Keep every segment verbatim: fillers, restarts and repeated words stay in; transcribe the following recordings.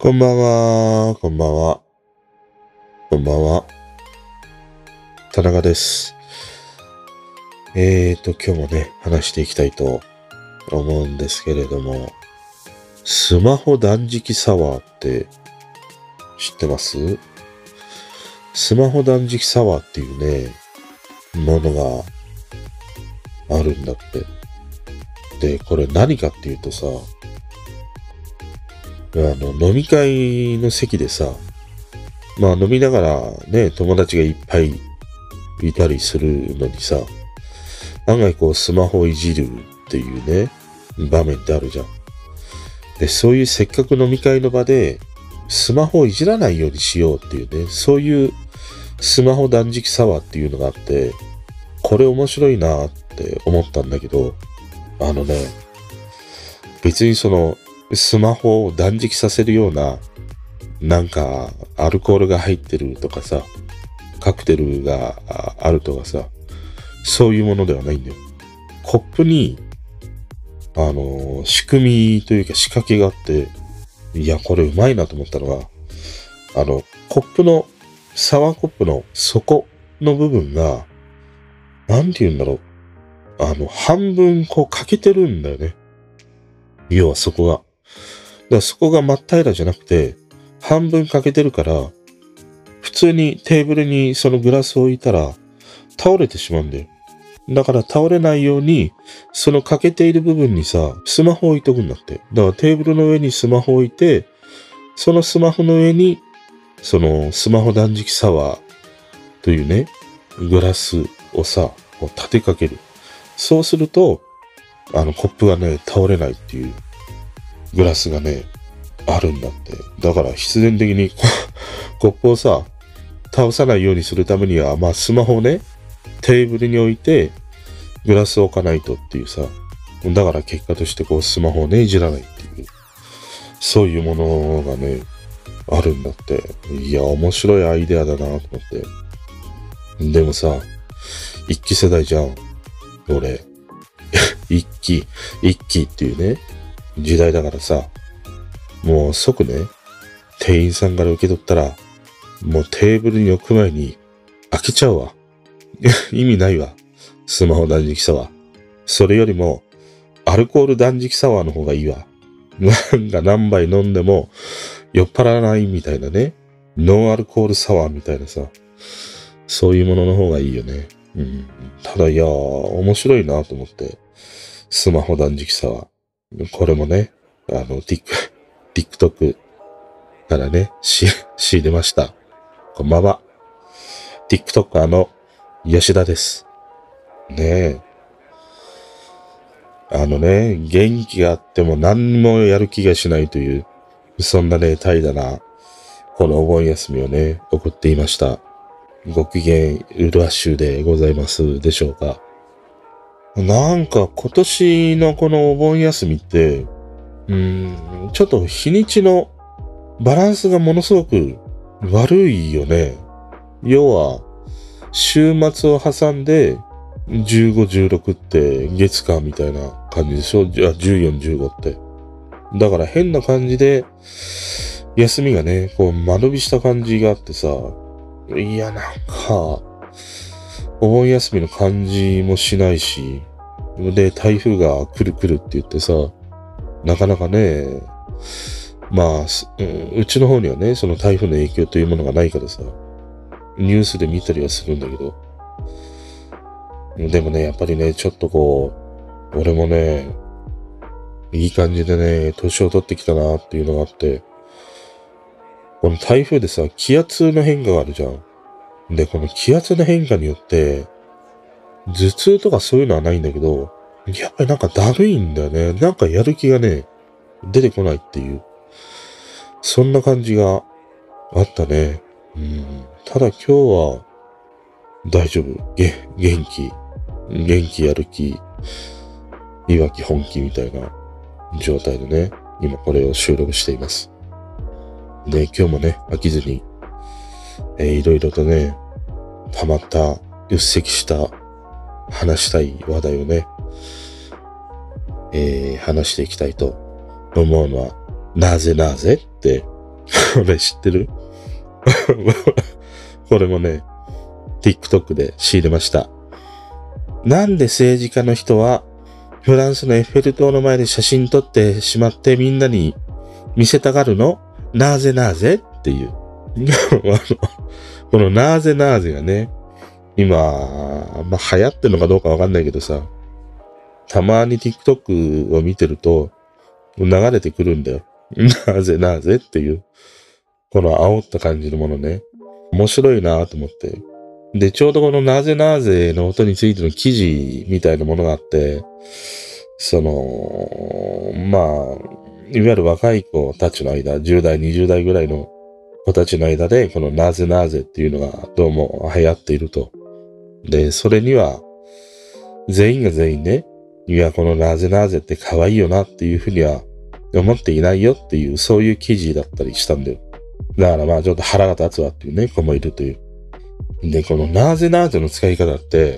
こんばんは、こんばんは、こんばんは。田中です。えーと、今日もね、話していきたいと思うんですけれども、スマホ断食サワーって知ってます？スマホ断食サワーっていうね、ものがあるんだって。で、これ何かっていうとさ、あの、飲み会の席でさ、まあ飲みながらね、友達がいっぱいいたりするのにさ、案外こうスマホをいじるっていうね、場面ってあるじゃん。で、そういうせっかく飲み会の場で、スマホをいじらないようにしようっていうね、そういうスマホ断食サワーっていうのがあって、これ面白いなって思ったんだけど、あのね、別にその、スマホを断食させるような、なんか、アルコールが入ってるとかさ、カクテルがあるとかさ、そういうものではないんだよ。コップに、あの、仕組みというか仕掛けがあって、いや、これうまいなと思ったのが、あの、コップの、サワーコップの底の部分が、なんて言うんだろう。あの、半分こう欠けてるんだよね。要はそこが。だからそこが真っ平らじゃなくて、半分欠けてるから、普通にテーブルにそのグラスを置いたら、倒れてしまうんだよ。だから倒れないように、その欠けている部分にさ、スマホを置いとくんだって。だからテーブルの上にスマホを置いて、そのスマホの上に、そのスマホ断食サワーというね、グラスをさ、こう立てかける。そうすると、あのコップがね、倒れないっていうグラスがね、あるんだって。だから必然的にコップをさ、倒さないようにするためには、まあスマホをね、テーブルに置いて、グラスを置かないとっていうさ、だから結果としてこうスマホをね、いじらないっていう、そういうものがね、あるんだって。いや、面白いアイデアだなと思って。でもさ、一期世代じゃん。俺。一期、一期っていうね、時代だからさ、もう即ね、店員さんから受け取ったら、もうテーブルに置く前に開けちゃうわ。意味ないわ。スマホ断食サワー。それよりも、アルコール断食サワーの方がいいわ。なんか何杯飲んでも酔っ払わないみたいなね。ノンアルコールサワーみたいなさ。そういうものの方がいいよね。うん、ただいやー、面白いなと思って。スマホ断食サワー。これもね、あの、TikTok からね、し、仕入れました。こんばんは。TikToker の吉田です。ねえ。あのね、元気があっても何もやる気がしないという、そんなね、怠惰な、このお盆休みをね、送っていました。ご機嫌うるわしゅうでございますでしょうか。なんか今年のこのお盆休みって、うーん、ちょっと日にちのバランスがものすごく悪いよね。要は、週末を挟んで、じゅうご、じゅうろくって月間みたいな感じでしょ？じゃあじゅうよん、じゅうごって。だから変な感じで、休みがね、こう間延びした感じがあってさ、いや、なんか、お盆休みの感じもしないし、で、台風が来る来るって言ってさ、なかなかね、まあ、うん、うちの方にはね、その台風の影響というものがないからさ、ニュースで見たりはするんだけど、でもね、やっぱりね、ちょっとこう、俺もね、いい感じでね、年を取ってきたなっていうのがあって、この台風でさ、気圧の変化があるじゃん。で、この気圧の変化によって、頭痛とかそういうのはないんだけど、やっぱりなんかだるいんだよね。なんかやる気がね、出てこないっていう、そんな感じがあったね。うん、ただ今日は大丈夫。げ、元気。元気やる気。いわき本気みたいな状態でね、今これを収録しています。で、今日もね、飽きずに、えー、いろいろとね、溜まった、うっせきした話したい話題をね、えー、話していきたいと思うのは、なぜなぜってこれ知ってる？これもね、TikTok で仕入れました。なんで政治家の人はフランスのエッフェル塔の前で写真撮ってしまってみんなに見せたがるの？なぜなぜっていう。このなぜなぜがね、今、まあ流行ってるのかどうかわかんないけどさ、たまに TikTok を見てると流れてくるんだよ。なぜなぜっていう。この煽った感じのものね。面白いなと思って。で、ちょうどこのなぜなぜの音についての記事みたいなものがあって、その、まあ、いわゆる若い子たちの間、じゅう代、にじゅう代ぐらいの子たちの間で、このなぜなぜっていうのがどうも流行っていると。で、それには、全員が全員ね、いや、このなぜなぜって可愛いよなっていうふうには思っていないよっていう、そういう記事だったりしたんだよ。だからまあちょっと腹が立つわっていうね、子もいるという。で、このなぜなぜの使い方って、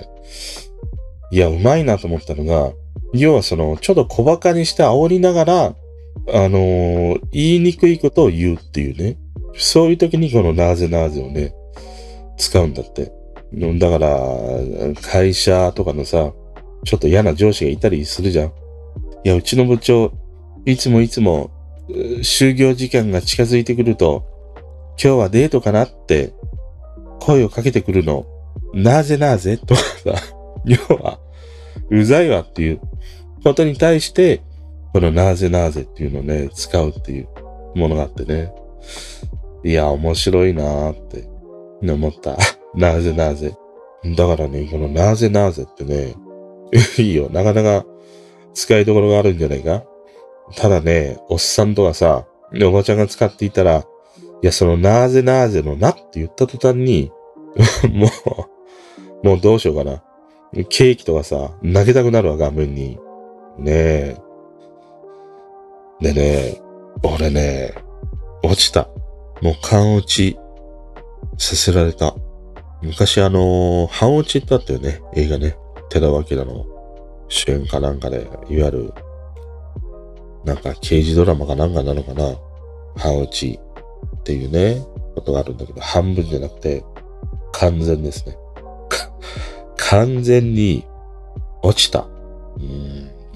いや、うまいなと思ったのが、要はその、ちょっと小馬鹿にして煽りながら、あのー、言いにくいことを言うっていうね。そういう時にこのなぜなぜをね、使うんだって。だから、会社とかのさ、ちょっと嫌な上司がいたりするじゃん。いや、うちの部長、いつもいつも、就業時間が近づいてくると、今日はデートかなって声をかけてくるの。なぜなぜとかさ、要は、うざいわっていうことに対して、このなぜなぜっていうのをね、使うっていうものがあってね。いや、面白いなーって思った。なぜなぜ。だからね、このなぜなぜってね、いいよ。なかなか使いどころがあるんじゃないか。ただね、おっさんとかさ、おばちゃんが使っていたら、いや、そのなぜなぜのなって言った途端に、もう、もうどうしようかな。ケーキとかさ、投げたくなるわ、画面に。ねえ。でね、俺ね、落ちた。もう勘落ちさせられた。昔あのー、半落ちってあったよね。映画ね。寺尾明の主演かなんかで、いわゆる、なんか刑事ドラマかなんかなのかな。半落ちっていうね、ことがあるんだけど、半分じゃなくて、完全ですね。完全に落ちた。うん、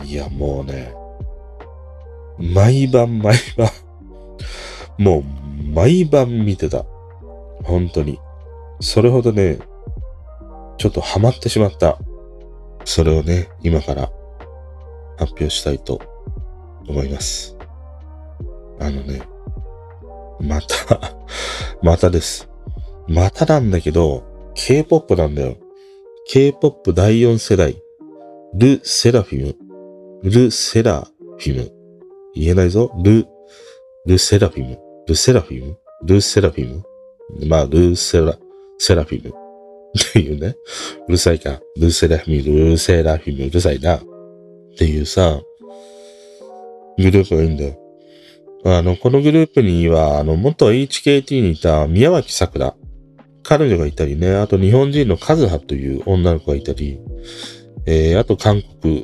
いや、もうね、毎晩毎晩、もう毎晩見てた。本当に。それほどね、ちょっとハマってしまった。それをね、今から発表したいと思います。あのね、また、またです。またなんだけど、K-ポップ なんだよ。K-ポップ だいよん世代。ル・セラフィム。ル・セラフィム。言えないぞ。ル、ル・セラフィム。ル・セラフィム。ル・セラフィム。まあ、ル・セラ、セラフィム。っていうね。うるさいか。ル・セラフィム、ル・セラフィム。うるさいな。っていうさ、グループがいいんだよ。あの、このグループには、あの、元 エイチケーティー にいた宮脇さくら。彼女がいたりね、あと日本人のカズハという女の子がいたり、えー、あと韓国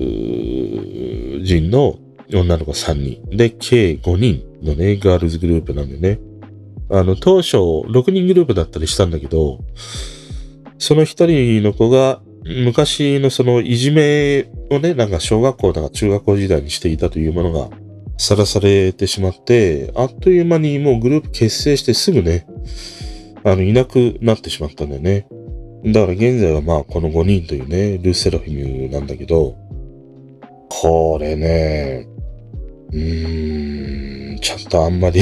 人の女の子さんにん。で、計ごにんのね、ガールズグループなんでね。あの、当初ろくにんグループだったりしたんだけど、その一人の子が昔のそのいじめをね、なんか小学校とか中学校時代にしていたというものがさらされてしまって、あっという間にもうグループ結成してすぐね、あの、いなくなってしまったんだよね。だから現在はまあこのごにんというね、ル・セラフィムなんだけど、これね、うーん、ちょっとあんまり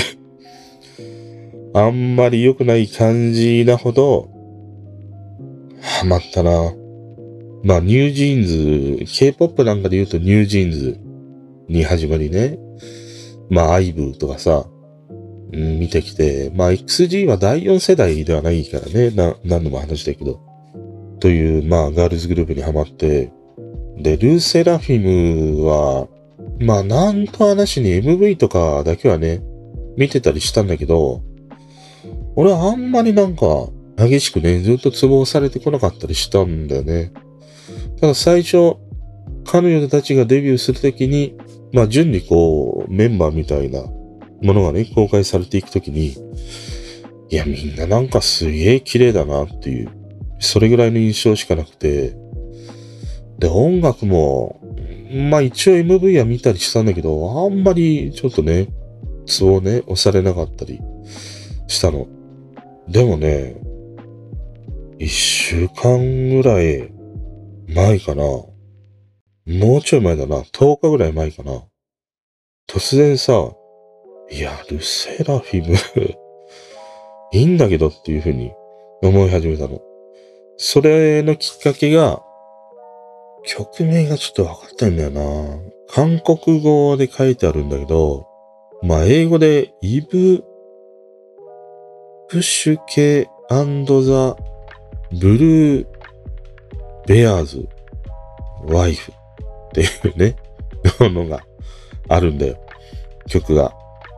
あんまり良くない感じなほど、ハマったな。まあニュージーンズ、K-ポップ なんかで言うとニュージーンズに始まりね、まあアイブとかさ、うん、見てきて、まあ エックスジー はだいよん世代ではないからね、な、何度も話したけど。という、まあガールズグループにハマって、で、ル・セラフィムは、まあなんと話に エムブイ とかだけはね、見てたりしたんだけど、俺はあんまりなんか激しくね、ずっとツボをされてこなかったりしたんだよね。ただ最初、彼女たちがデビューするときに、まあ順にこう、メンバーみたいなものがね、公開されていくときに、いや、みんななんかすげえ綺麗だなっていう、それぐらいの印象しかなくて、で、音楽も、まあ一応 エムブイ は見たりしたんだけど、あんまりちょっとね、ツボをね、押されなかったりしたの。でもね、一週間ぐらい前かな。もうちょい前だな。とおかぐらい前かな。突然さ、いや、ルセラフィムいいんだけどっていう風に思い始めたの。それのきっかけが、曲名がちょっとわかったんだよな。韓国語で書いてあるんだけど、まあ、英語でイブ・プシュケ&ザ・ブルー・ベアーズ・ワイフっていうね、ものがあるんだよ。曲が。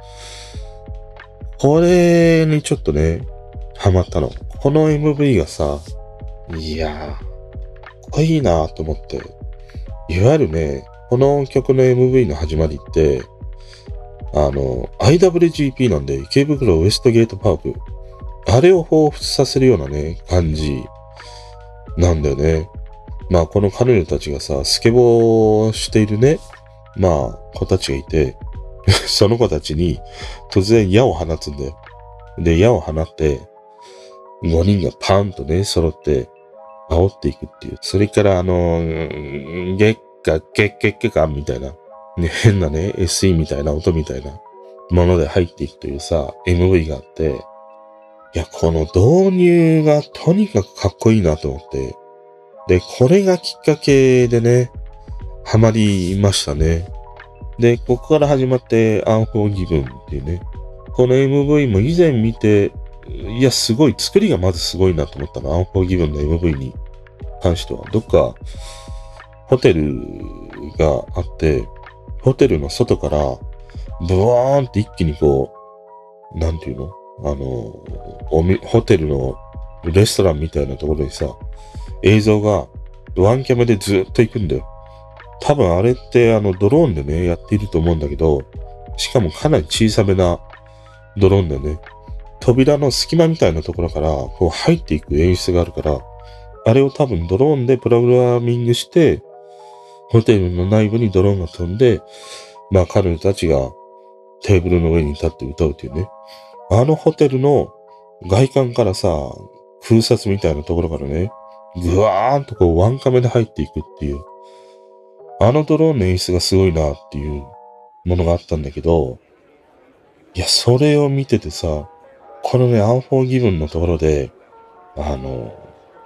これにちょっとね、ハマったの。この エムブイ がさ、いやー、かっこいいなと思って。いわゆるね、この曲の エムブイ の始まりって、あの、アイダブリュージーピー なんで、池袋ウエストゲートパーク。あれを彷彿させるようなね、感じなんだよね。まあ、この彼女たちがさ、スケボーしているね、まあ、子たちがいて、その子たちに突然矢を放つんだよ。で、矢を放って、ごにんがパーンとね、揃って煽っていくっていう。それから、あの、ゲッカ、ゲッゲッゲカみたいな、ね、変なね、エスイー みたいな音みたいなもので入っていくというさ、エムブイ があって、いや、この導入がとにかくかっこいいなと思って。で、これがきっかけでね、ハマりましたね。で、ここから始まって、アンフォーギブンっていうね。この エムブイ も以前見て、いや、すごい、作りがまずすごいなと思ったの。アンフォーギブンの エムブイ に関しては。どっか、ホテルがあって、ホテルの外から、ブワーンって一気にこう、なんていうのあの、おみ、ホテルのレストランみたいなところにさ、映像がワンキャメでずっと行くんだよ。多分あれってあのドローンでね、やっていると思うんだけど、しかもかなり小さめなドローンでね、扉の隙間みたいなところからこう入っていく演出があるから、あれを多分ドローンでプログラミングして、ホテルの内部にドローンが飛んで、まあ彼女たちがテーブルの上に立って歌うっていうね。あのホテルの外観からさ、空撮みたいなところからね、ぐわーんとこうワンカメで入っていくっていう。あのドローンの演出がすごいなっていうものがあったんだけど、いや、それを見ててさ、このね、アンフォーギブンのところで、あの、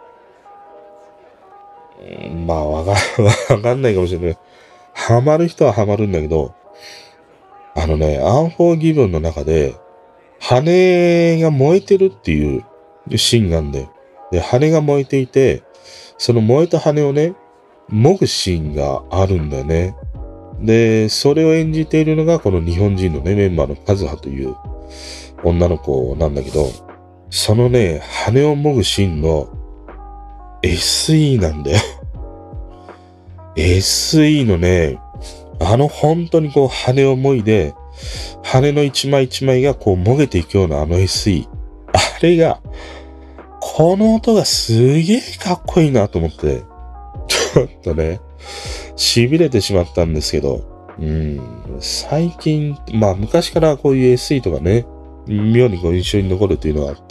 まあ、わか、わかんないかもしれない。ハマる人はハマるんだけど、あのね、アンフォーギブンの中で、羽が燃えてるっていうシーンがあるんだよ。で、羽が燃えていて、その燃えた羽をね、もぐシーンがあるんだよね。で、それを演じているのがこの日本人のね、メンバーのカズハという女の子なんだけど、そのね、羽をもぐシーンの エスイー なんだよ。エスイー のね、あの本当にこう羽をもいで、羽の一枚一枚がこうもげていくようなあの エスイー。あれが、この音がすげえかっこいいなと思って、ちょっとね、痺れてしまったんですけど、うん、最近、まあ昔からこういう エスイー とかね、妙にこう印象に残るというのがあって、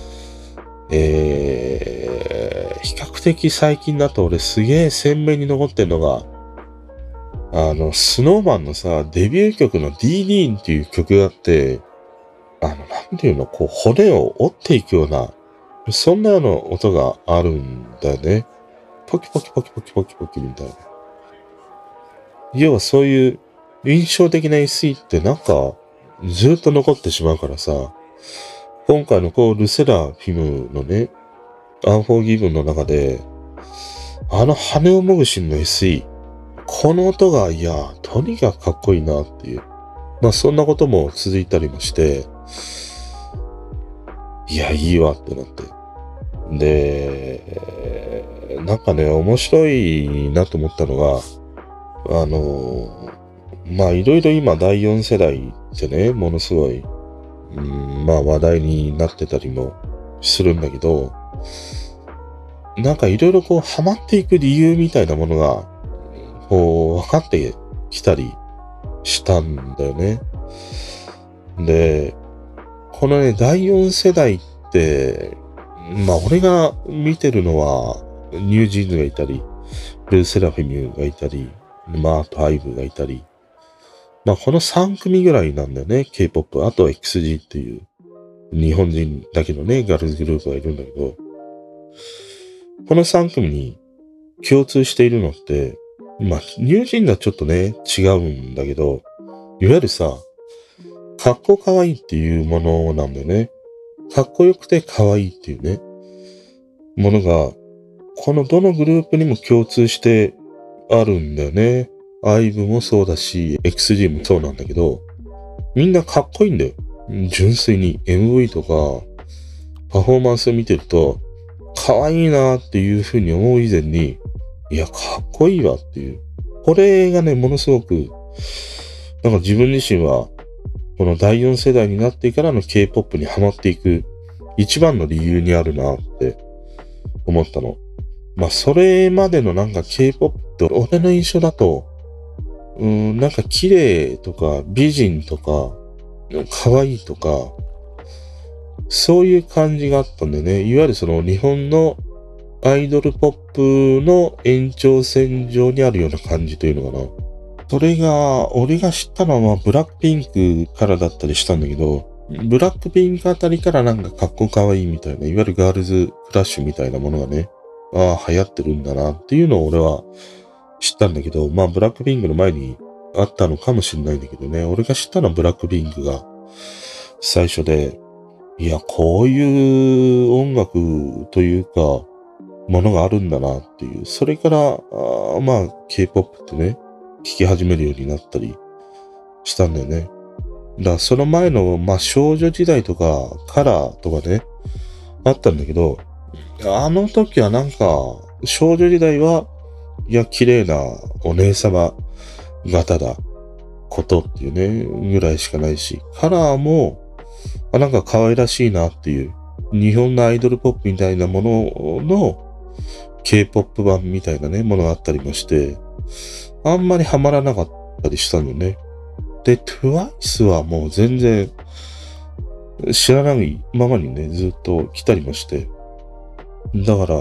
えー、比較的最近だと俺すげえ鮮明に残ってんのが、あの、スノーマンのさ、デビュー曲の ディーディーン っていう曲があって、あの、なんていうの、こう骨を折っていくような、そんなような音があるんだよね。ポキポキポキポキポキポキみたいな。要はそういう印象的な エスイー ってなんかずっと残ってしまうからさ、今回のこうルセラフィムのね、アンフォーギブンの中で、あの羽をもぐしんの エスイー、この音がいや、とにかくかっこいいなっていう。まあそんなことも続いたりもして、いや、いいわってなって。で、なんかね、面白いなと思ったのが、あの、 まあいろいろ今だいよん世代ってね、ものすごい、うん、まあ話題になってたりもするんだけど、なんかいろいろこうハマっていく理由みたいなものが、こう分かってきたりしたんだよね。で、このね、だいよん世代って、まあ俺が見てるのは、ニュージーンズがいたり、ルーセラフィムがいたり、まああとアイブがいたり、まあこのさん組ぐらいなんだよね、K-ポップ。あと エックスジー っていう、日本人だけのね、ガールズグループがいるんだけど、このさん組に共通しているのって、まあ、ニュージーンズはちょっとね、違うんだけど、いわゆるさ、かっこかわいいっていうものなんだよね。かっこよくてかわいいっていうね、ものが、このどのグループにも共通してあるんだよね。アイブもそうだし、エックスジー もそうなんだけど、みんなかっこいいんだよ。純粋に エムブイ とか、パフォーマンスを見てると、可愛いなっていうふうに思う以前に、いや、かっこいいわっていう。これがね、ものすごく、なんか自分自身は、このだいよん世代になってからの K-ポップ にハマっていく一番の理由にあるなって思ったの。まあ、それまでのなんか K-ポップ って俺の印象だと、うーん、なんか綺麗とか美人とか、可愛いとか、そういう感じがあったんでね。いわゆるその日本のアイドルポップの延長線上にあるような感じというのかな。それが、俺が知ったのはまあブラックピンクからだったりしたんだけど、ブラックピンクあたりからなんかかっこかわいいみたいな、いわゆるガールズクラッシュみたいなものがね、ああ、流行ってるんだなっていうのを俺は知ったんだけど、まあブラックピンクの前にあったのかもしれないんだけどね、俺が知ったのはブラックピンクが最初で、いや、こういう音楽というか、ものがあるんだなっていう。それから、あまあ、K-ポップ ってね、聴き始めるようになったりしたんだよね。だからその前の、まあ、少女時代とか、カラーとかね、あったんだけど、あの時はなんか、少女時代は、いや、綺麗なお姉様方だ、ことっていうね、ぐらいしかないし、カラーも、あ、なんか可愛らしいなっていう、日本のアイドルポップみたいなものの K-ポップ 版みたいなね、ものがあったりもして、あんまりハマらなかったりしたんだよね。で、トゥワイス はもう全然知らないままにね、ずっと来たりもして。だから、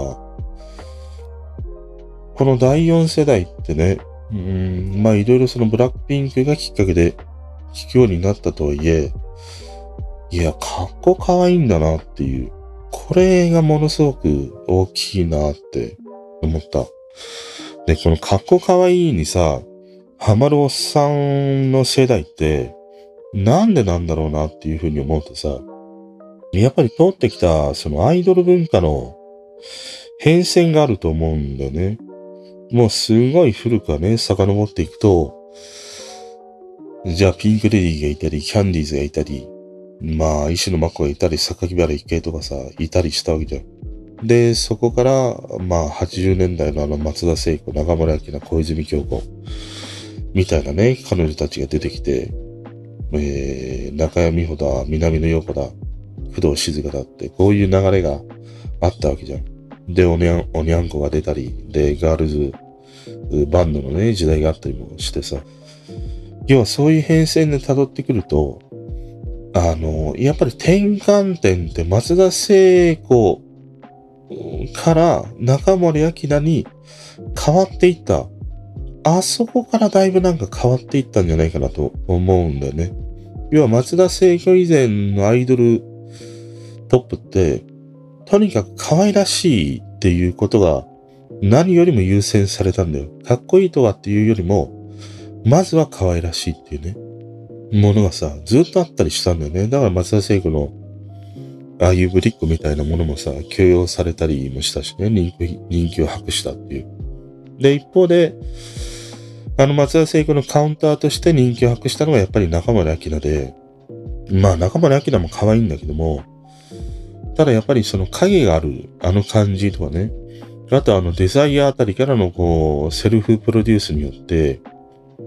このだいよん世代ってね、うーん、まあいろいろそのブラックピンクがきっかけで聴くようになったとはいえ、いや、かっこかわいいんだなっていう。これがものすごく大きいなって思った。で、このかっこかわいいにさ、ハマるおっさんの世代って、なんでなんだろうなっていうふうに思うとさ、やっぱり通ってきたそのアイドル文化の変遷があると思うんだよね。もうすごい古くはね、遡っていくと、じゃあピンクレディーがいたり、キャンディーズがいたり、まあ、石野真子がいたり、榊原郁恵とかさ、いたりしたわけじゃん。で、そこから、まあ、はちじゅうねんだいのあの松田聖子、中村明菜、小泉京子、みたいなね、彼女たちが出てきて、えー、中山美穂だ、南野陽子だ、工藤静香だって、こういう流れがあったわけじゃん。で、おにゃん、おにゃんこが出たり、で、ガールズバンドのね、時代があったりもしてさ、要はそういう変遷で辿ってくると、あの、やっぱり転換点って松田聖子から中森明菜に変わっていった。あそこからだいぶなんか変わっていったんじゃないかなと思うんだよね。要は松田聖子以前のアイドルトップって、とにかく可愛らしいっていうことが何よりも優先されたんだよ。かっこいいとはっていうよりも、まずは可愛らしいっていうね。ものがさ、ずっとあったりしたんだよね。だから松田聖子の、ああいうブリッコみたいなものもさ、許容されたりもしたしね、人気、人気を博したっていう。で、一方で、あの松田聖子のカウンターとして人気を博したのがやっぱり中森明菜で、まあ中森明菜も可愛いんだけども、ただやっぱりその影がある、あの感じとかね、あとあのデザイアあたりからのこう、セルフプロデュースによって、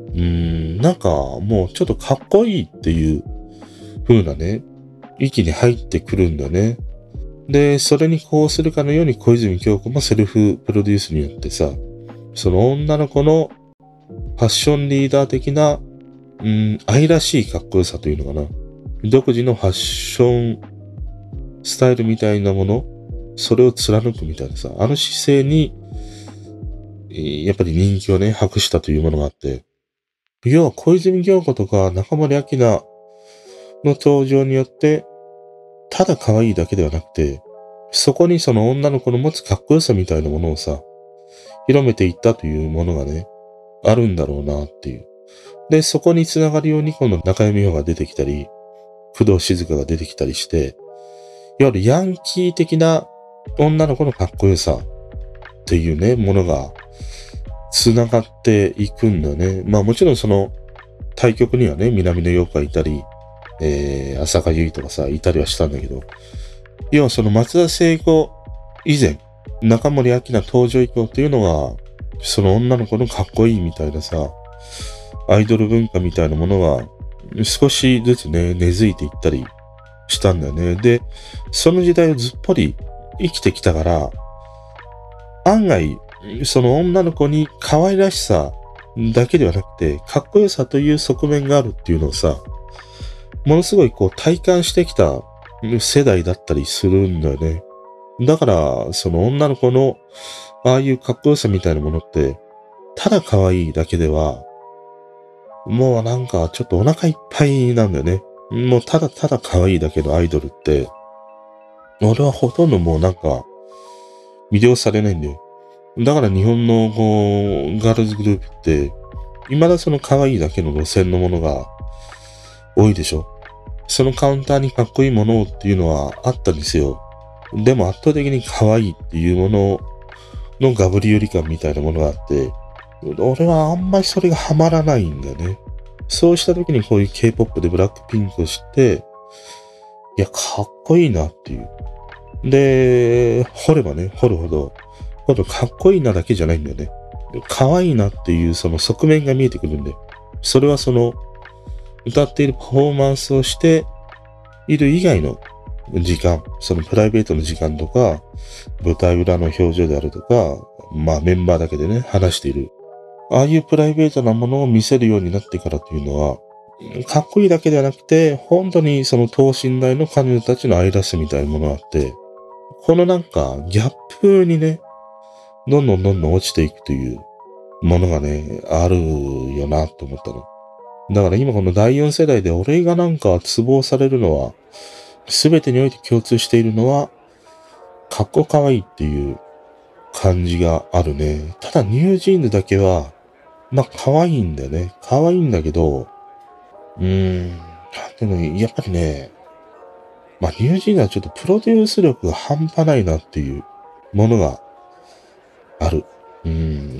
うーん、なんかもうちょっとかっこいいっていう風なね、域に入ってくるんだね。で、それにこうするかのように小泉京子もセルフプロデュースによってさ、その女の子のファッションリーダー的な、うん、愛らしいかっこよさというのかな。独自のファッションスタイルみたいなもの、それを貫くみたいなさ、あの姿勢に、やっぱり人気をね、博したというものがあって、要は小泉京子とか中森明菜の登場によって、ただ可愛いだけではなくて、そこにその女の子の持つかっこよさみたいなものをさ、広めていったというものがね、あるんだろうなっていう。で、そこにつながるようにこの中山美穂が出てきたり、工藤静香が出てきたりして、いわゆるヤンキー的な女の子のかっこよさっていうね、ものがつながっていくんだね。まあもちろんその対局にはね、南野陽子がいたり、えー、浅香唯とかさ、いたりはしたんだけど、要はその松田聖子以前、中森明菜登場以降っていうのが、その女の子のかっこいいみたいなさ、アイドル文化みたいなものが少しずつね、根付いていったりしたんだよね。で、その時代をずっぽり生きてきたから、案外、その女の子に可愛らしさだけではなくて、かっこよさという側面があるっていうのをさ、ものすごいこう体感してきた世代だったりするんだよね。だから、その女の子のああいうかっこよさみたいなものって、ただ可愛いだけでは、もうなんかちょっとお腹いっぱいなんだよね。もうただただ可愛いだけのアイドルって、俺はほとんどもうなんか魅了されないんだよ。だから日本のこうガールズグループって、未だその可愛いだけの路線のものが多いでしょ。そのカウンターにかっこいいものっていうのはあったんですよ。でも圧倒的に可愛いっていうもののガブリ寄り感みたいなものがあって、俺はあんまりそれがハマらないんだよね。そうした時にこういう K-ポップ でブラックピンクを知って、いや、かっこいいなっていう。で、掘ればね、掘るほど、今度かっこいいなだけじゃないんだよね。可愛いなっていうその側面が見えてくるんで、それはその、歌っているパフォーマンスをしている以外の時間、そのプライベートの時間とか、舞台裏の表情であるとか、まあメンバーだけでね、話している。ああいうプライベートなものを見せるようになってからというのは、かっこいいだけではなくて、本当にその等身大の彼女たちの愛らしさみたいなものがあって、このなんかギャップにね、どんどんどんどん落ちていくというものがね、あるよなと思ったの。だから今このだいよん世代で俺がなんかツボをされるのは、すべてにおいて共通しているのは、かっこかわいいっていう感じがあるね。ただニュージーンズだけは、まあ可愛いんだよね。可愛いんだけど、うーん、でもやっぱりね、まあニュージーンズはちょっとプロデュース力が半端ないなっていうものがある。うん、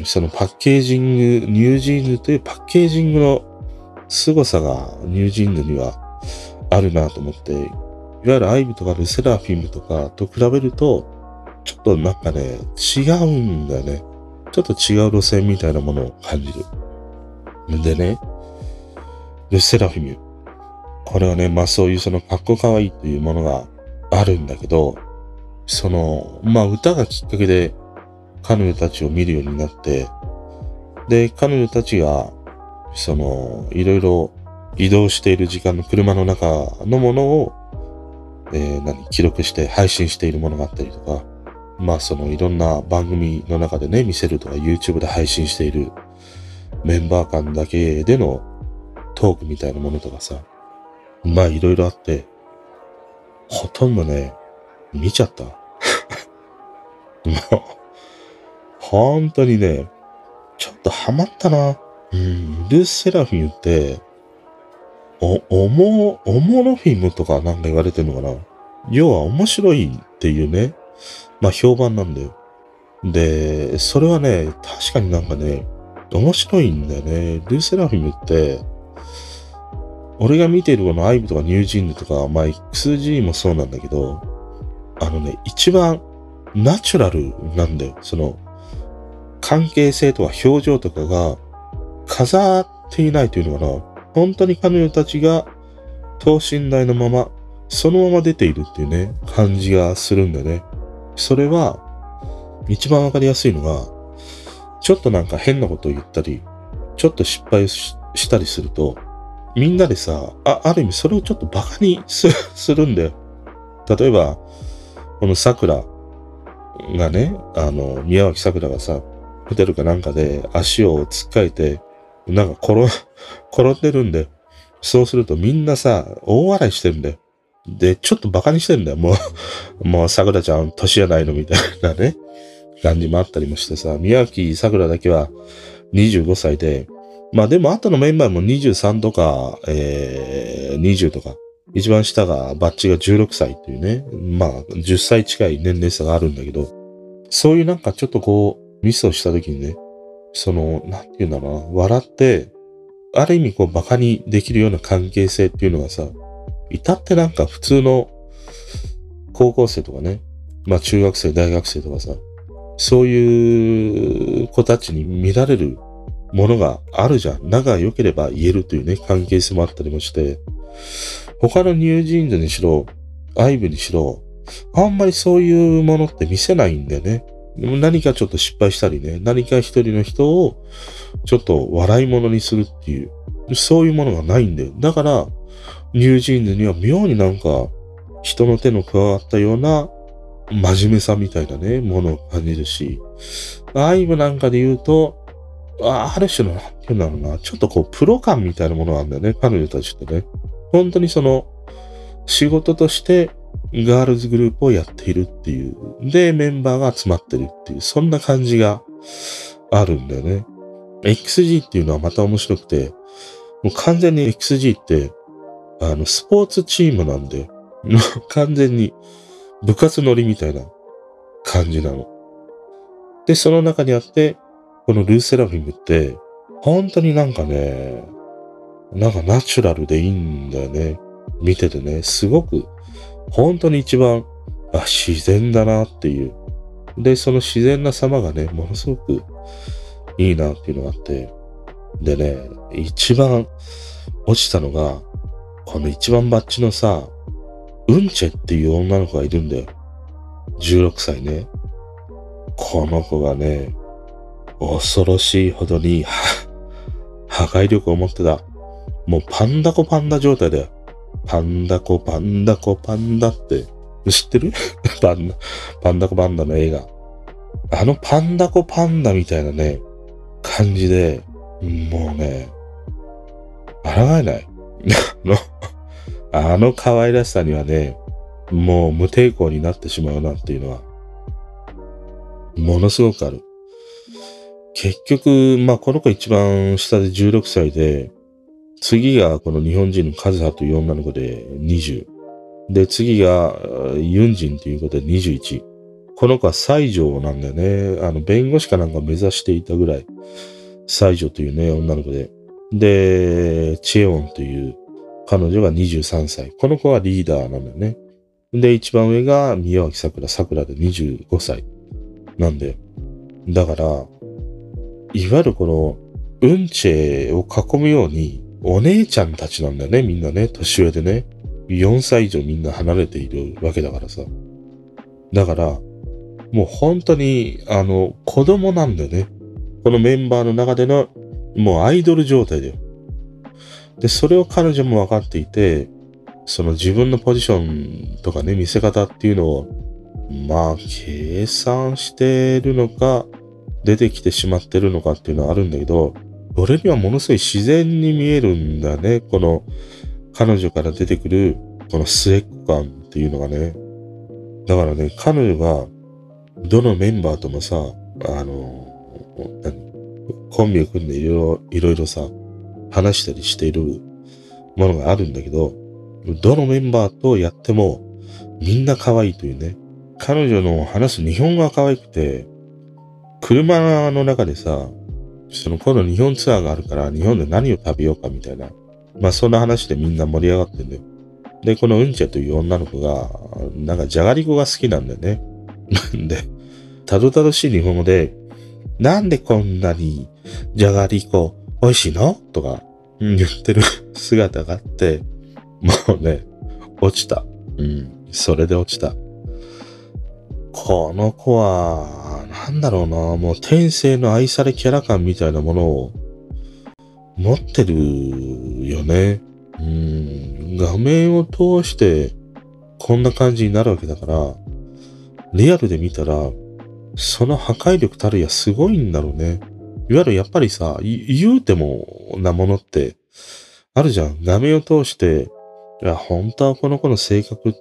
そのパッケージング、ニュージーンズというパッケージングの凄さがニュージーンズにはあるなと思って、いわゆるアイブとかルセラフィムとかと比べると、ちょっとなんかね、違うんだよね。ちょっと違う路線みたいなものを感じる。でね、ルセラフィム。これはね、まあそういうそのかっこかわいいというものがあるんだけど、その、まあ歌がきっかけで彼女たちを見るようになって、で、彼女たちが、その、いろいろ移動している時間の車の中のものを、えー、何、記録して配信しているものがあったりとか、まあそのいろんな番組の中でね、見せるとか YouTube で配信しているメンバー間だけでのトークみたいなものとかさ、まあいろいろあって、ほとんどね、見ちゃった。もう、本当にね、ちょっとハマったな。うん、ル・セラフィムって、お、おも、おもろフィムとかなんか言われてるのかな。要は面白いっていうね、まあ評判なんだよ。で、それはね、確かになんかね、面白いんだよね。ル・セラフィムって、俺が見ているこのアイブとかニュージーンズとか、まあ エックスジー もそうなんだけど、あのね、一番ナチュラルなんだよ。その、関係性とか表情とかが飾っっていないというのかな。本当に彼女たちが等身大のまま、そのまま出ているっていうね、感じがするんだね。それは、一番わかりやすいのが、ちょっとなんか変なことを言ったり、ちょっと失敗ししたりすると、みんなでさ、あ、ある意味それをちょっとバカにすするんだよ。例えば、この桜がね、あの、宮脇桜がさ、ホテルかなんかで足をつっかえて、なんか転、転んでるんだよ。そうするとみんなさ、大笑いしてるんだよ。で、ちょっとバカにしてるんだよ。もう、もう桜ちゃん年やないのみたいなね、感じもあったりもしてさ、宮脇桜だけはにじゅうごさいで、まあでも後のメンバーもにじゅうさんとか、えー、にじゅうとか、一番下がバッチがじゅうろくさいっていうね、まあじゅっさい近い年齢差があるんだけど、そういうなんかちょっとこう、ミスをした時にね、その、なんていうんだろうな、笑って、ある意味こうバカにできるような関係性っていうのがさ、至ってなんか普通の高校生とかね、まあ中学生、大学生とかさ、そういう子たちに見られるものがあるじゃん。仲が良ければ言えるというね、関係性もあったりもして、他のニュージーンズにしろ、アイブにしろ、あんまりそういうものって見せないんだよね。何かちょっと失敗したりね、何か一人の人をちょっと笑い物にするっていう、そういうものがないんだよ。だから、ニュージーンズには妙になんか人の手の加わったような真面目さみたいなね、ものを感じるし、アイブなんかで言うと、あある種の、なんていうんだろうな、ちょっとこう、プロ感みたいなものがあるんだよね、彼女たちってね。本当にその、仕事としてガールズグループをやっているっていう。で、メンバーが集まってるっていう、そんな感じがあるんだよね。エックスジー っていうのはまた面白くて、もう完全に エックスジー って、あの、スポーツチームなんで、完全に部活乗りみたいな感じなの。で、その中にあって、このルーセラフィムって、本当になんかね、なんかナチュラルでいいんだよね。見ててね、すごく、本当に一番、あ、自然だなっていう。で、その自然な様がね、ものすごくいいなっていうのがあって。でね、一番落ちたのが、この一番バッチのさ、うんちェっていう女の子がいるんだよ。じゅうろくさいね。この子がね、恐ろしいほどに破壊力を持ってた。もうパンダコパンダ状態だよ。パンダコパンダコパンダって。知ってるパンダ、パンダコパンダの映画。あのパンダコパンダみたいなね、感じで、もうね、抗えない。あの、あの可愛らしさにはね、もう無抵抗になってしまうなっていうのは、ものすごくある。結局、まあこの子一番下でじゅうろくさいで、次がこの日本人のカズハという女の子でにじゅう。で、次がユンジンということでにじゅういち。この子は西条なんだよね。あの、弁護士かなんか目指していたぐらい、西条というね、女の子で。で、チェオンという彼女がにじゅうさんさい。この子はリーダーなんだよね。で、一番上が宮脇桜、桜でにじゅうごさいなんで。だから、いわゆるこの、うんちぇを囲むように、お姉ちゃんたちなんだよね、みんなね、年上でね。よんさい以上みんな離れているわけだからさ。だから、もう本当に、あの、子供なんだよね。このメンバーの中での、もうアイドル状態だよ。で、それを彼女も分かっていて、その自分のポジションとかね、見せ方っていうのを、まあ、計算してるのか、出てきてしまってるのかっていうのはあるんだけど、俺にはものすごい自然に見えるんだね。この、彼女から出てくる、この末っ子感っていうのがね。だからね、彼女が、どのメンバーともさ、あの、何コンビを組んでいろいろ、いろいろさ、話したりしているものがあるんだけど、どのメンバーとやっても、みんな可愛いというね。彼女の話す日本語が可愛くて、車の中でさ、その今度日本ツアーがあるから日本で何を食べようかみたいな。まあそんな話でみんな盛り上がってんだよ。で、このうんちゃという女の子が、なんかじゃがりこが好きなんだよね。で、たどたどしい日本語で、なんでこんなにじゃがりこ美味しいのとか言ってる姿があって、もうね、落ちた。うん、それで落ちた。この子は、なんだろうな、もう天性の愛されキャラ感みたいなものを持ってるよね。うん、画面を通してこんな感じになるわけだから、リアルで見たら、その破壊力たるやすごいんだろうね。いわゆるやっぱりさ、言うてもなものってあるじゃん。画面を通して、いや、本当はこの子の性格って、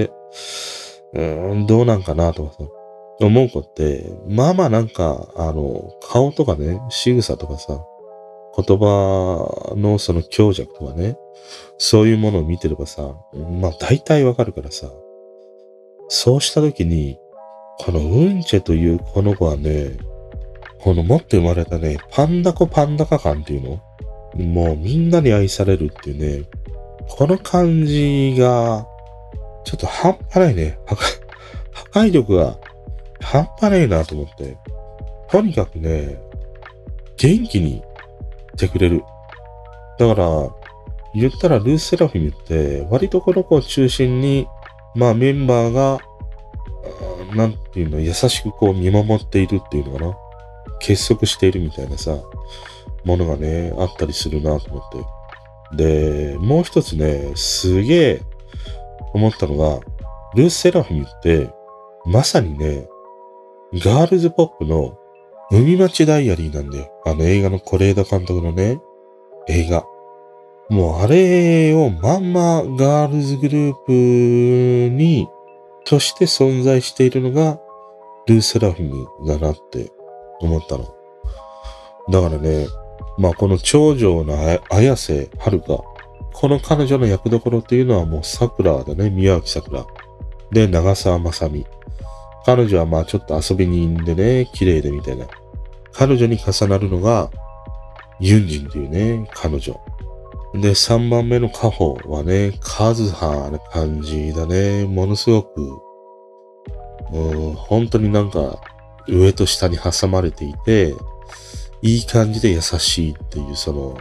うーん、どうなんかなとかさ、思う子って、まあまあなんか、あの、顔とかね、仕草とかさ、言葉のその強弱とかね、そういうものを見てればさ、まあ大体わかるからさ、そうしたときに、このウンチェというこの子はね、この持って生まれたね、パンダコパンダカ感っていうの、もうみんなに愛されるっていうね、この感じが、ちょっと半端ないね。破壊、破壊力が半端ないなと思って。とにかくね、元気にしてくれる。だから、言ったらルース・セラフィムって、割とこの子を中心に、まあメンバーが、なんていうの、優しくこう見守っているっていうのかな。結束しているみたいなさ、ものがね、あったりするなと思って。で、もう一つね、すげえ思ったのが、ルース・セラフィムって、まさにね、ガールズポップの海町ダイアリーなんだよ。あの映画の是枝監督のね、映画。もうあれをまんまガールズグループに、として存在しているのが、ルース・セラフィムだなって思ったの。だからね、まあこの長女の綾瀬はるか、この彼女の役どころっていうのはもう桜だね、宮脇桜。で、長澤まさみ。彼女はまあちょっと遊び人でね、綺麗でみたいな。彼女に重なるのが、ユンジンっていうね、彼女。で、さんばんめのカホはね、カズハな感じだね。ものすごく、うん、本当になんか、上と下に挟まれていて、いい感じで優しいっていう、その、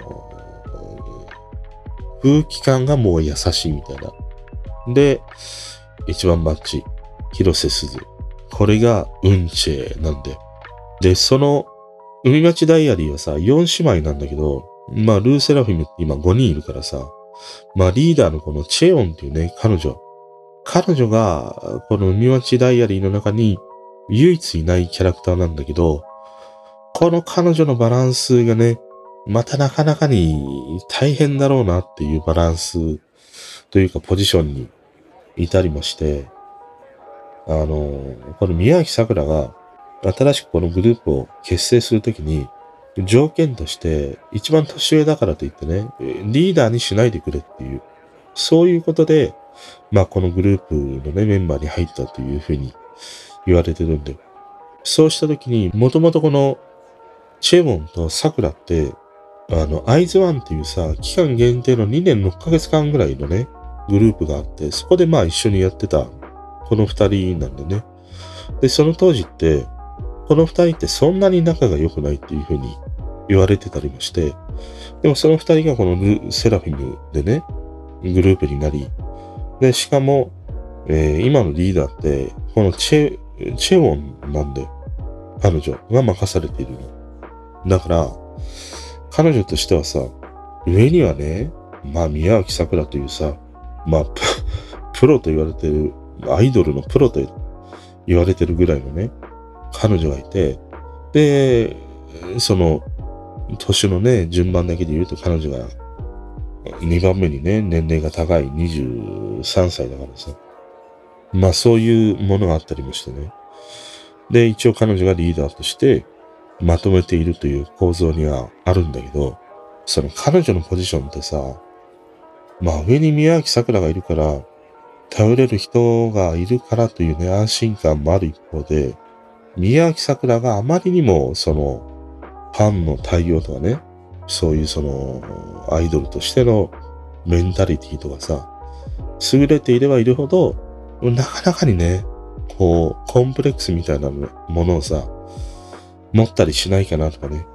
空気感がもう優しいみたいな。で、一番バッチ、広瀬すず。これがウンチェなんで。で、その、海町ダイアリーはさ、よん姉妹なんだけど、まあ、ルーセラフィムって今ごにんいるからさ、まあ、リーダーのこのチェオンっていうね、彼女。彼女が、この海町ダイアリーの中に唯一いないキャラクターなんだけど、この彼女のバランスがね、またなかなかに大変だろうなっていうバランスというかポジションにいたりもして、あの、この宮脇桜が新しくこのグループを結成するときに、条件として一番年上だからといってね、リーダーにしないでくれっていう、そういうことで、まあこのグループのね、メンバーに入ったというふうに言われてるんで、そうしたときに、もともとこのチェウォンとサクラって、あの、アイズワンっていうさ、期間限定のにねんろっかげつかんぐらいのね、グループがあって、そこでまあ一緒にやってた、この二人なんでね。で、その当時って、この二人ってそんなに仲が良くないっていうふうに言われてたりもして、でもその二人がこのルセラフィムでね、グループになり、で、しかも、えー、今のリーダーって、このチェ、チェウォンなんで、彼女が任されているの。だから、彼女としてはさ、上にはね、まあ宮脇桜というさ、まあプ、プロと言われてる、アイドルのプロと言われてるぐらいのね、彼女がいて、で、その、年のね、順番だけで言うと彼女がにばんめにね、年齢が高いにじゅうさんさいだからさ、まあそういうものがあったりもしてね。で、一応彼女がリーダーとしてまとめているという構造にはあるんだけど、その彼女のポジションってさ、まあ上に宮脇桜がいるから、頼れる人がいるからというね、安心感もある一方で、宮脇桜があまりにもその、ファンの対応とかね、そういうその、アイドルとしてのメンタリティとかさ、優れていればいるほど、なかなかにね、こう、コンプレックスみたいなものをさ、持ったりしないかなとかね、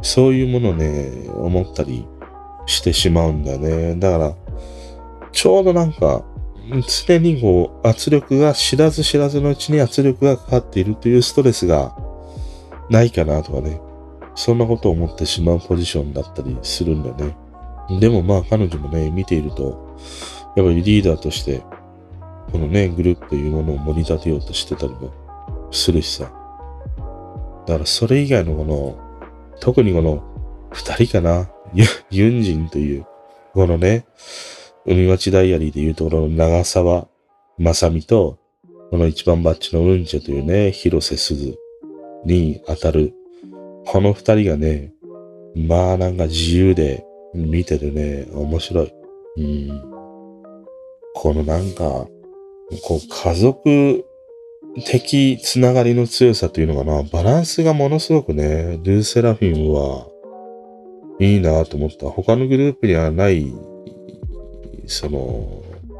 そういうものをね、思ったりしてしまうんだよね。だから、ちょうどなんか、常にこう、圧力が、知らず知らずのうちに圧力がかかっているというストレスがないかなとかね。そんなことを思ってしまうポジションだったりするんだよね。でもまあ彼女もね、見ていると、やっぱりリーダーとして、このね、グループというものを盛り立てようとしてたりもするしさ。だからそれ以外のこの、特にこの二人かな、ユユンジンという、このね、海町ダイアリーでいうところの長澤まさみと、この一番バッチのウンチェというね、広瀬すずに当たる、この二人がね、まあなんか自由で見ててね、面白い。うん。このなんか、こう家族的つながりの強さというのかな、バランスがものすごくね、ルーセラフィムはいいなと思った。他のグループにはない、その、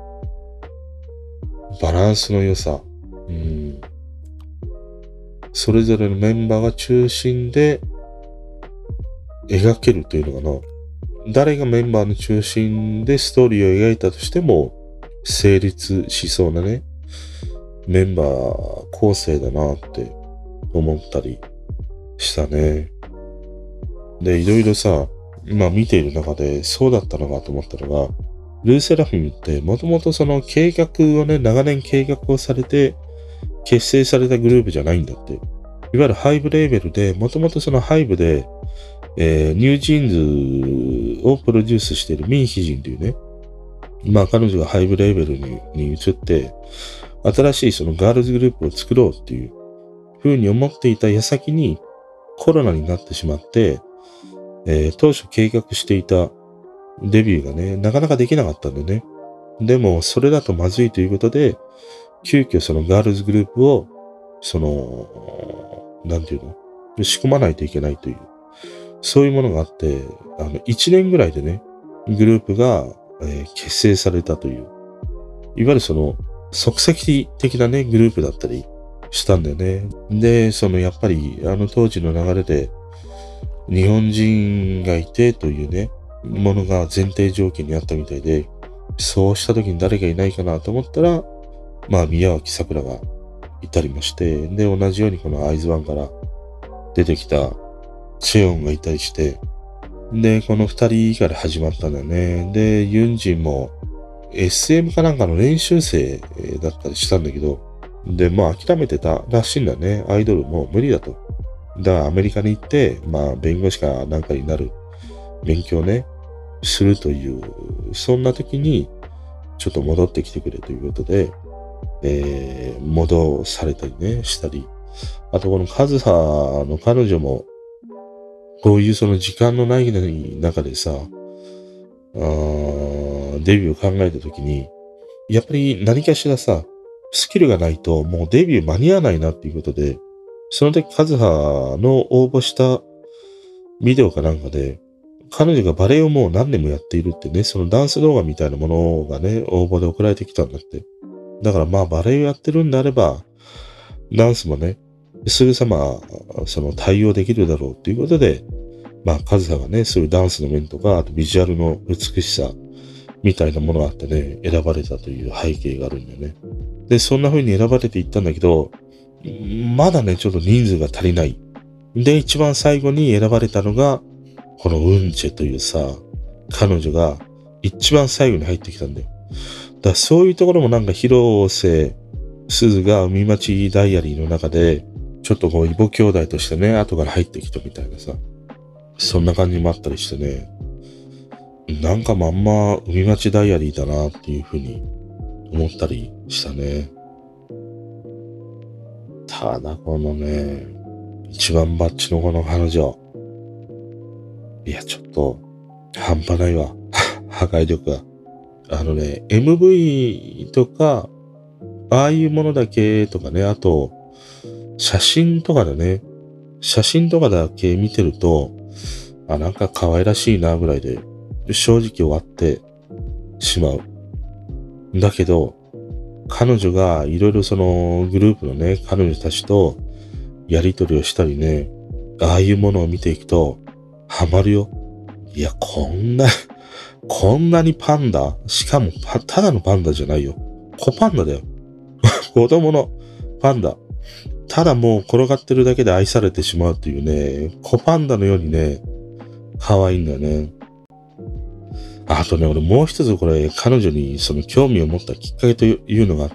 バランスの良さ。うん。それぞれのメンバーが中心で描けるというのかな。誰がメンバーの中心でストーリーを描いたとしても成立しそうなね、メンバー構成だなって思ったりしたね。で、いろいろさ、今見ている中でそうだったのかと思ったのが、ルーセラフィムってもともとその計画をね、長年計画をされて結成されたグループじゃないんだって。いわゆるハイブレーベルで、もともとそのハイブで、えー、ニュージーンズをプロデュースしているミンヒジンというね、まあ彼女がハイブレーベルに、に移って、新しいそのガールズグループを作ろうっていう風に思っていた矢先にコロナになってしまって、えー、当初計画していたデビューがね、なかなかできなかったんでね。でも、それだとまずいということで、急遽そのガールズグループを、その、なんていうの仕込まないといけないという、そういうものがあって、あの、一年ぐらいでね、グループが、えー、結成されたという、いわゆるその、即席的なね、グループだったりしたんだよね。で、その、やっぱり、あの当時の流れで、日本人がいてというね、ものが前提条件にあったみたいで、そうした時に誰がいないかなと思ったら、まあ、宮脇さくらがいたりもして、で、同じようにこのアイズワンから出てきたチェヨンがいたりして、で、この二人から始まったんだよね。で、ユンジンも エスエム かなんかの練習生だったりしたんだけど、で、まあ諦めてたらしいんだね。アイドルもう無理だと。だからアメリカに行って、まあ弁護士かなんかになる勉強ね、するという、そんな時にちょっと戻ってきてくれということで、えー、戻されたりね、したり。あとこのカズハの彼女も、こういうその時間のない中でさ、あデビューを考えた時に、やっぱり何かしらさ、スキルがないともうデビュー間に合わないなっていうことで、その時カズハの応募したビデオかなんかで、彼女がバレエをもう何年もやっているってね、そのダンス動画みたいなものがね、応募で送られてきたんだって。だからまあバレエをやってるんであれば、ダンスもね、すぐさまその対応できるだろうっていうことで、まあカズハがね、そういうダンスの面とか、あとビジュアルの美しさみたいなものがあってね、選ばれたという背景があるんだよね。で、そんな風に選ばれていったんだけど、まだね、ちょっと人数が足りない。で、一番最後に選ばれたのが、このウンチェというさ、彼女が一番最後に入ってきたんだよ。だからそういうところもなんか広瀬すずが海町ダイアリーの中で、ちょっとこう異母兄弟としてね、後から入ってきたみたいなさ、そんな感じもあったりしてね、なんかまんま海町ダイアリーだなっていうふうに思ったりしたね。ただこのね、一番バッチのこの彼女。いや、ちょっと、半端ないわ。破壊力が。あのね、エムブイ とか、ああいうものだけとかね、あと、写真とかでね、写真とかだけ見てると、あ、なんか可愛らしいなぐらいで、正直終わってしまう。だけど、彼女がいろいろそのグループのね、彼女たちとやりとりをしたりね、ああいうものを見ていくと、 ハマるよ。いや、こんな、こんなにパンダ、しかもパ、ただのパンダじゃないよ。子パンダだよ。子供のパンダ。ただもう転がってるだけで愛されてしまうというね、子パンダのようにね、可愛いんだよね。あとね、俺もう一つこれ、彼女にその興味を持ったきっかけというのがあって、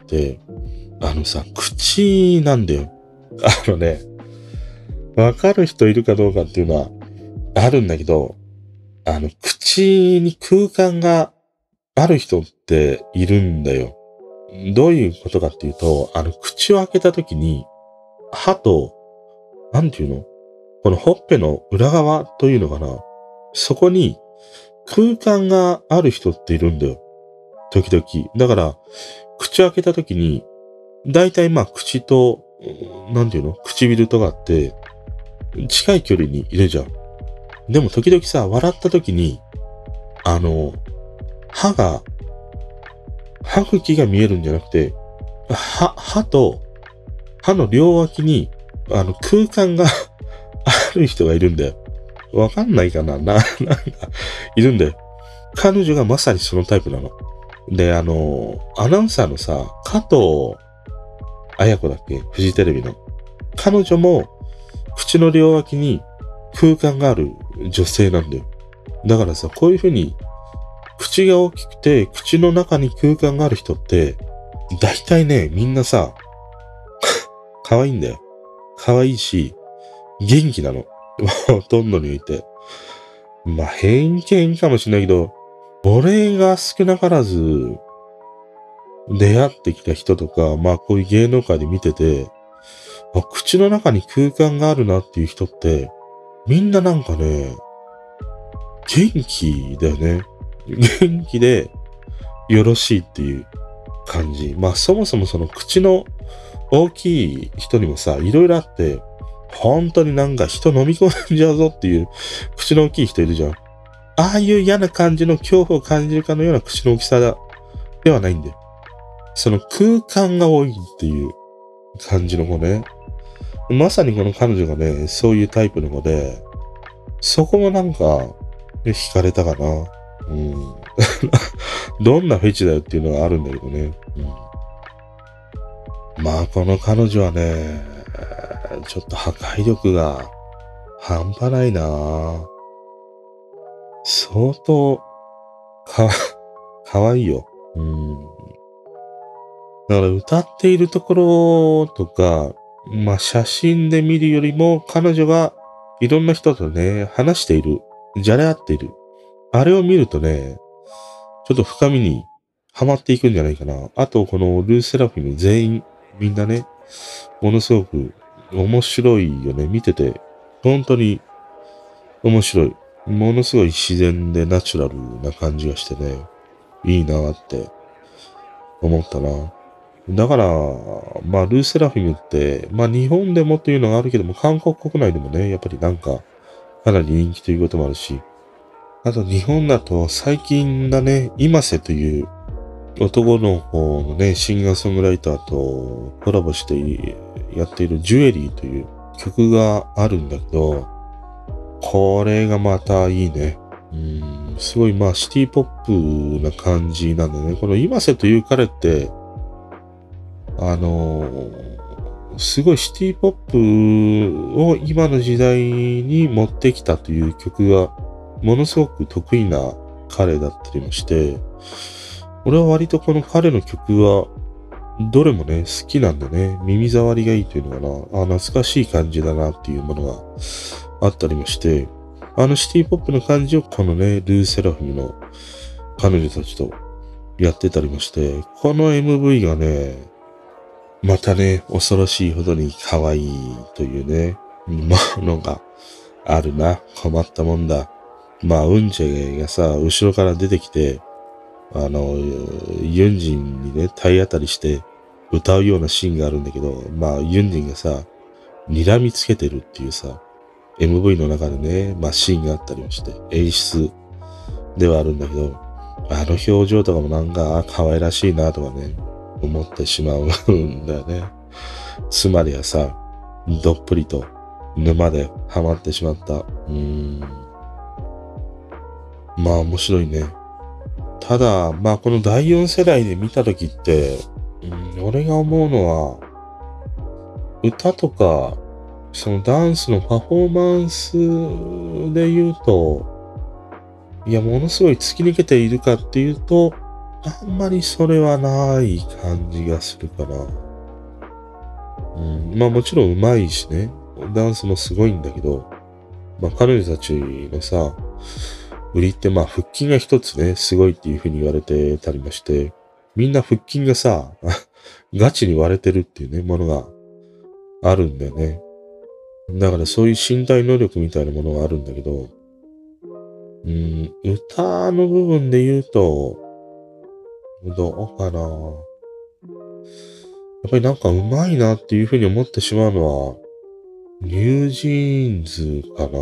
あのさ、口なんだよ。あのね、わかる人いるかどうかっていうのはあるんだけど、あの、口に空間がある人っているんだよ。どういうことかっていうと、あの、口を開けたときに、歯と、なんていうの？このほっぺの裏側というのかな。そこに空間がある人っているんだよ。時々。だから、口を開けたときに、だいたいまあ口と、なんていうの？唇とかあって、近い距離にいるじゃん。でも時々さ、笑ったときに、あの、歯が、歯茎が見えるんじゃなくて、歯、歯と、歯の両脇に、あの、空間がある人がいるんだよ。わかんないかなな、なんか、いるんだよ。彼女がまさにそのタイプなの。で、あの、アナウンサーのさ、加藤綾子だっけ？フジテレビの。彼女も、口の両脇に空間がある女性なんだよ。だからさ、こういう風に、口が大きくて、口の中に空間がある人って、大体ね、みんなさ、可愛いんだよ。可愛いし、元気なの。ほとんどにおいて。まあ、偏見かもしれないけど、俺が少なからず、出会ってきた人とか、まあこういう芸能界で見てて、あ、口の中に空間があるなっていう人って、みんななんかね、元気だよね。元気でよろしいっていう感じ。まあそもそもその口の大きい人にもさ、いろいろあって、本当になんか人飲み込んじゃうぞっていう口の大きい人いるじゃん。ああいう嫌な感じの恐怖を感じるかのような口の大きさではないんだよ。その空間が多いっていう感じの子ね。まさにこの彼女がね、そういうタイプの子で、そこもなんか、惹かれたかな。うん。どんなフェチだよっていうのはあるんだけどね。うん、まあ、この彼女はね、ちょっと破壊力が半端ないな。相当、か、かわいいよ。うん。だから歌っているところとか、まあ写真で見るよりも彼女がいろんな人とね、話している、じゃれ合っている。あれを見るとね、ちょっと深みにはまっていくんじゃないかな。あとこのルーセラフィム全員みんなね、ものすごく面白いよね。見てて、本当に面白い。ものすごい自然でナチュラルな感じがしてね、いいなって思ったな。だから、まあ、ルーセラフィムって、まあ、日本でもというのがあるけども、韓国国内でもね、やっぱりなんか、かなり人気ということもあるし、あと日本だと最近だね、今瀬という男の子のね、シンガーソングライターとコラボしてやっているジュエリーという曲があるんだけど、これがまたいいね。うん、すごいまあシティポップな感じなんだね。この今瀬という彼って、あのー、すごいシティポップを今の時代に持ってきたという曲がものすごく得意な彼だったりもして、俺は割とこの彼の曲はどれもね、好きなんだね。耳障りがいいというのかな。あ、懐かしい感じだなっていうものがあったりもして、あのシティポップの感じをこのね、ルーセラフィムの彼女たちとやってたりもして、この エムブイ がね、またね、恐ろしいほどに可愛いというね、ものがあるな。困ったもんだ。まあ、ウンチェがさ、後ろから出てきて、あの、ユンジンにね、体当たりして歌うようなシーンがあるんだけど、まあ、ユンジンがさ、睨みつけてるっていうさ、エムブイ の中でね、まあ、シーンがあったりもして、演出ではあるんだけど、あの表情とかもなんか、可愛らしいなとかね、思ってしまうんだよね。つまりはさ、どっぷりと沼でハマってしまった。うーん。 まあ面白いね。ただ、まあこのだいよん世代で見たときって、うん、俺が思うのは、歌とか、そのダンスのパフォーマンスで言うと、いや、ものすごい突き抜けているかっていうと、あんまりそれはない感じがするかな。うん、まあもちろん上手いしね、ダンスもすごいんだけど、まあ彼女たちのさ、売りってまあ腹筋が一つね、すごいっていう風に言われてたりまして、みんな腹筋がさ、ガチに割れてるっていうね、ものがあるんだよね。だからそういう身体能力みたいなものがあるんだけど、うん、歌の部分で言うと、どうかな。やっぱりなんか上手いなっていう風に思ってしまうのは、ニュージーンズかな。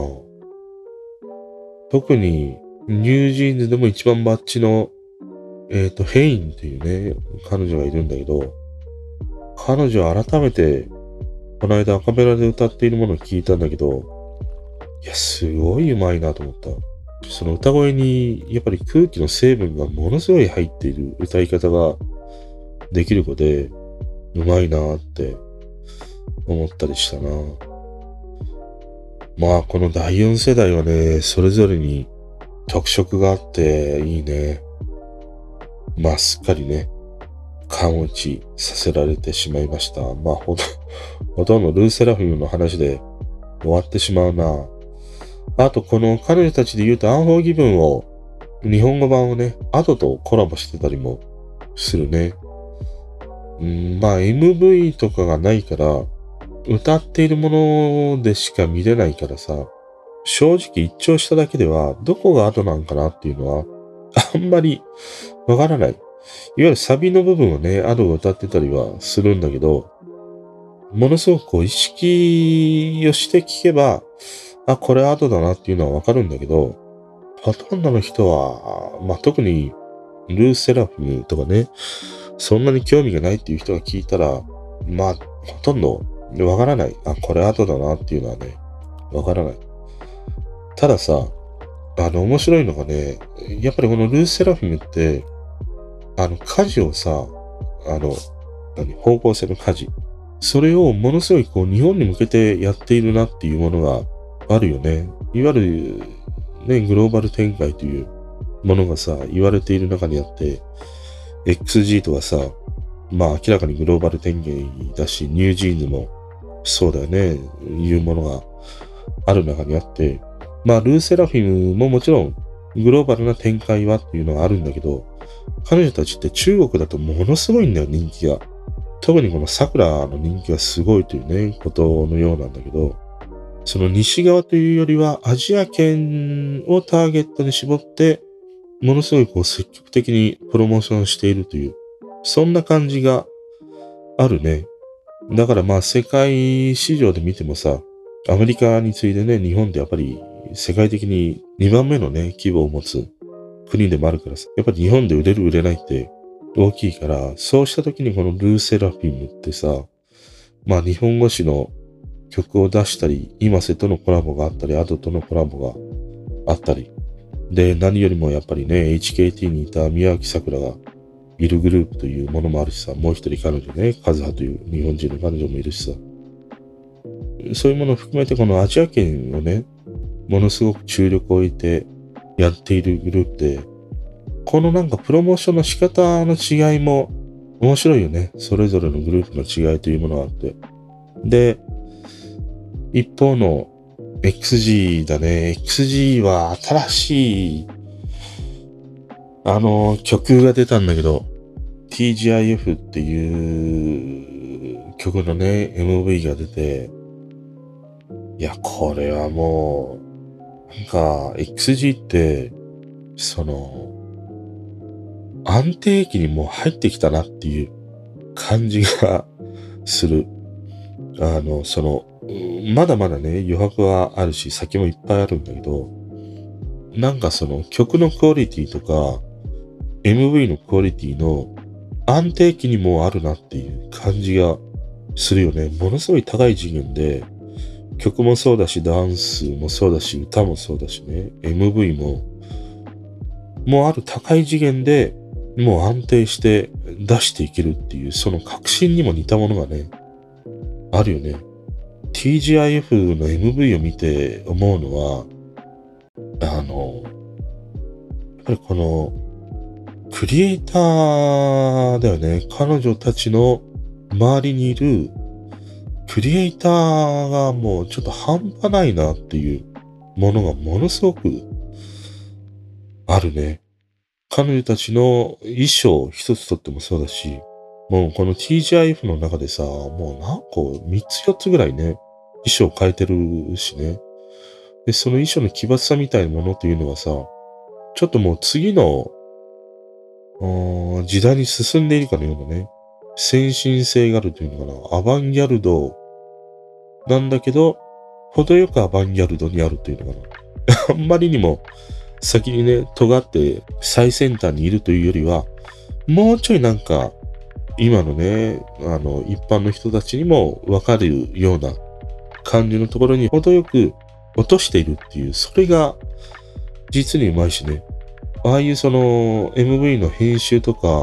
特に、ニュージーンズでも一番バッチの、えっと、ヘインっていうね、彼女がいるんだけど、彼女は改めて、この間アカペラで歌っているものを聞いたんだけど、いや、すごい上手いなと思った。その歌声に、やっぱり空気の成分がものすごい入っている歌い方ができる子で、上手いなって思ったりしたな。まあ、このだいよん世代はね、それぞれに特色があっていいね。まあ、すっかりね、勘落ちさせられてしまいました。まあ、ほと、ほとんどルーセラフィムの話で終わってしまうな。あと、この彼女たちで言うとアンフォーギブンを、日本語版をね、アドとコラボしてたりもするね。うん、まあ エムブイ とかがないから、歌っているものでしか見れないからさ、正直一聴しただけでは、どこがアドなんかなっていうのは、あんまりわからない。いわゆるサビの部分をね、アドが歌ってたりはするんだけど、ものすごくこう意識をして聞けば、あ、これアドだなっていうのはわかるんだけど、ほとんどの人は、まあ、特にルーセラフィムとかね、そんなに興味がないっていう人が聞いたら、まあ、ほとんどわからない。あ、これアドだなっていうのはね、わからない。たださ、あの、面白いのがね、やっぱりこのルーセラフィムって、あの、舵をさ、あの、何、方向性の舵。それをものすごいこう、日本に向けてやっているなっていうものがあるよね。いわゆる、ね、グローバル展開というものがさ、言われている中にあって、エックスジー とかさ、まあ明らかにグローバル展開だし、ニュージーンズもそうだよね、いうものがある中にあって、まあルーセラフィムももちろんグローバルな展開はっていうのがあるんだけど、彼女たちって中国だとものすごいんだよ、人気が。特にこの桜の人気がすごいというね、ことのようなんだけど、その西側というよりはアジア圏をターゲットに絞って、ものすごいこう積極的にプロモーションしているという、そんな感じがあるね。だからまあ世界市場で見てもさ、アメリカに次いでね、日本ってやっぱり世界的ににばんめのね、規模を持つ国でもあるからさ、やっぱり日本で売れる売れないって大きいから、そうした時にこのルーセラフィムってさ、まあ日本語詞の曲を出したり、今瀬とのコラボがあったり、アドとのコラボがあったり、で、何よりもやっぱりね、エイチケーティー にいた宮脇桜がいるグループというものもあるしさ、もう一人彼女ね、カズハという日本人の彼女もいるしさ、そういうものを含めてこのアジア圏をね、ものすごく注力を置いてやっているグループで、このなんかプロモーションの仕方の違いも面白いよね。それぞれのグループの違いというものがあって。で、一方の エックスジー だね。エックスジー は新しい、あの、曲が出たんだけど、ティージーアイエフ っていう曲のね、エムブイ が出て、いや、これはもう、なんか、エックスジー って、その、安定期にもう入ってきたなっていう感じがする。あの、その、まだまだね、余白はあるし、先もいっぱいあるんだけど、なんかその曲のクオリティとか、エムブイ のクオリティの安定期にもあるなっていう感じがするよね。ものすごい高い次元で、曲もそうだし、ダンスもそうだし、歌もそうだしね、エムブイ も、 もうある高い次元でもう安定して出していけるっていう、その確信にも似たものがね、あるよね。ティージーアイエフ の エムブイ を見て思うのは、あの、やっぱりこの、クリエイターだよね。彼女たちの周りにいるクリエイターがもうちょっと半端ないなっていうものがものすごくあるね。彼女たちの衣装一つとってもそうだし、もうこの ティージーアイエフ の中でさ、もう何個、みっつよっつぐらいね、衣装変えてるしね。で、その衣装の奇抜さみたいなものっていうのはさ、ちょっともう次の時代に進んでいるかのようなね、先進性があるというのかな、アバンギャルドなんだけど、程よくアバンギャルドにあるというのかな。あんまりにも先にね、尖って最先端にいるというよりは、もうちょいなんか、今のね、あの、一般の人たちにもわかるような感じのところに程よく落としているっていう、それが実にうまいしね。ああいうその エムブイ の編集とか、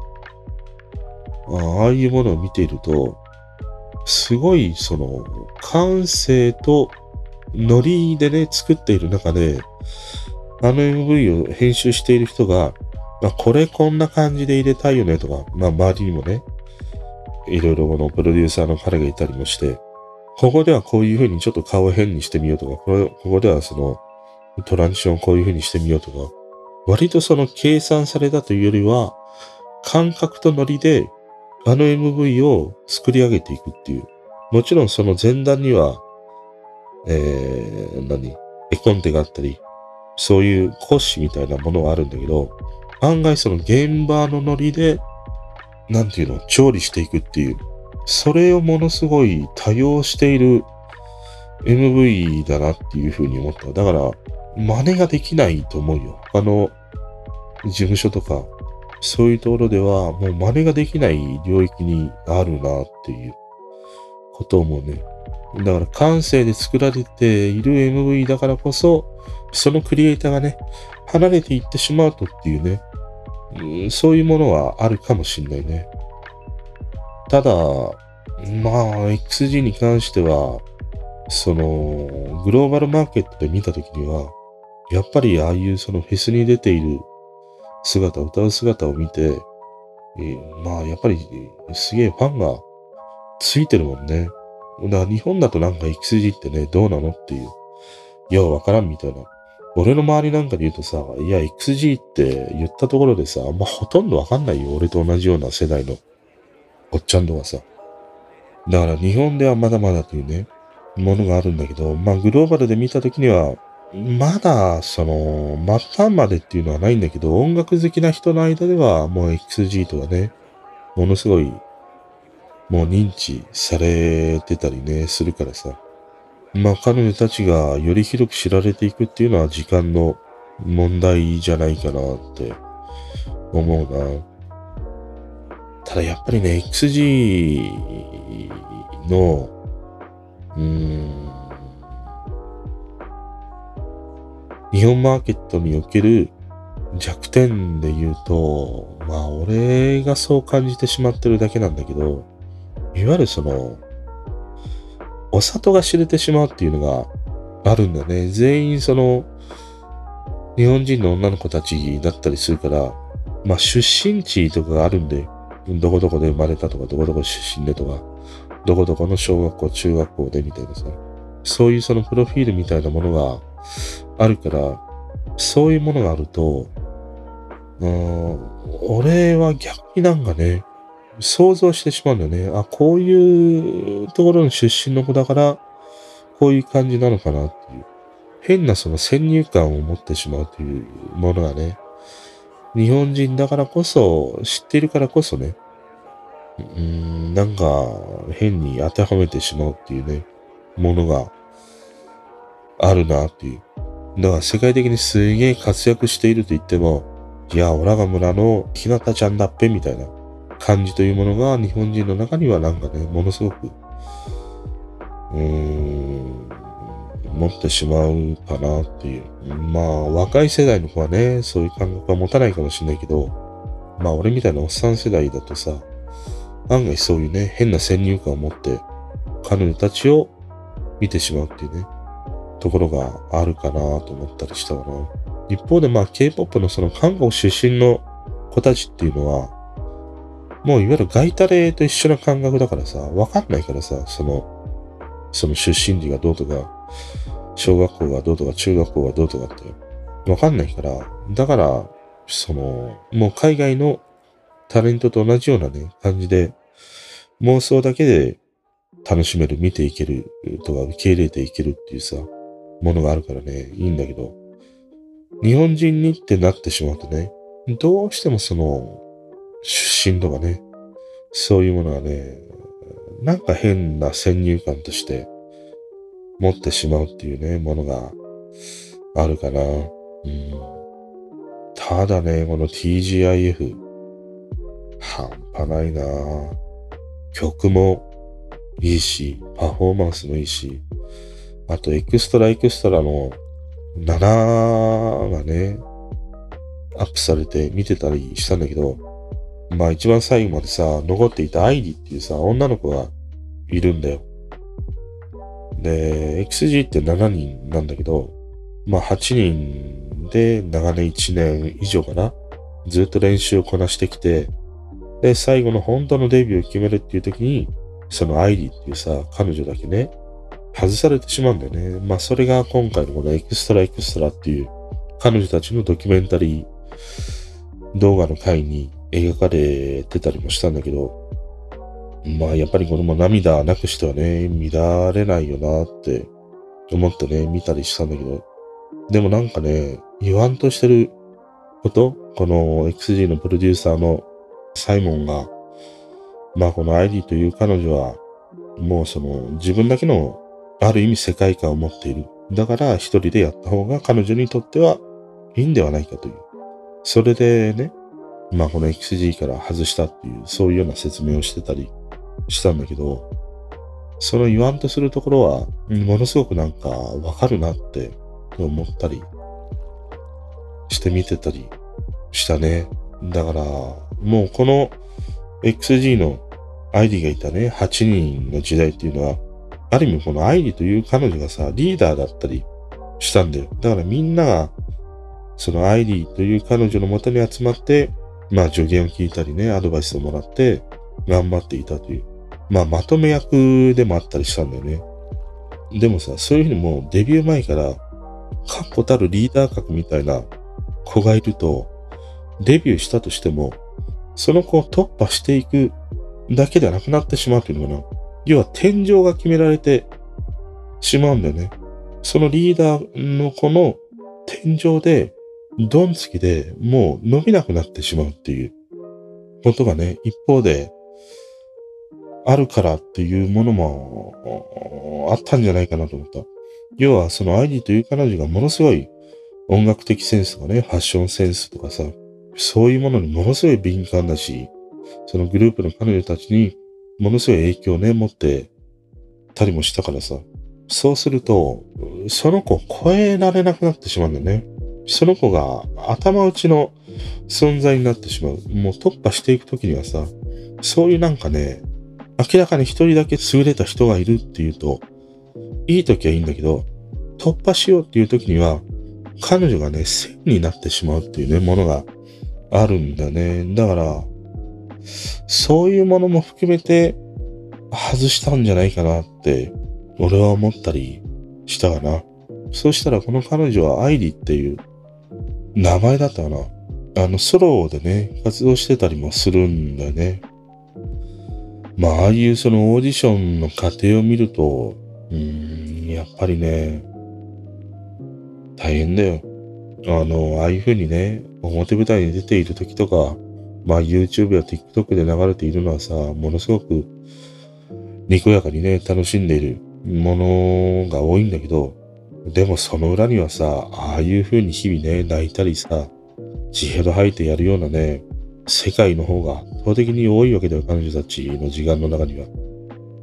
ああいうものを見ていると、すごいその感性とノリでね、作っている中で、あの エムブイ を編集している人が、まあ、これこんな感じで入れたいよねとか、まあ周りにもね、いろいろこのプロデューサーの彼がいたりもして、ここではこういう風にちょっと顔を変にしてみようとか、これここではそのトランジションをこういう風にしてみようとか、割とその計算されたというよりは、感覚とノリであの エムブイ を作り上げていくっていう。もちろんその前段には、えー、何絵コンテがあったり、そういう骨子みたいなものはあるんだけど、案外その現場のノリで、なんていうの、調理していくっていう。それをものすごい多用している エムブイ だなっていうふうに思った。だから、真似ができないと思うよ。他の事務所とか、そういうところではもう真似ができない領域にあるなっていうことを思うね。だから感性で作られている エムブイ だからこそ、そのクリエイターがね、離れていってしまうとっていうね、うん、そういうものはあるかもしれないね。ただ、まあ、エックスジー に関しては、その、グローバルマーケットで見たときには、やっぱりああいうそのフェスに出ている姿、歌う姿を見て、えー、まあ、やっぱりすげえファンがついてるもんね。だから日本だとなんか エックスジー ってね、どうなのっていう。ようわからんみたいな。俺の周りなんかで言うとさ、いや、エックスジー って言ったところでさ、まあ、ほとんどわかんないよ。俺と同じような世代のおっちゃんとかさ。だから日本ではまだまだというね、ものがあるんだけど、まあ、グローバルで見たときには、まだ、その、末端までっていうのはないんだけど、音楽好きな人の間では、もう エックスジー とかね、ものすごい、もう認知されてたりね、するからさ。まあ、彼女たちがより広く知られていくっていうのは時間の問題じゃないかなって思うな。ただやっぱりね、エックスジー の、うーん、日本マーケットにおける弱点で言うと、まあ俺がそう感じてしまってるだけなんだけど、いわゆるその、お里が知れてしまうっていうのがあるんだね。全員その、日本人の女の子たちだったりするから、まあ出身地とかがあるんで、どこどこで生まれたとか、どこどこ出身でとか、どこどこの小学校、中学校でみたいなさ、そういうそのプロフィールみたいなものがあるから、そういうものがあると、うーん、俺は逆になんかね、想像してしまうんだよね。あ、こういうところの出身の子だから、こういう感じなのかなっていう。変なその先入観を持ってしまうというものがね、日本人だからこそ、知っているからこそね、うーん、なんか変に当てはめてしまうっていうね、ものがあるなっていう。だから世界的にすげえ活躍していると言っても、いや、オラが村のひなたちゃんだっぺみたいな感じというものが日本人の中にはなんかね、ものすごく、うーん、 思ってしまうかなっていう。まあ、若い世代の子はね、そういう感覚は持たないかもしれないけど、まあ、俺みたいなおっさん世代だとさ、案外そういうね、変な先入観を持って、彼女たちを見てしまうっていうね、ところがあるかなと思ったりしたかな。一方でまあ K-ポップ のその韓国出身の子たちっていうのは、もういわゆるガイタレと一緒な感覚だからさ、わかんないからさ、その、その出身地がどうとか、小学校がどうとか、中学校がどうとかって、わかんないから、だから、その、もう海外のタレントと同じようなね、感じで、妄想だけで楽しめる、見ていけるとか、受け入れていけるっていうさ、ものがあるからね、いいんだけど、日本人にってなってしまうとね、どうしてもその、出身とかね、そういうものがね、なんか変な先入観として持ってしまうっていうね、ものがあるかな。うん、ただね、この ティージーアイエフ、半端ないな。曲もいいし、パフォーマンスもいいし、あとエクストラエクストラのなながね、アップされて見てたりしたんだけど、まあ一番最後までさ、残っていたアイリっていうさ、女の子がいるんだよ。で、エックスジー ってしちにんなんだけど、まあはちにんで長年いちねん以上かな。ずっと練習をこなしてきて、で、最後の本当のデビューを決めるっていう時に、そのアイリっていうさ、彼女だけね、外されてしまうんだよね。まあそれが今回のこのエクストラエクストラっていう彼女たちのドキュメンタリー動画の回に描かれてたりもしたんだけど、まあやっぱりこれも涙なくしてはね、見られないよなって思ってね、見たりしたんだけど、でもなんかね、言わんとしてること、この エックスジー のプロデューサーのサイモンが、まあこのアイリーという彼女は、もうその自分だけのある意味世界観を持っている。だから一人でやった方が彼女にとってはいいんではないかという。それでね、まあこの エックスジー から外したっていう、そういうような説明をしてたりしたんだけど、その言わんとするところは、ものすごくなんかわかるなって思ったりして見てたりしたね。だから、もうこの エックスジー のアイリーがいたね、はちにんの時代っていうのは、ある意味このアイリーという彼女がさ、リーダーだったりしたんだよ。だからみんなが、そのアイリーという彼女のもとに集まって、まあ助言を聞いたりね、アドバイスをもらって、頑張っていたという。まあまとめ役でもあったりしたんだよね。でもさ、そういうふうにもうデビュー前から、確固たるリーダー格みたいな子がいると、デビューしたとしても、その子を突破していくだけではなくなってしまうというのかな。要は天井が決められてしまうんだよね。そのリーダーの子の天井で、ドンつきでもう伸びなくなってしまうっていうことがね、一方であるからっていうものもあったんじゃないかなと思った。要はそのアイリーという彼女がものすごい音楽的センスとかね、ファッションセンスとかさ、そういうものにものすごい敏感だし、そのグループの彼女たちにものすごい影響をね、持ってたりもしたからさ。そうすると、その子を超えられなくなってしまうんだよね。その子が頭打ちの存在になってしまう。もう突破していくときにはさ、そういうなんかね、明らかに一人だけ優れた人がいるっていうと、いいときはいいんだけど、突破しようっていうときには、彼女がね、線になってしまうっていうね、ものがあるんだね。だから、そういうものも含めて外したんじゃないかなって、俺は思ったりしたかな。そうしたらこの彼女はアイリっていう名前だったかな。あの、ソロでね、活動してたりもするんだよね。まあ、ああいうそのオーディションの過程を見ると、うーん、やっぱりね、大変だよ。あの、ああいう風にね、表舞台に出ている時とか、まあ YouTube や TikTok で流れているのはさ、ものすごくにこやかにね、楽しんでいるものが多いんだけど、でもその裏にはさ、ああいう風に日々ね、泣いたりさ、血ヘド吐いてやるようなね、世界の方が圧倒的に多いわけだよ、彼女たちの時間の中には。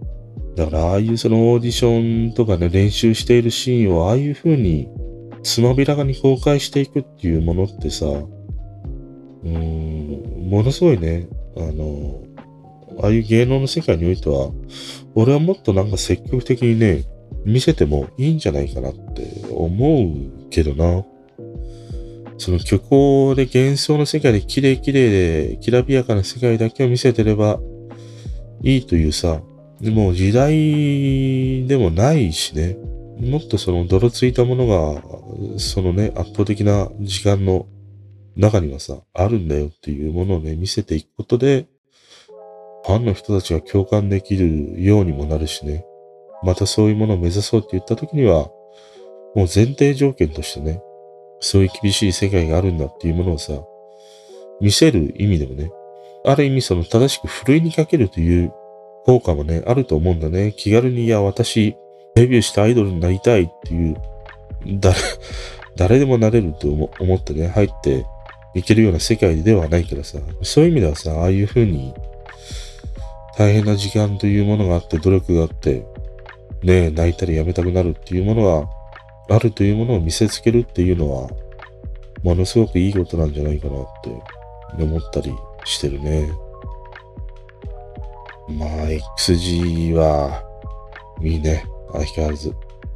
だからああいうそのオーディションとかね、練習しているシーンをああいう風につまびらかに公開していくっていうものってさ、うーん、ものすごいね、あの、ああいう芸能の世界においては、俺はもっとなんか積極的にね、見せてもいいんじゃないかなって思うけどな。その虚構で幻想の世界で綺麗綺麗できらびやかな世界だけを見せてればいいというさ、もう時代でもないしね。もっとその泥ついたものが、そのね、圧倒的な時間の中にはさ、あるんだよっていうものをね、見せていくことで、ファンの人たちが共感できるようにもなるしね。またそういうものを目指そうって言った時には、もう前提条件としてね、そういう厳しい世界があるんだっていうものをさ、見せる意味でもね、ある意味その正しくふるいにかけるという効果もね、あると思うんだね。気軽に、いや、私、デビューしてアイドルになりたいっていう、誰、誰でもなれると思思ってね、入っていけるような世界ではないからさ、そういう意味ではさ、ああいう風に、大変な時間というものがあって、努力があって、ねえ、泣いたりやめたくなるっていうものがあるというものを見せつけるっていうのは、ものすごくいいことなんじゃないかなって思ったりしてるね。まあ、エックスジー は、いいね。相変わらず。うん。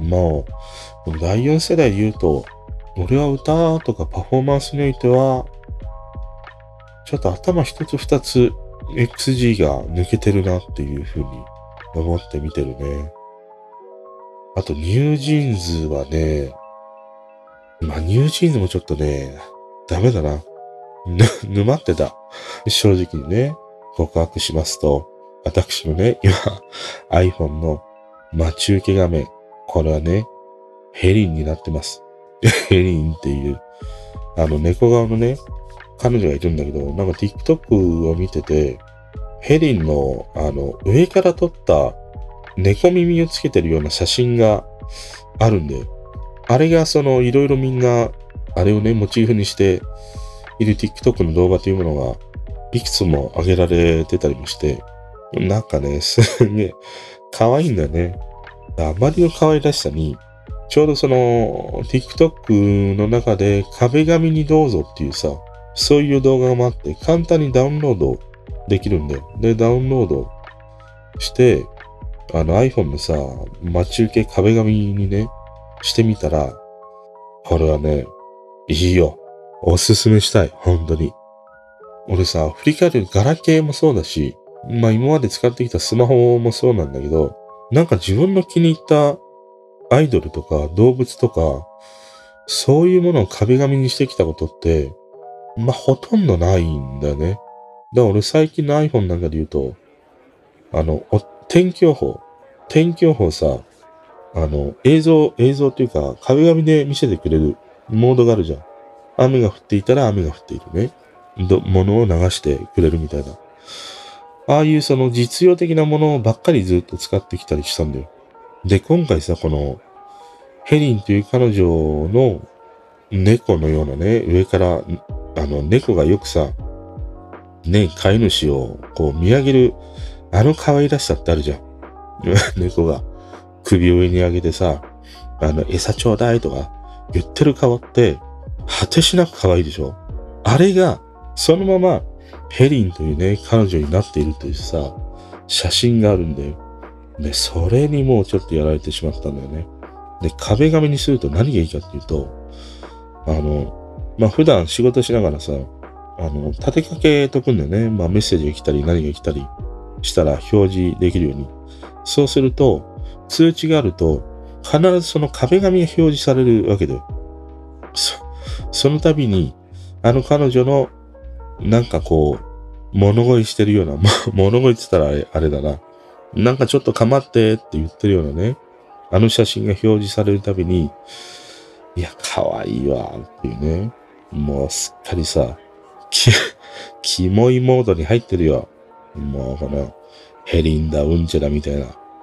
もう、だいよん世代で言うと、俺は歌とかパフォーマンスにおいては、ちょっと頭一つ二つ エックスジー が抜けてるなっていうふうに思って見てるね。あと、ニュージーンズはね、まあ、ニュージーンズもちょっとね、ダメだな。ぬ、沼ってた。正直にね、告白しますと、私のね、今、iPhone の待ち受け画面。これはね、ヘリンになってます。ヘリンっていう、あの、猫顔のね、彼女がいるんだけど、なんか TikTok を見てて、ヘリンの、あの、上から撮った猫耳をつけてるような写真があるんで、あれがその、いろいろみんな、あれをね、モチーフにしている TikTok の動画というものが、いくつも上げられてたりもして、なんかね、すげえ、可愛いんだよね。あまりの可愛らしさに、ちょうどその、TikTok の中で壁紙にどうぞっていうさ、そういう動画があって、簡単にダウンロードできるんだよ。で、ダウンロードして、あの iPhone のさ、待ち受け壁紙にね、してみたら、これはね、いいよ。おすすめしたい。本当に。俺さ、振り返るガラケーもそうだし、まあ今まで使ってきたスマホもそうなんだけど、なんか自分の気に入ったアイドルとか動物とか、そういうものを壁紙にしてきたことって、まあほとんどないんだよね。だから俺最近の iPhone なんかで言うと、あの、お天気予報、天気予報さ、あの、映像、映像っていうか壁紙で見せてくれるモードがあるじゃん。雨が降っていたら雨が降っているね。ど、ものを流してくれるみたいな。ああいうその実用的なものばっかりずっと使ってきたりしたんだよ。で、今回さ、この、ヘリンという彼女の猫のようなね、上から、あの、猫がよくさ、ね、飼い主をこう見上げる、あの可愛らしさってあるじゃん。猫が首を上に上げてさ、あの、餌ちょうだいとか言ってる顔って、果てしなく可愛いでしょ。あれが、そのまま、ヘリンというね、彼女になっているというさ、写真があるんだよ。で、それにもうちょっとやられてしまったんだよね。で、壁紙にすると何がいいかっていうと、あの、まあ、普段仕事しながらさ、あの、立てかけとくんだよね。まあ、メッセージが来たり何が来たりしたら表示できるように。そうすると、通知があると、必ずその壁紙が表示されるわけだよ。そ、その度に、あの彼女のなんかこう、物乞いしてるような、物乞いって言ったらあれ、あれだな。なんかちょっと構ってって言ってるようなね。あの写真が表示されるたびに、いや、可愛いわっていうね。もうすっかりさ、き、キモいモードに入ってるよ。もうこの、ヘリンだ、うんちゃだみたいな。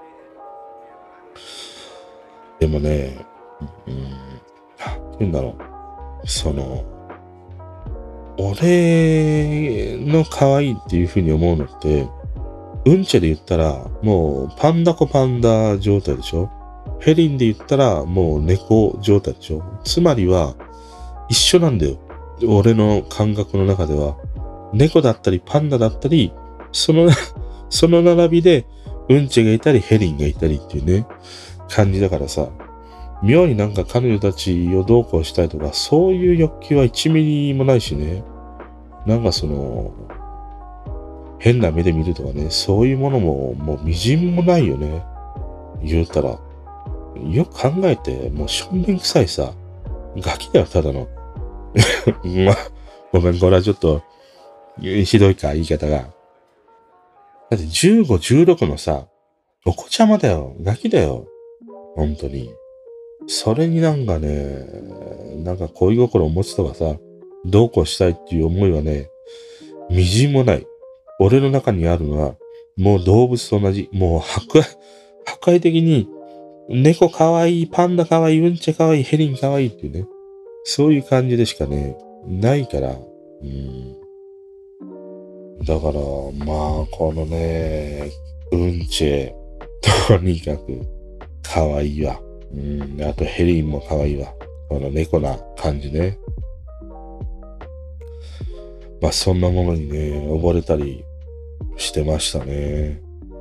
でもね、うん、なんて言うんだろう。その、俺の可愛いっていう風に思うのって、 うんちで言ったら、もうパンダコパンダ状態でしょ。ヘリンで言ったら、もう猫状態でしょ。つまりは、一緒なんだよ。俺の感覚の中では。猫だったりパンダだったり、その、その並びで、うんちがいたりヘリンがいたりっていうね、感じだからさ、妙になんか彼女たちをどうこうしたいとか、そういう欲求はいちミリもないしね。なんかその、変な目で見るとかね、そういうものももうみじんもないよね。言うたら。よく考えて、もうしょんべん臭いさ、ガキだよ、ただの。まあ、ごめん、これはちょっと、ひどいか、言い方が。だってじゅうご、じゅうろくのさ、お子ちゃまだよ。ガキだよ。本当に。それになんかね、なんか恋心を持つとかさ、どうこうしたいっていう思いはね、みじんもない。俺の中にあるのは、もう動物と同じ。もう破壊、破壊的に、猫かわいい、パンダかわいい、うんちかわいい、ヘリンかわいいっていうね。そういう感じでしかね、ないから。うん、だから、まあ、このね、うんち、とにかく、かわいいわ。うん、あとヘリンもかわいいわ。この猫な感じね。まあ、そんなものにね、溺れたりしてましたね。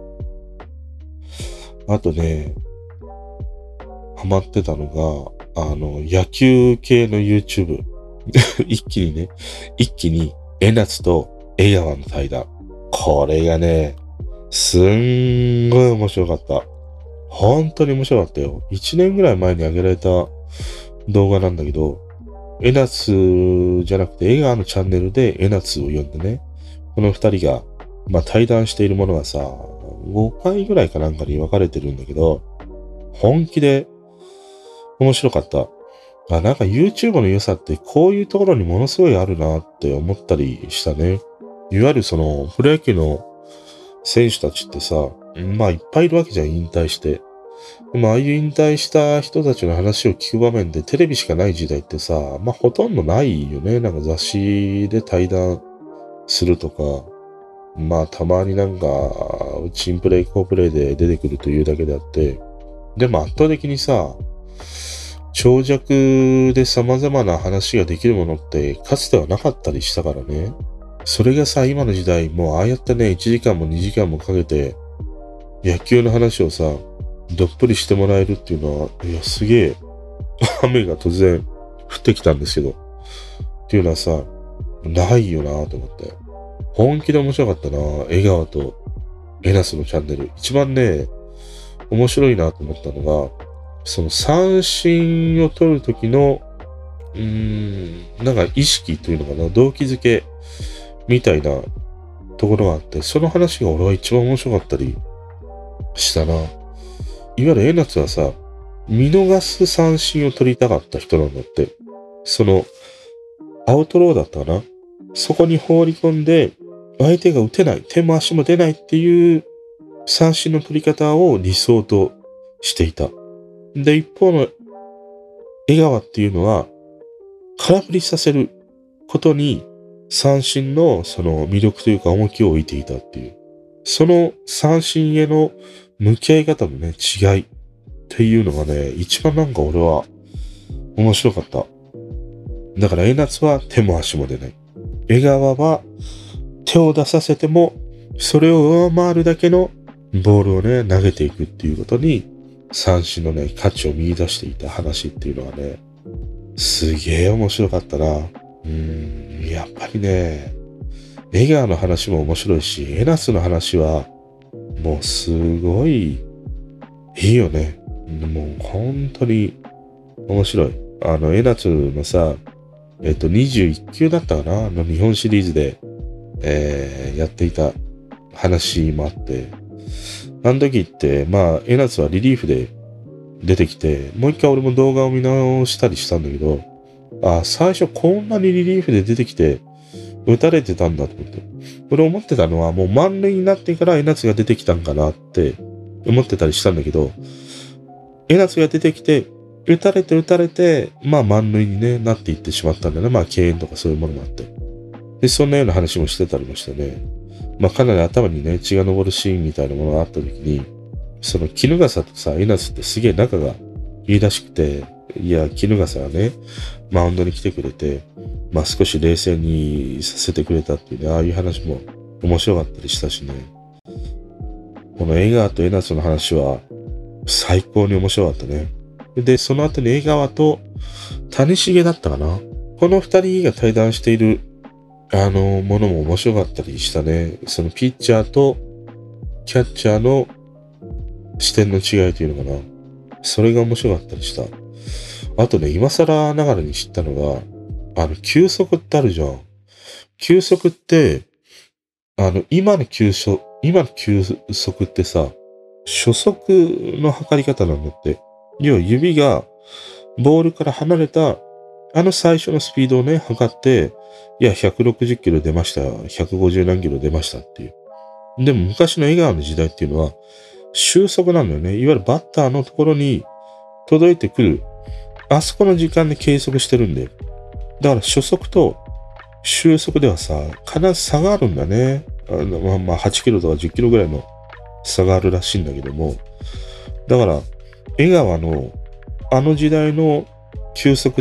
あとね、ハマってたのが、あの、野球系の YouTube。一気にね、一気に、江夏と江川の対談。これがね、すんごい面白かった。本当に面白かったよ。一年ぐらい前に上げられた動画なんだけど、江夏じゃなくて江川のチャンネルで江夏を呼んでね、この二人が、まあ対談しているものがさ、ごかいぐらいかなんかに分かれてるんだけど、本気で面白かった。あ、なんか YouTube の良さってこういうところにものすごいあるなって思ったりしたね。いわゆるそのプロ野球の選手たちってさ、まあいっぱいいるわけじゃん、引退して。でもああいう引退した人たちの話を聞く場面でテレビしかない時代ってさ、まあほとんどないよね。なんか雑誌で対談するとか、まあたまになんか、チンプレイ、コープレイで出てくるというだけであって、でも圧倒的にさ、長尺で様々な話ができるものってかつてはなかったりしたからね。それがさ、今の時代、もうああやってね、いちじかんもにじかんもかけて、野球の話をさ、どっぷりしてもらえるっていうのは、いや、すげえ、雨が突然降ってきたんですけど、っていうのはさ、ないよなぁと思って。本気で面白かったなぁ。江川とエナスのチャンネル。一番ね、面白いなと思ったのが、その三振を取るときの、うーん、なんか意識というのかな、動機づけみたいなところがあって、その話が俺は一番面白かったりしたな。いわゆる江夏はさ、見逃す三振を取りたかった人なんだって。その、アウトローだったかな。そこに放り込んで、相手が打てない、手も足も出ないっていう三振の取り方を理想としていた。で、一方の江川っていうのは、空振りさせることに三振のその魅力というか重きを置いていたっていう。その三振への向き合い方のね、違いっていうのがね、一番なんか俺は面白かった。だから江夏は手も足も出ない。江川は手を出させても、それを上回るだけのボールをね、投げていくっていうことに、三振のね、価値を見出していた話っていうのはね、すげえ面白かったな。うーん、やっぱりね、江川の話も面白いし、江夏の話は、もうすごい、いいよね。もう本当に面白い。あの、江夏のさ、えっと、にじゅういっきゅうだったかなの日本シリーズで、えー、やっていた話もあって、あの時って、まあ、江夏はリリーフで出てきて、もう一回俺も動画を見直したりしたんだけど、あ、最初こんなにリリーフで出てきて、打たれてたんだと思って。俺思ってたのはもう満塁になってから江夏が出てきたんかなって思ってたりしたんだけど、江夏が出てきて、打たれて打たれて、まあ満塁に、ね、なっていってしまったんだよね。まあ敬遠とかそういうものもあって。で、そんなような話もしてたりもしてね。 まあかなり頭にね、血が昇るシーンみたいなものがあった時に、その衣笠とさ、江夏ってすげえ仲がいいらしくて、いや、衣笠がね、マウンドに来てくれて、まあ少し冷静にさせてくれたっていうね、ああいう話も面白かったりしたしね。この江川と江夏の話は最高に面白かったね。で、その後に江川と谷繁だったかな。この二人が対談している、あの、ものも面白かったりしたね。そのピッチャーとキャッチャーの視点の違いというのかな。それが面白かったりした。あとね、今更ながらに知ったのが、あの、球速ってあるじゃん。球速って、あの、今の球速、今の球速ってさ、初速の測り方なんだって。要は指がボールから離れた、あの最初のスピードをね、測って、いや、ひゃくろくじゅっキロ出ました。ひゃくごじゅう何キロ出ましたっていう。でも昔の江川の時代っていうのは、終速なんだよね。いわゆるバッターのところに届いてくる。あそこの時間で計測してるんだよ。だから初速と終速ではさ、必ず差があるんだね。あのまあ、まあはちキロとかじゅっキロぐらいの差があるらしいんだけども。だから、江川のあの時代の球速って、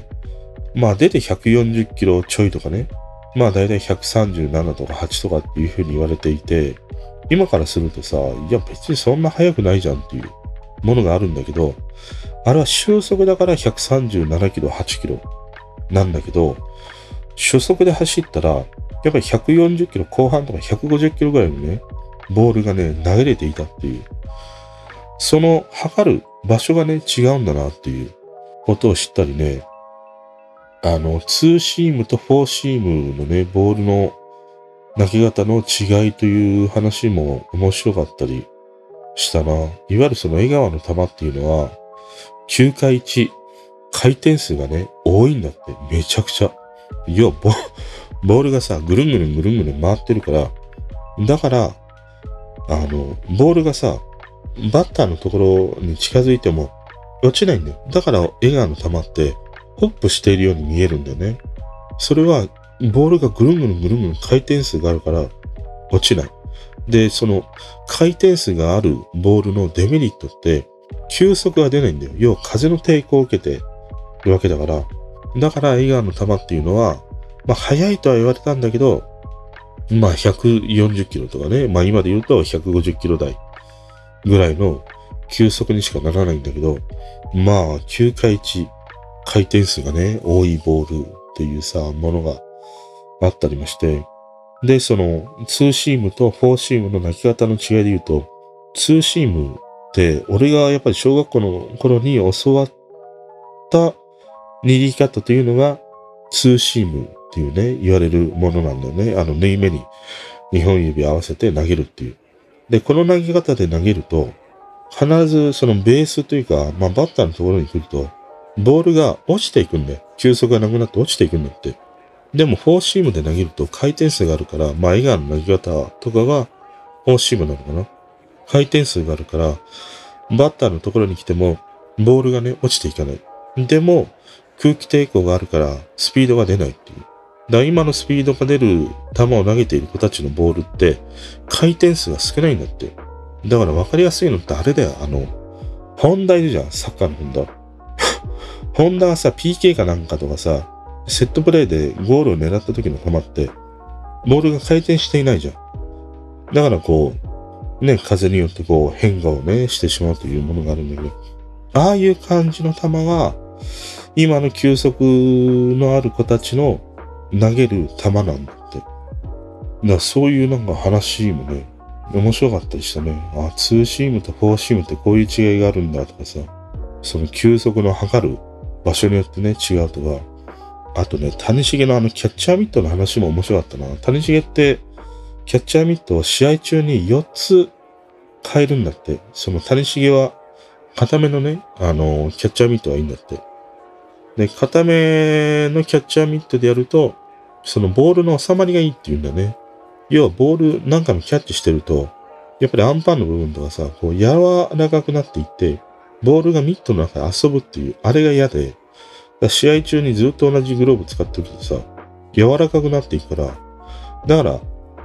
まあ出てひゃくよんじゅっキロちょいとかね。まあだいたいひゃくさんじゅうななとかはちとかっていう風に言われていて、今からするとさ、いや別にそんな速くないじゃんっていうものがあるんだけど、あれは終速だからひゃくさんじゅうななキロ、はちキロなんだけど、初速で走ったら、やっぱりひゃくよんじゅっキロ後半とかひゃくごじゅっキロぐらいのね、ボールがね、投げれていたっていう。その測る場所がね、違うんだなっていうことを知ったりね、あの、ツーシームとフォーシームのね、ボールの投げ方の違いという話も面白かったりしたな。いわゆるその江川の球っていうのは、きゅうかいいち、回転数がね、多いんだって。めちゃくちゃ。要はボ、ボールがさ、ぐるんぐるんぐるんぐるん回ってるから、だから、あの、ボールがさ、バッターのところに近づいても落ちないんだよ。だから江川の球って、ホップしているように見えるんだよね。それは、ボールがぐるんぐるんぐるんぐるん回転数があるから落ちない。で、その回転数があるボールのデメリットって、球速が出ないんだよ。要は風の抵抗を受けてるわけだから。だから江川の球っていうのは、まあ速いとは言われたんだけど、まあひゃくよんじゅっキロとかね、まあ今で言うとひゃくごじゅっキロ台ぐらいの球速にしかならないんだけど、まあきゅうかいいち回転数がね、多いボールっていうさ、ものがあったりまして、で、そのツーシームとフォーシームの投げ方の違いで言うと、ツーシームって俺がやっぱり小学校の頃に教わった握り方というのがツーシームっていうね、言われるものなんだよね。あの縫い目ににほん指合わせて投げるっていう。で、この投げ方で投げると、必ずそのベースというか、まあバッターのところに来ると、ボールが落ちていくんだよ。球速がなくなって落ちていくんだって。でも、フォーシームで投げると回転数があるから、まあ、江川の投げ方とかがフォーシームなのかな。回転数があるから、バッターのところに来ても、ボールがね、落ちていかない。でも、空気抵抗があるから、スピードが出ないっていう。だから今のスピードが出る球を投げている子たちのボールって、回転数が少ないんだって。だから分かりやすいのってあれだよ。あの、ホンダいるじゃん。サッカーのホンダ。ホンダがさ、ピーケー かなんかとかさ、セットプレーでゴールを狙った時の球って、ボールが回転していないじゃん。だからこう、ね、風によってこう変化をね、してしまうというものがあるんだけど、ああいう感じの球が、今の球速のある子たちの投げる球なんだって。だからそういうなんか話もね、面白かったりしたね。あ、ツーシームとフォーシームってこういう違いがあるんだとかさ、その球速の測る場所によってね、違うとか、あとね、谷繁のあのキャッチャーミットの話も面白かったな。谷繁って、キャッチャーミットを試合中によっつ変えるんだって。その谷繁は、固めのね、あの、キャッチャーミットはいいんだって。で、固めのキャッチャーミットでやると、そのボールの収まりがいいって言うんだね。要はボールなんかのキャッチしてると、やっぱりアンパンの部分とかさ、こう柔らかくなっていって、ボールがミットの中で遊ぶっていう、あれが嫌で、試合中にずっと同じグローブ使ってるとさ、柔らかくなっていくから、だから、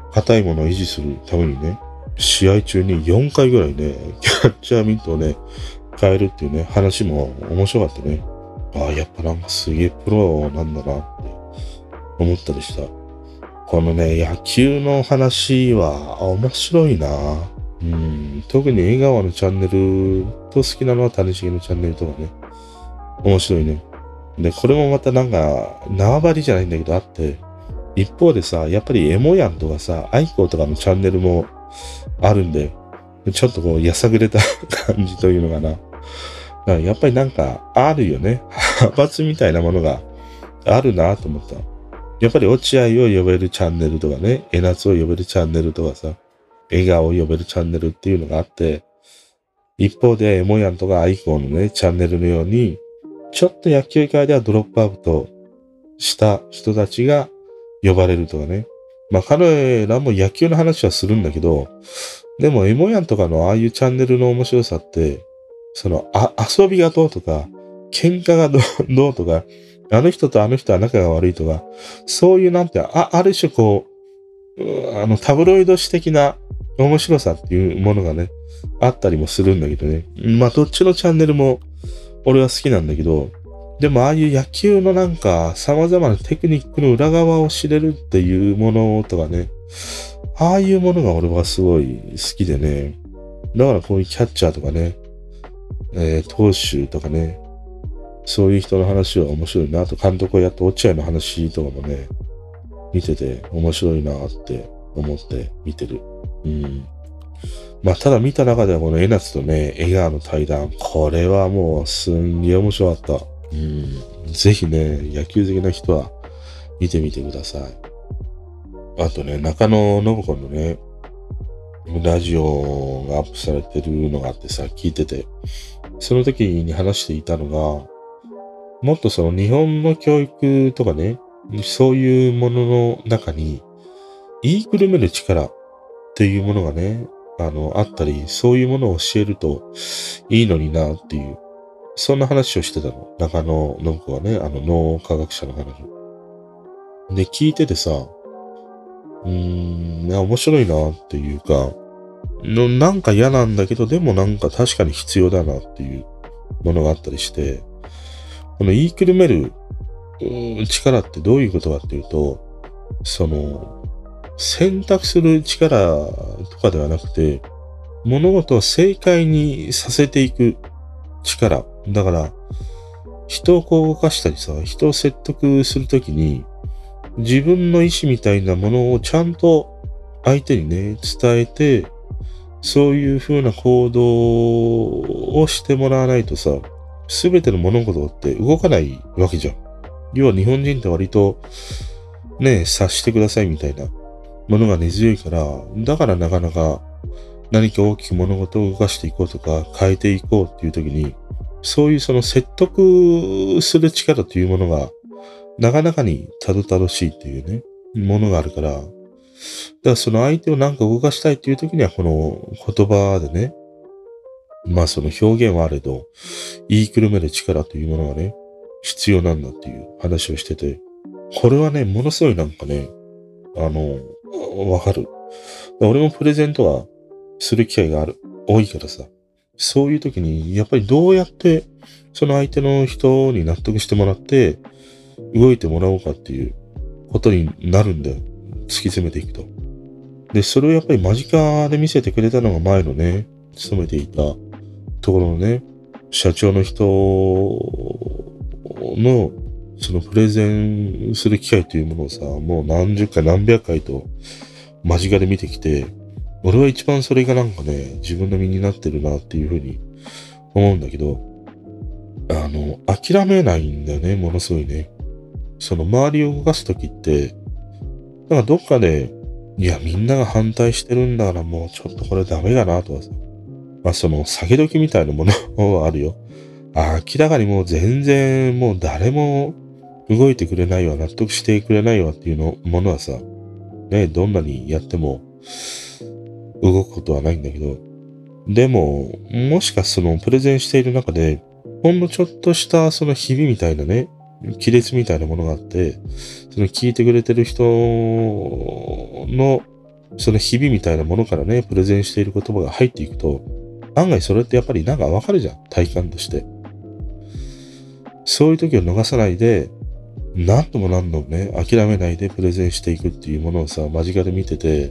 硬いものを維持するためにね、試合中によんかいぐらいね、キャッチャーミットをね、変えるっていうね、話も面白かったね。ああ、やっぱなんかすげえプロなんだなって思ったりした。このね、野球の話は面白いな。うん、特に江川のチャンネルと好きなのは谷繁のチャンネルとかね、面白いね。で、これもまたなんか、縄張りじゃないんだけどあって、一方でさ、やっぱりエモヤンとかさ、アイコーとかのチャンネルもあるんで、ちょっとこう、やさぐれた感じというのかな。だからやっぱりなんか、あるよね。派閥みたいなものがあるなと思った。やっぱり落合を呼べるチャンネルとかね、江夏を呼べるチャンネルとかさ、笑顔を呼べるチャンネルっていうのがあって、一方でエモヤンとかアイコーのね、チャンネルのように、ちょっと野球界ではドロップアウトした人たちが呼ばれるとかね。まあ彼らも野球の話はするんだけど、でもエモヤンとかのああいうチャンネルの面白さって、そのあ遊びがどうとか、喧嘩がどうどうとか、あの人とあの人は仲が悪いとか、そういうなんて、あある種こう、うあのタブロイド史的な面白さっていうものがね、あったりもするんだけどね。まあどっちのチャンネルも俺は好きなんだけど、でもああいう野球のなんか様々なテクニックの裏側を知れるっていうものとかね、ああいうものが俺はすごい好きでね、だからこういうキャッチャーとかね、えー、投手とかね、そういう人の話は面白いなと、監督をやった落合の話とかもね、見てて面白いなって思って見てる。うん。まあ、ただ見た中ではこの江夏とね、江川の対談、これはもうすんげえ面白かった。うん。ぜひね、野球好きな人は見てみてください。あとね、中野信子のね、ラジオがアップされてるのがあってさ、聞いてて、その時に話していたのが、もっとその日本の教育とかね、そういうものの中に、言いくるめる力っていうものがね、あの、あったり、そういうものを教えるといいのになっていう、そんな話をしてたの。中野信子はね、あの脳科学者の話。で、聞いててさ、うーん、面白いなっていうか、のなんか嫌なんだけど、でもなんか確かに必要だなっていうものがあったりして、この言いくるめる力ってどういうことかっていうと、その、選択する力とかではなくて、物事を正解にさせていく力。だから、人をこう動かしたりさ、人を説得するときに、自分の意思みたいなものをちゃんと相手にね、伝えて、そういう風な行動をしてもらわないとさ、すべての物事って動かないわけじゃん。要は日本人って割と、ね、察してくださいみたいなものが根強いから、だからなかなか何か大きく物事を動かしていこうとか変えていこうっていう時に、そういうその説得する力というものが、なかなかにたどたどしいっていうね、ものがあるから、だからその相手をなんか動かしたいっていう時にはこの言葉でね、まあその表現はあれど、言いくるめる力というものがね、必要なんだっていう話をしてて、これはね、ものすごいなんかね、あの、わかる。俺もプレゼントはする機会がある、多いからさ、そういう時に、やっぱりどうやって、その相手の人に納得してもらって、動いてもらおうかっていうことになるんだよ。突き詰めていくと。で、それをやっぱり間近で見せてくれたのが前のね、勤めていたところのね、社長の人の、そのプレゼンする機会というものをさ、もう何十回何百回と間近で見てきて、俺は一番それがなんかね、自分の身になってるなっていうふうに思うんだけど、あの、諦めないんだよね、ものすごいね。その周りを動かすときって、なんかどっかで、いや、みんなが反対してるんだからもうちょっとこれダメかなとかさ。まあその、下げ時みたいなものはあるよ。明らかにもう全然もう誰も動いてくれないわ、納得してくれないわっていうのものはさ、ね、どんなにやっても動くことはないんだけど、でも、もしかそのプレゼンしている中で、ほんのちょっとしたそのひびみたいなね、亀裂みたいなものがあって、その聞いてくれてる人のその日々みたいなものからね、プレゼンしている言葉が入っていくと、案外それってやっぱりなんかわかるじゃん。体感として。そういう時を逃さないで、何度も何度もね、諦めないでプレゼンしていくっていうものをさ、間近で見てて、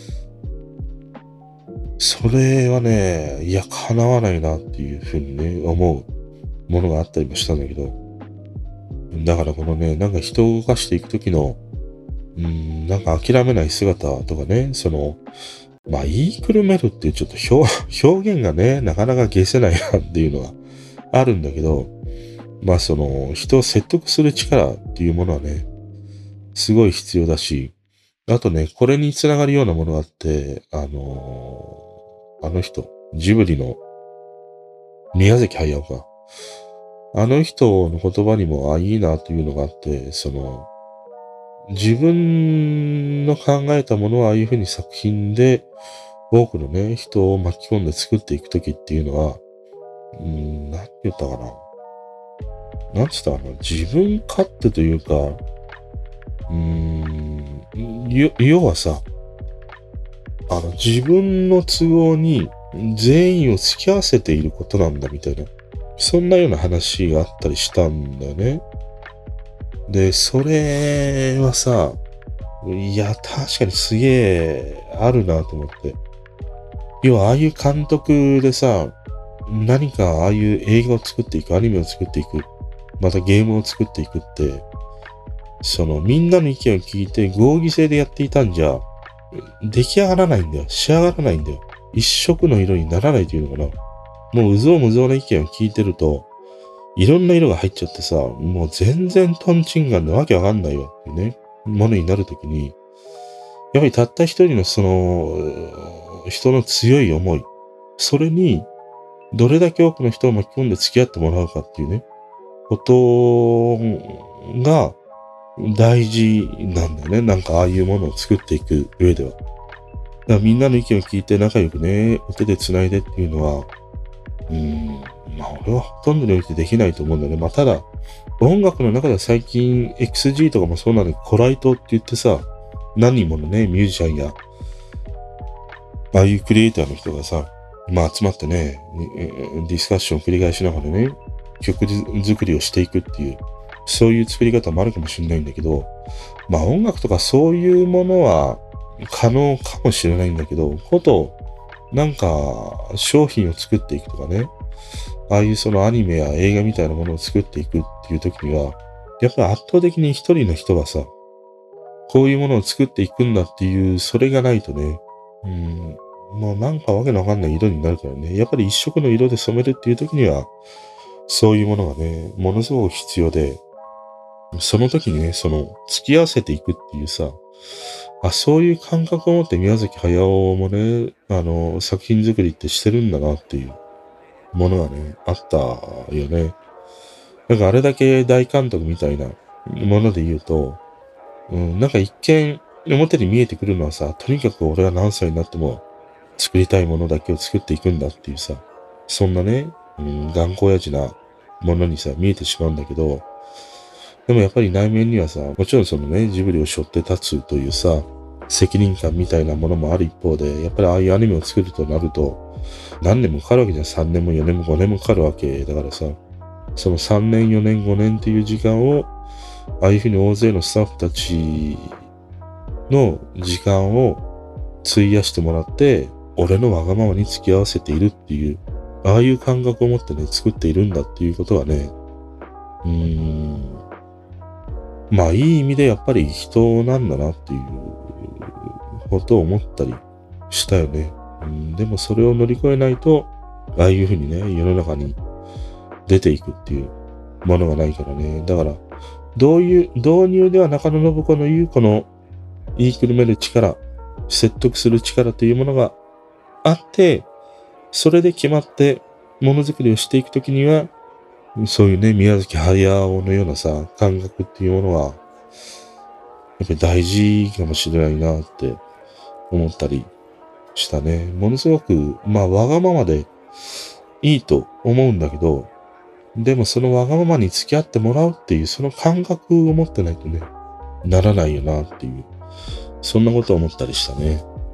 それはね、いや、叶わないなっていうふうにね、思うものがあったりもしたんだけど、だからこのね、なんか人を動かしていく時の、うん、なんか諦めない姿とかね、その、まあ、言いくるめるっていうちょっと表、表現がね、なかなか消せないなっていうのはあるんだけど、まあその、人を説得する力っていうものはね、すごい必要だし、あとね、これにつながるようなものがあって、あのー、あの人、ジブリの宮崎駿か。あの人の言葉にも、あ、いいなというのがあって、その、自分の考えたものはああいうふうに作品で多くのね、人を巻き込んで作っていくときっていうのは、うーん、なんて言ったかな。なんつったかな。自分勝手というか、うーん、よ要はさ、あの、自分の都合に全員を付き合わせていることなんだみたいな。そんなような話があったりしたんだよね。で、それはさ、いや、確かにすげえあるなと思って。要は、ああいう監督でさ、何かああいう映画を作っていく、アニメを作っていく、またゲームを作っていくって、そのみんなの意見を聞いて合議制でやっていたんじゃ、出来上がらないんだよ。仕上がらないんだよ。一色の色にならないというのかな。もううぞうむぞうな意見を聞いてると、いろんな色が入っちゃってさ、もう全然トンチンガンでわけわかんないわっていうね、ものになるときに、やっぱりたった一人のその、人の強い思い、それに、どれだけ多くの人を巻き込んで付き合ってもらうかっていうね、ことが大事なんだよね。なんかああいうものを作っていく上では。だからみんなの意見を聞いて仲良くね、お手で繋いでっていうのは、うーん、まあ俺はほとんどにおいてできないと思うんだよね。まあただ、音楽の中では最近 エックスジー とかもそうなのにコライトって言ってさ、何人ものね、ミュージシャンや、ああいうクリエイターの人がさ、まあ集まってね、ディスカッションを繰り返しながらね、曲作りをしていくっていう、そういう作り方もあるかもしれないんだけど、まあ音楽とかそういうものは可能かもしれないんだけど、こと、なんか商品を作っていくとかね、ああいうそのアニメや映画みたいなものを作っていくっていう時には、やっぱり圧倒的に一人の人がさ、こういうものを作っていくんだっていう、それがないとね、うん、もうなんかわけのわかんない色になるからね、やっぱり一色の色で染めるっていう時には、そういうものがね、ものすごく必要で、その時にね、その、付き合わせていくっていうさ、あ、そういう感覚を持って宮崎駿もね、あの、作品作りってしてるんだなっていうものがね、あったよね。なんかあれだけ大監督みたいなもので言うと、うん、なんか一見表に見えてくるのはさ、とにかく俺は何歳になっても作りたいものだけを作っていくんだっていうさ、そんなね、うん、頑固親父なものにさ、見えてしまうんだけど、でもやっぱり内面にはさ、もちろんそのね、ジブリを背負って立つというさ、責任感みたいなものもある一方で、やっぱりああいうアニメを作るとなると、何年もかかるわけじゃん。さんねんもよねんもごねんもかかるわけだからさ、そのさんねん、よねん、ごねんっていう時間を、ああいうふうに大勢のスタッフたちの時間を費やしてもらって、俺のわがままに付き合わせているっていう、ああいう感覚を持ってね、作っているんだっていうことはね、うーん、まあいい意味でやっぱり人なんだなっていうことを思ったりしたよね。うん、でもそれを乗り越えないと、ああいうふうにね、世の中に出ていくっていうものがないからね。だから、どういう、導入では中野信子の言うこの言いくるめる力、説得する力というものがあって、それで決まってものづくりをしていくときには、そういうね、宮崎駿のようなさ、感覚っていうものは、やっぱり大事かもしれないなって思ったりしたね。ものすごく、まあ、わがままでいいと思うんだけど、でもそのわがままに付き合ってもらうっていう、その感覚を持ってないとね、ならないよなっていう、そんなことを思ったりしたね。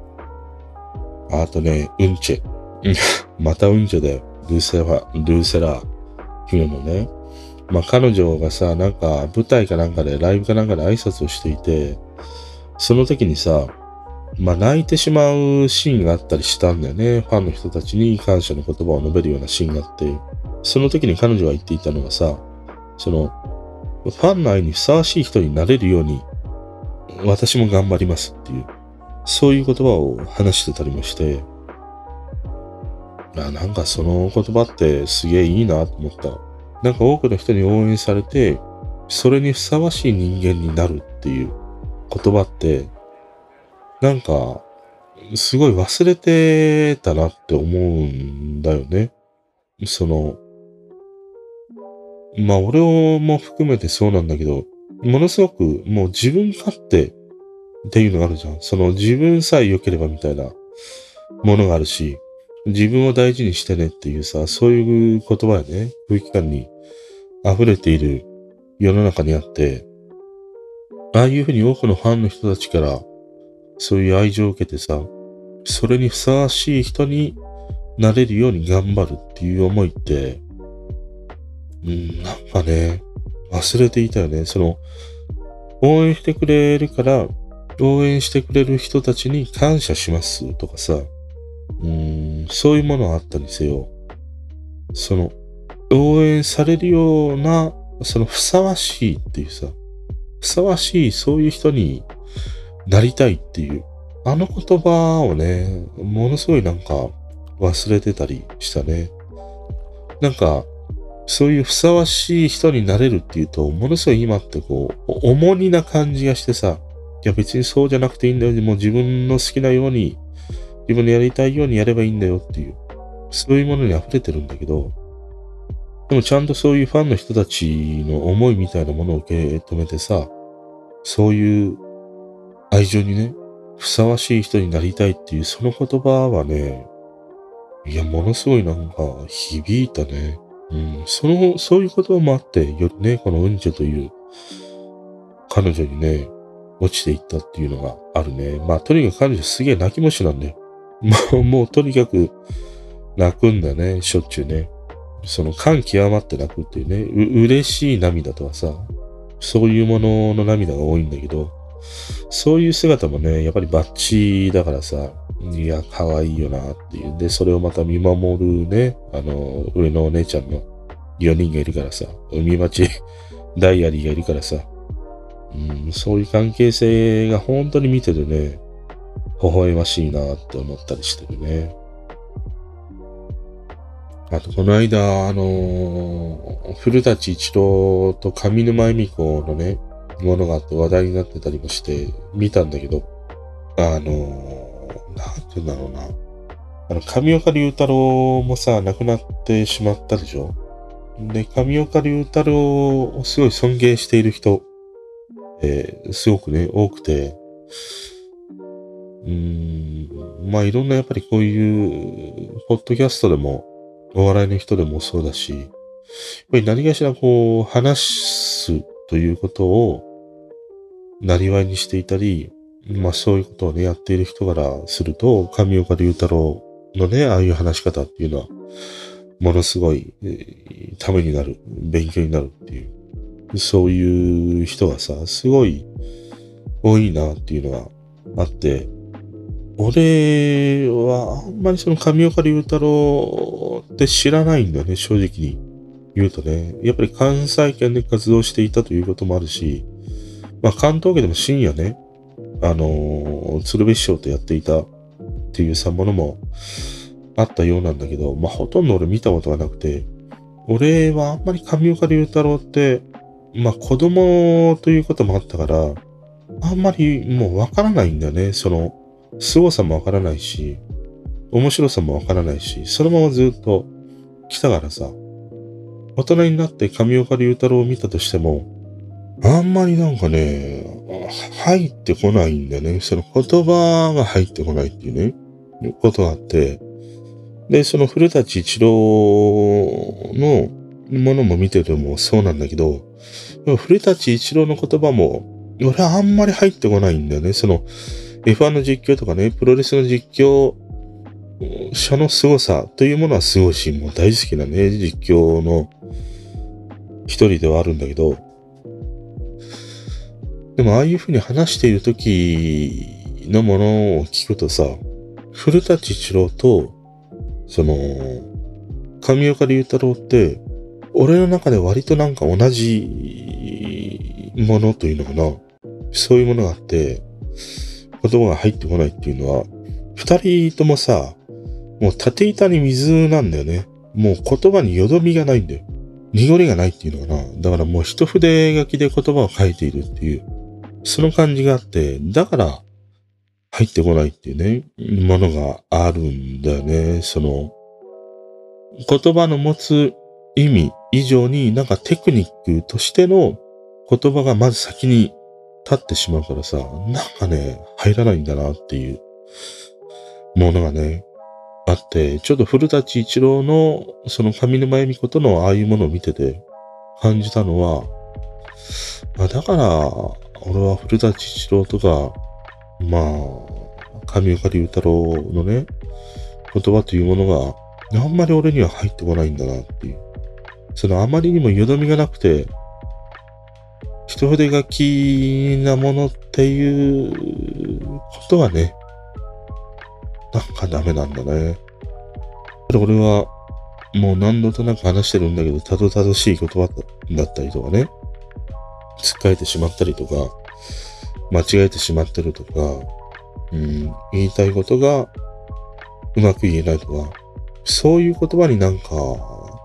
あとね、うんちェ。またうんちェだよ。ルーセラ、ルーセラっていうのね。まあ彼女がさ、なんか舞台かなんかで、ライブかなんかで挨拶をしていて、その時にさ、まあ泣いてしまうシーンがあったりしたんだよね。ファンの人たちに感謝の言葉を述べるようなシーンがあって、その時に彼女が言っていたのがさ、その、ファンの愛にふさわしい人になれるように、私も頑張りますっていう、そういう言葉を話してたりもして、あ、なんかその言葉ってすげえいいなと思った。なんか多くの人に応援されて、それにふさわしい人間になるっていう言葉って、なんか、すごい忘れてたなって思うんだよね。その、まあ俺も含めてそうなんだけど、ものすごくもう自分勝手っていうのがあるじゃん。その自分さえ良ければみたいなものがあるし、自分を大事にしてねっていうさ、そういう言葉やね、空気感に溢れている世の中にあって、ああいうふうに多くのファンの人たちからそういう愛情を受けてさ、それにふさわしい人になれるように頑張るっていう思いって、うん、なんかね、忘れていたよね。その、応援してくれるから、応援してくれる人たちに感謝しますとかさ、うーん、そういうものはあったにせよ、その、応援されるような、そのふさわしいっていうさ、ふさわしいそういう人になりたいっていう、あの言葉をね、ものすごいなんか忘れてたりしたね。なんか、そういうふさわしい人になれるっていうと、ものすごい今ってこう、重荷な感じがしてさ、いや別にそうじゃなくていいんだよ。もう自分の好きなように、自分のやりたいようにやればいいんだよっていう、そういうものに溢れてるんだけど、でもちゃんとそういうファンの人たちの思いみたいなものを受け止めてさ、そういう愛情にね、ふさわしい人になりたいっていうその言葉はね、いや、ものすごいなんか響いたね。うん、その、そういう言葉もあって、よりね、このうんちゃという彼女にね、落ちていったっていうのがあるね。まあ、とにかく彼女すげえ泣き虫なんだよ。もう、もうとにかく泣くんだね、しょっちゅうね。その感極まって泣くっていうね、う、嬉しい涙とはさ、そういうものの涙が多いんだけど、そういう姿もね、やっぱりバッチだからさ、いや、可愛いよなっていう。で、それをまた見守るね、あの、上のお姉ちゃんのよにんがいるからさ、海町ダイアリーがいるからさ、うん、そういう関係性が本当に見ててね、微笑ましいなって思ったりしてるね。あと、この間、あのー古舘一郎と上沼恵美子のね、ものがあって話題になってたりもして、見たんだけど、あのー、なんて言うんだろうな。あの、上岡龍太郎もさ、亡くなってしまったでしょ。で、上岡龍太郎をすごい尊敬している人、えー、すごくね、多くて、うーん、まあいろんなやっぱりこういう、ポッドキャストでも、お笑いの人でもそうだし、やっぱり何かしらこう、話すということを、なりわいにしていたり、まあそういうことをね、やっている人からすると、上岡龍太郎のね、ああいう話し方っていうのは、ものすごい、えーためになる、勉強になるっていう、そういう人がさ、すごい多いなっていうのがあって、俺はあんまりその上岡龍太郎って知らないんだよね、正直に言うとね。やっぱり関西圏で活動していたということもあるし、まあ関東圏でも深夜ね、あのー、鶴瓶師匠とやっていたっていうさものもあったようなんだけど、まあほとんど俺見たことがなくて、俺はあんまり上岡龍太郎って、まあ子供ということもあったから、あんまりもうわからないんだよね。その、凄さもわからないし、面白さもわからないし、そのままずっと来たからさ、大人になって上岡龍太郎を見たとしても、あんまりなんかね、入ってこないんだよね。その言葉が入ってこないっていうね、ことがあって、で、その古舘一郎のものも見ててもそうなんだけど、古舘一郎の言葉も、俺はあんまり入ってこないんだよね。その、エフワン の実況とかね、プロレスの実況書の凄さというものはすごいし、もう大好きなね、実況の一人ではあるんだけど、でもああいうふうに話している時のものを聞くとさ、古舘一郎と、その、上岡龍太郎って、俺の中で割となんか同じものというのかな。そういうものがあって、言葉が入ってこないっていうのは、二人ともさ、もう縦板に水なんだよね。もう言葉によどみがないんだよ。濁りがないっていうのかな。だからもう一筆書きで言葉を書いているっていう、その感じがあって、だから入ってこないっていうね、ものがあるんだよね。その、言葉の持つ意味以上になんかテクニックとしての言葉がまず先に立ってしまうからさ、なんかね、入らないんだなっていうものがね、あって、ちょっと古舘一郎のその上沼恵美子とのああいうものを見てて感じたのは、あだから俺は古舘一郎とか、まあ、上岡龍太郎のね、言葉というものがあんまり俺には入ってこないんだなっていう。そのあまりにもよどみがなくて、一筆書きなものっていうことはね、なんかダメなんだね。俺はもう何度となく話してるんだけど、たどたどしい言葉だったりとかね、つっかえてしまったりとか、間違えてしまってるとか、うん、言いたいことがうまく言えないとか、そういう言葉になんか、なん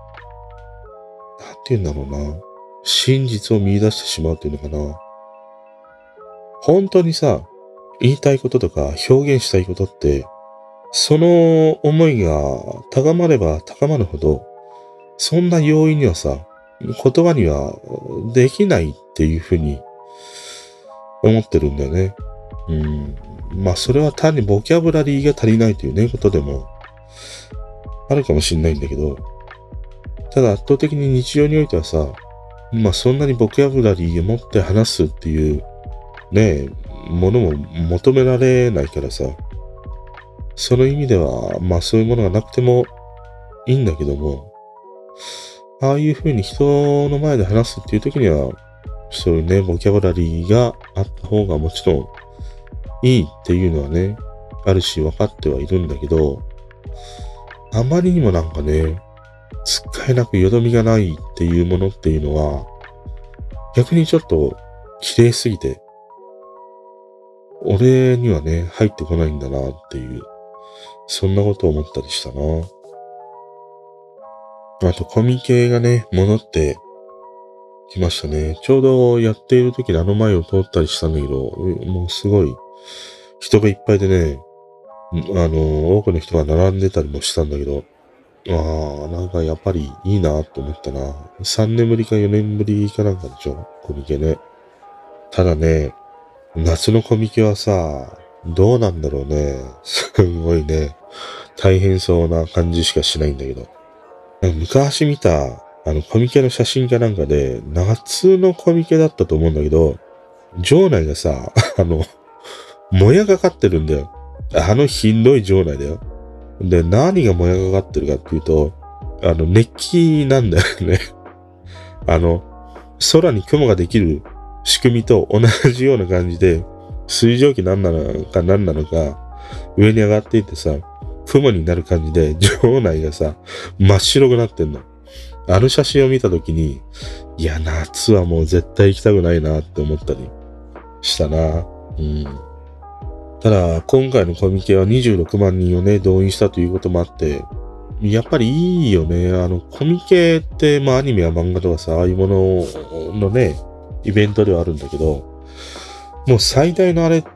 て言うんだろうな、真実を見出してしまうっていうのかな。本当にさ、言いたいこととか表現したいことって、その思いが高まれば高まるほど、そんな要因にはさ、言葉にはできないっていうふうに思ってるんだよね。うん。まあそれは単にボキャブラリーが足りないというね、ことでもあるかもしれないんだけど、ただ圧倒的に日常においてはさ、まあそんなにボキャブラリーを持って話すっていうね、ものも求められないからさ、その意味では、まあそういうものがなくてもいいんだけども、ああいう風に人の前で話すっていう時には、そういうね、ボキャブラリーがあった方がもちろんいいっていうのはね、あるし分かってはいるんだけど、あまりにもなんかね、使えなくよどみがないっていうものっていうのは、逆にちょっと綺麗すぎて、俺にはね、入ってこないんだなっていう、そんなことを思ったりしたな。あとコミケがね、戻ってきましたね。ちょうどやっている時にあの前を通ったりしたんだけど、もうすごい人がいっぱいでね、あの、多くの人が並んでたりもしたんだけど、ああ、なんかやっぱりいいなと思ったな。さんねんぶりかよねんぶりかなんかでしょ、コミケね。ただね、夏のコミケはさ、どうなんだろうね。すごいね、大変そうな感じしかしないんだけど。昔見た、あの、コミケの写真かなんかで、夏のコミケだったと思うんだけど、場内がさ、あの、もやがかってるんだよ。あのひんどい場内だよ。で、何がもやがかってるかっていうと、あの、熱気なんだよね。あの、空に雲ができる仕組みと同じような感じで、水蒸気何なのか何なのか、上に上がっていってさ、雲になる感じで、場内がさ、真っ白くなってんの。あの写真を見たときに、いや、夏はもう絶対行きたくないなって思ったりしたな。うん。ただ、今回のコミケはにじゅうろくまんにんをね、動員したということもあって、やっぱりいいよね。あの、コミケって、まあアニメや漫画とかさ、ああいうもののね、イベントではあるんだけど、もう最大のあれって、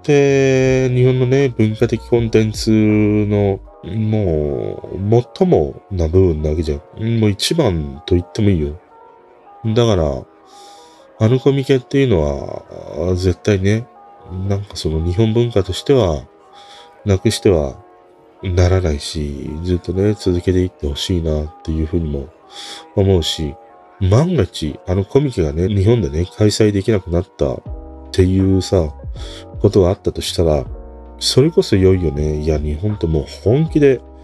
日本のね、文化的コンテンツの、もう、最もな部分なわけじゃん。もう一番と言ってもいいよ。だから、あのコミケっていうのは、絶対ね、なんかその日本文化としては、なくしてはならないし、ずっとね、続けていってほしいなっていうふうにも思うし、万が一、あのコミケがね、日本でね、開催できなくなったっていうさ、ことがあったとしたら、それこそ良いよね。いや、日本ってもう本気で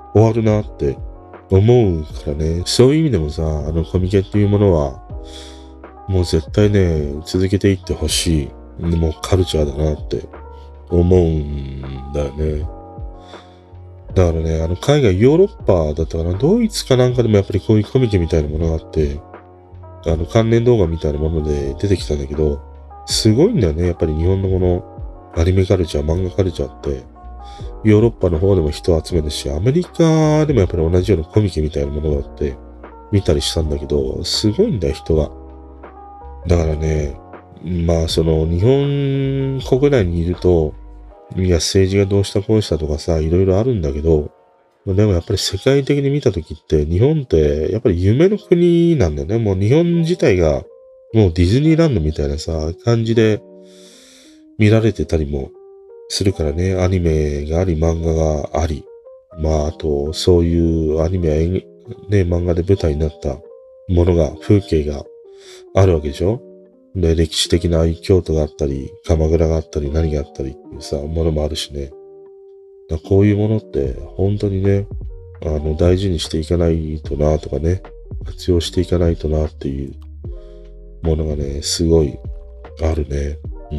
終わるなって思うからね。そういう意味でもさ、あのコミケっていうものは、もう絶対ね、続けていってほしい。もうカルチャーだなって思うんだよね。だからね、あの海外、ヨーロッパだったかな、ドイツかなんかでもやっぱりこういうコミケみたいなものがあって、あの関連動画みたいなもので出てきたんだけど、すごいんだよね。やっぱり日本のこのアニメカルチャー、漫画カルチャーって、ヨーロッパの方でも人を集めるし、アメリカでもやっぱり同じようなコミケみたいなものがあって、見たりしたんだけど、すごいんだよ、人が。だからね、まあその日本国内にいると、いや政治がどうしたこうしたとかさ、いろいろあるんだけど、でもやっぱり世界的に見たときって、日本ってやっぱり夢の国なんだよね。もう日本自体がもうディズニーランドみたいなさ、感じで見られてたりもするからね。アニメがあり、漫画があり。まああと、そういうアニメやね、漫画で舞台になったものが、風景があるわけでしょ。で、歴史的な京都があったり、鎌倉があったり、何があったりっていうさ、ものもあるしね。だこういうものって本当にね、あの、大事にしていかないとなとかね、活用していかないとなっていうものがね、すごいあるね。うん。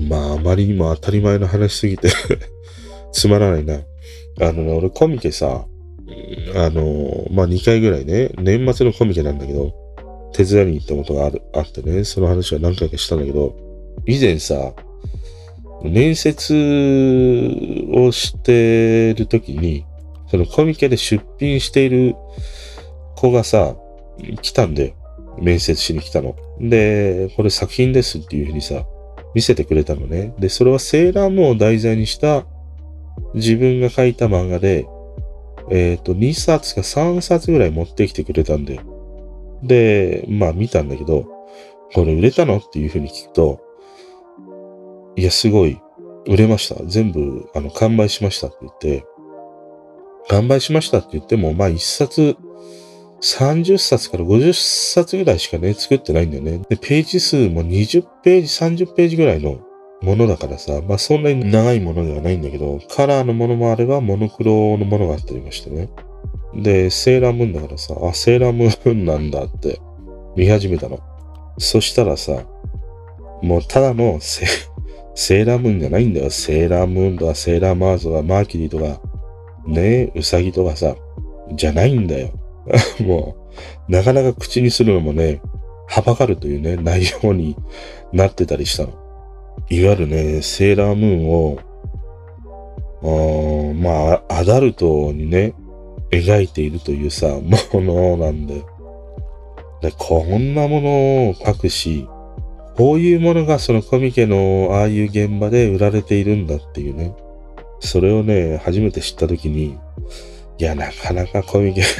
まあ、あまりにも当たり前の話すぎてつまらないな。あのね、俺コミケさ、あの、まあにかいぐらいね、年末のコミケなんだけど、手伝いに行ったことがある、あってね、その話は何回かしたんだけど、以前さ、面接をしてるときに、そのコミケで出品している子がさ、来たんで、面接しに来たの。で、これ作品ですっていうふうにさ、見せてくれたのね。で、それはセーラームーンを題材にした自分が書いた漫画で、えっと、にさつかさんさつぐらい持ってきてくれたんで、で、まあ見たんだけど、これ売れたのっていうふうに聞くと、いや、すごい、売れました。全部、あの、完売しましたって言って、完売しましたって言っても、まあ一冊、さんじゅっさつからごじゅっさつぐらいしかね、作ってないんだよね。で、ページ数もにじゅっページ、さんじゅっページぐらいのものだからさ、まあそんなに長いものではないんだけど、カラーのものもあれば、モノクロのものがあったりましてね。で、セーラームーンだからさ、あ、セーラームーンなんだって見始めたの。そしたらさ、もうただのセ、セーラームーンじゃないんだよ。セーラームーンとかセーラーマーズとかマーキュリーとか、ねえ、ウサギとかさ、じゃないんだよ。もう、なかなか口にするのもね、はばかるというね、内容になってたりしたの。いわゆるね、セーラームーンを、あーまあ、アダルトにね、描いているというさ、ものなんで。で、こんなものを書くし、こういうものがそのコミケのああいう現場で売られているんだっていうね。それをね、初めて知ったときに、いや、なかなかコミケって、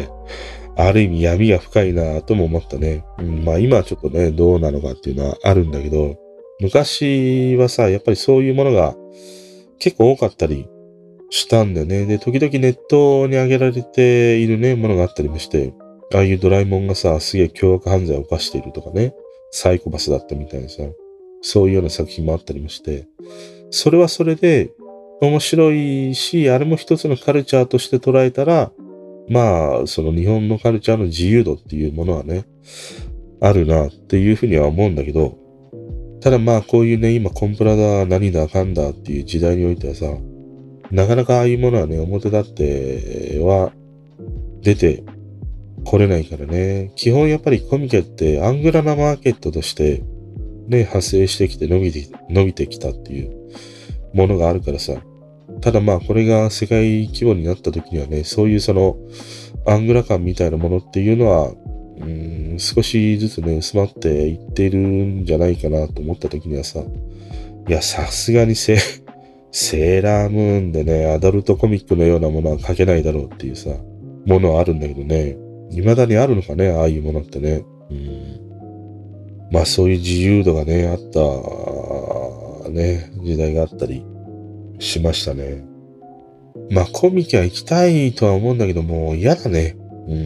ある意味闇が深いなぁとも思ったね。うん、まあ今はちょっとね、どうなのかっていうのはあるんだけど、昔はさ、やっぱりそういうものが結構多かったりしたんだよね。で、時々ネットに上げられているね、ものがあったりもして、ああいうドラえもんがさ、すげえ凶悪犯罪を犯しているとかね、サイコパスだったみたいなさ、そういうような作品もあったりもして、それはそれで面白いし、あれも一つのカルチャーとして捉えたら、まあ、その日本のカルチャーの自由度っていうものはね、あるなっていうふうには思うんだけど、ただまあこういうね、今コンプラだ、何だかんだっていう時代においてはさ、なかなかああいうものはね、表立っては出てこれないからね。基本やっぱりコミケってアングラなマーケットとしてね、派生してきて伸びて、伸びてきたっていうものがあるからさ。ただまあこれが世界規模になった時にはね、そういうそのアングラ感みたいなものっていうのは、うーん、少しずつね、薄まっていっているんじゃないかなと思った時にはさ、いや、さすがにセ、セーラームーンでね、アダルトコミックのようなものは書けないだろうっていうさ、ものはあるんだけどね、未だにあるのかね、ああいうものってね。うん、まあそういう自由度がね、あった、ね、時代があったりしましたね。まあコミケは行きたいとは思うんだけどもう嫌だね。うん。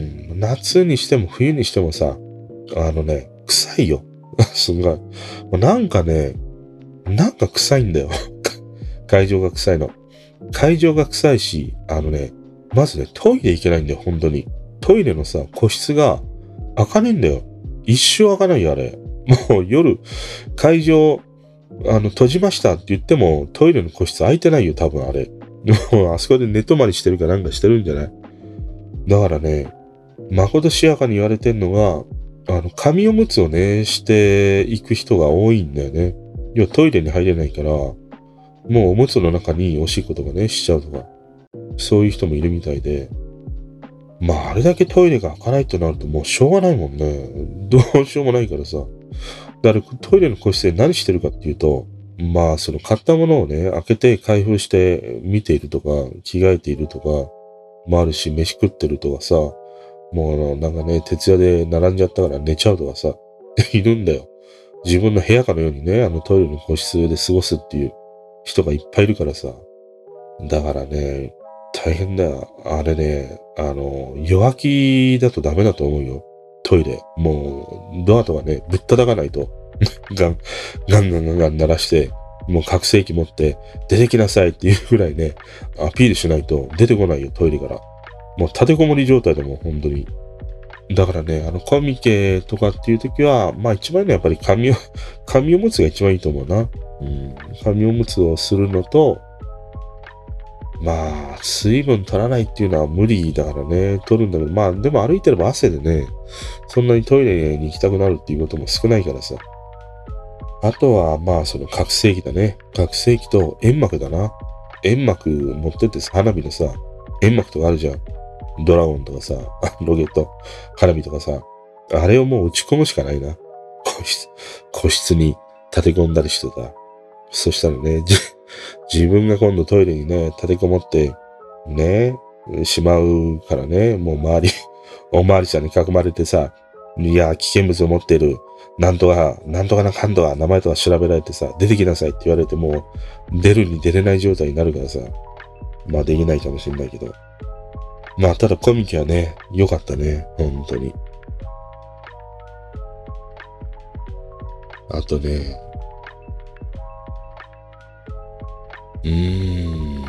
夏にしても冬にしてもさ、あのね、臭いよ。すんごい。なんかね、なんか臭いんだよ。会場が臭いの。 会場が臭いし、あのね、まずね、トイレ行けないんだよ、本当に。トイレのさ、個室が開かねえんだよ。一生開かないよ、あれ。もう夜、会場、あの、閉じましたって言っても、トイレの個室開いてないよ、多分あれ。もう、あそこで寝泊まりしてるかなんかしてるんじゃない？だからね、まことしやかに言われてんのが、あの、紙おむつをね、していく人が多いんだよね。要はトイレに入れないから、もうおむつの中におしっことかね、しちゃうとか、そういう人もいるみたいで、まあ、あれだけトイレが開かないとなるともうしょうがないもんね。どうしようもないからさ。だからトイレの個室で何してるかっていうと、まあ、その買ったものをね、開けて開封して見ているとか、着替えているとか、もあるし、飯食ってるとかさ、もうあの、なんかね、徹夜で並んじゃったから寝ちゃうとかさ、いるんだよ。自分の部屋かのようにね、あのトイレの個室で過ごすっていう人がいっぱいいるからさ。だからね、大変だよ。あれね、あの、弱気だとダメだと思うよ。トイレ。もう、ドアとかね、ぶったたかないと、ガン、ガンガンガンガン鳴らして、もう拡声器持って、出てきなさいっていうぐらいね、アピールしないと出てこないよ、トイレから。もう立てこもり状態だもん、本当に。だからね、あの、コミケとかっていう時は、まあ一番いいのはやっぱり紙を、紙おむつが一番いいと思うな。うん。紙おむつをするのと、まあ、水分取らないっていうのは無理だからね、取るんだけど、まあ、でも歩いてれば汗でね、そんなにトイレに行きたくなるっていうことも少ないからさ。あとは、まあ、その拡声器だね。拡声器と煙幕だな。煙幕持ってってさ、花火のさ、煙幕とかあるじゃん。ドラゴンとかさ、ロケット、花火とかさ、あれをもう打ち込むしかないな。個室、個室に立て込んだりしてた。そしたらね、じ自分が今度トイレにね、立てこもって、ね、しまうからね、もう周り、おまわりさんに囲まれてさ、いや、危険物を持っている、なんとか、なんとかなかんとか、名前とか調べられてさ、出てきなさいって言われても、出るに出れない状態になるからさ、まあできないかもしれないけど。まあ、ただコミケはね、良かったね、本当に。あとね、うーん。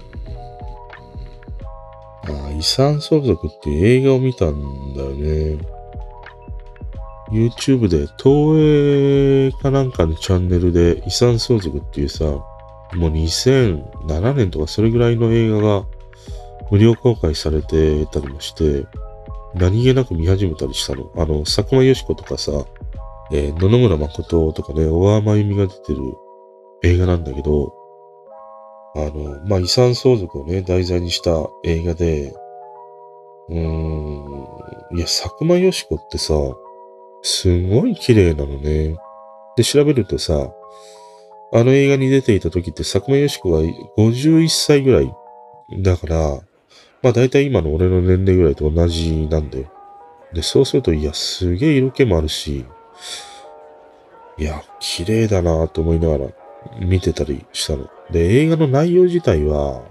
ああ、遺産相続っていう映画を見たんだよね。YouTube で東映かなんかのチャンネルで遺産相続っていうさ、もうにせんななねんとかそれぐらいの映画が無料公開されてたりもして、何気なく見始めたりしたの。あの、佐久間よし子とかさ、えー野々村誠とかね、小川真由美が出てる映画なんだけど、あの、まあ、遺産相続をね、題材にした映画で、うーん、いや、佐久間よし子ってさ、すごい綺麗なのね。で、調べるとさ、あの映画に出ていた時って佐久間よし子がごじゅういっさいぐらい。だから、まあ大体今の俺の年齢ぐらいと同じなんだよ。で、そうすると、いや、すげえ色気もあるし、いや、綺麗だなと思いながら見てたりしたの。で、映画の内容自体は、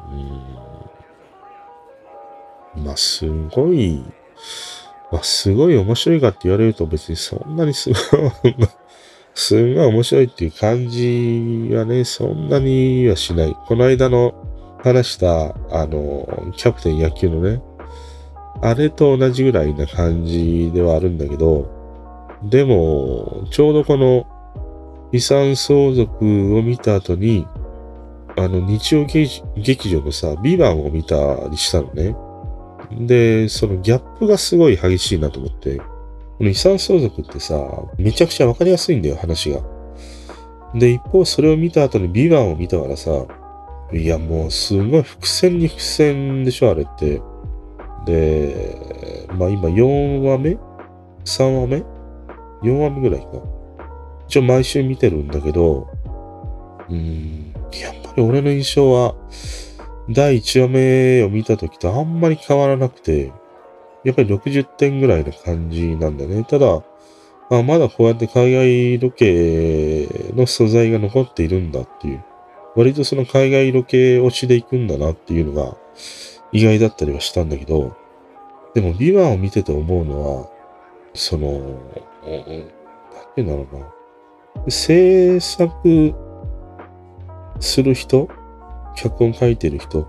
うーん、まあ、すごい、まあ、すごい面白いかって言われると別にそんなにすごい、すごい面白いっていう感じはね、そんなにはしない。この間の話した、あの、キャプテン野球のね、あれと同じぐらいな感じではあるんだけど、でも、ちょうどこの遺産相続を見た後に、あの、日曜劇劇場のさ、ビバンを見たりしたのね。で、そのギャップがすごい激しいなと思って、この遺産相続ってさ、めちゃくちゃわかりやすいんだよ、話が。で、一方それを見た後にビバンを見たからさ、いや、もうすごい伏線に伏線でしょ、あれって。で、まあ今よんわめ ?さん 話目 ?よん 話目ぐらいか。一応毎週見てるんだけど、うーん、やっぱり俺の印象は、だいいちわめを見た時とあんまり変わらなくて、やっぱりろくじゅってんぐらいの感じなんだね。ただ、あ、まだこうやって海外ロケの素材が残っているんだっていう。割とその海外ロケ推しで行くんだなっていうのが意外だったりはしたんだけど、でもビバンを見てて思うのは、その、うんなんていうんだろうな。制作する人脚本書いてる人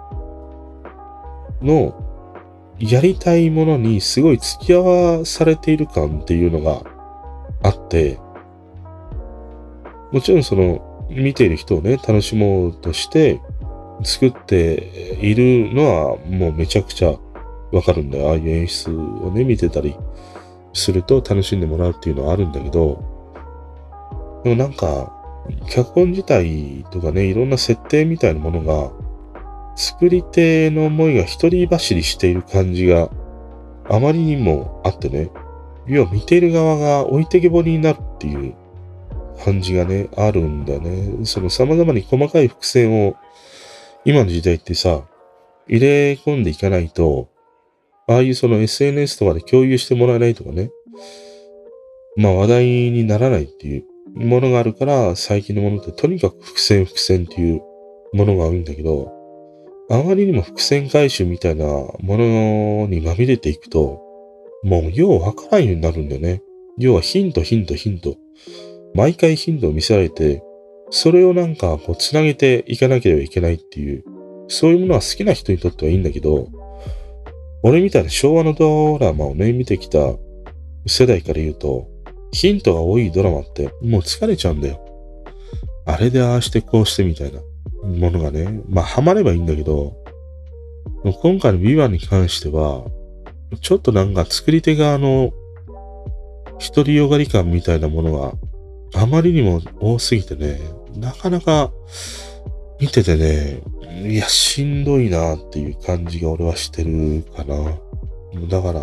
のやりたいものにすごい付き合わされている感っていうのがあって、もちろんその見ている人をね、楽しもうとして作っているのはもうめちゃくちゃわかるんだよ。ああいう演出をね、見てたりすると楽しんでもらうっていうのはあるんだけど、でもなんか、脚本自体とかね、いろんな設定みたいなものが、作り手の思いが一人走りしている感じがあまりにもあってね、要は見ている側が置いてけぼりになるっていう感じがね、あるんだよね。その様々に細かい伏線を今の時代ってさ、入れ込んでいかないと、ああいうその エスエヌエス とかで共有してもらえないとかね、まあ話題にならないっていうものがあるから、最近のものってとにかく伏線伏線っていうものが多いんだけど、あまりにも伏線回収みたいなものにまみれていくと、もうようわからんようになるんだよね。要はヒントヒントヒント。毎回ヒントを見せられて、それをなんかこう繋げていかなければいけないっていう、そういうものは好きな人にとってはいいんだけど、俺みたいな昭和のドラマをね、見てきた世代から言うと、ヒントが多いドラマってもう疲れちゃうんだよ。あれでああしてこうしてみたいなものがね、まあハマればいいんだけど、今回のビバンに関しては、ちょっとなんか作り手側の独りよがり感みたいなものがあまりにも多すぎてね、なかなか見ててね、いや、しんどいなっていう感じが俺はしてるかな。だから、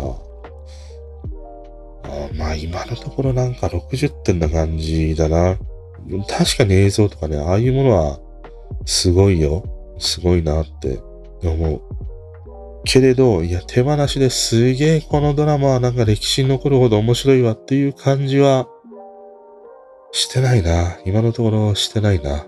あまあ今のところなんかろくじゅってんな感じだな。確かに映像とかね、ああいうものはすごいよ。すごいなって思う。けれど、いや、手放しですげえこのドラマはなんか歴史に残るほど面白いわっていう感じはしてないな。今のところしてないな。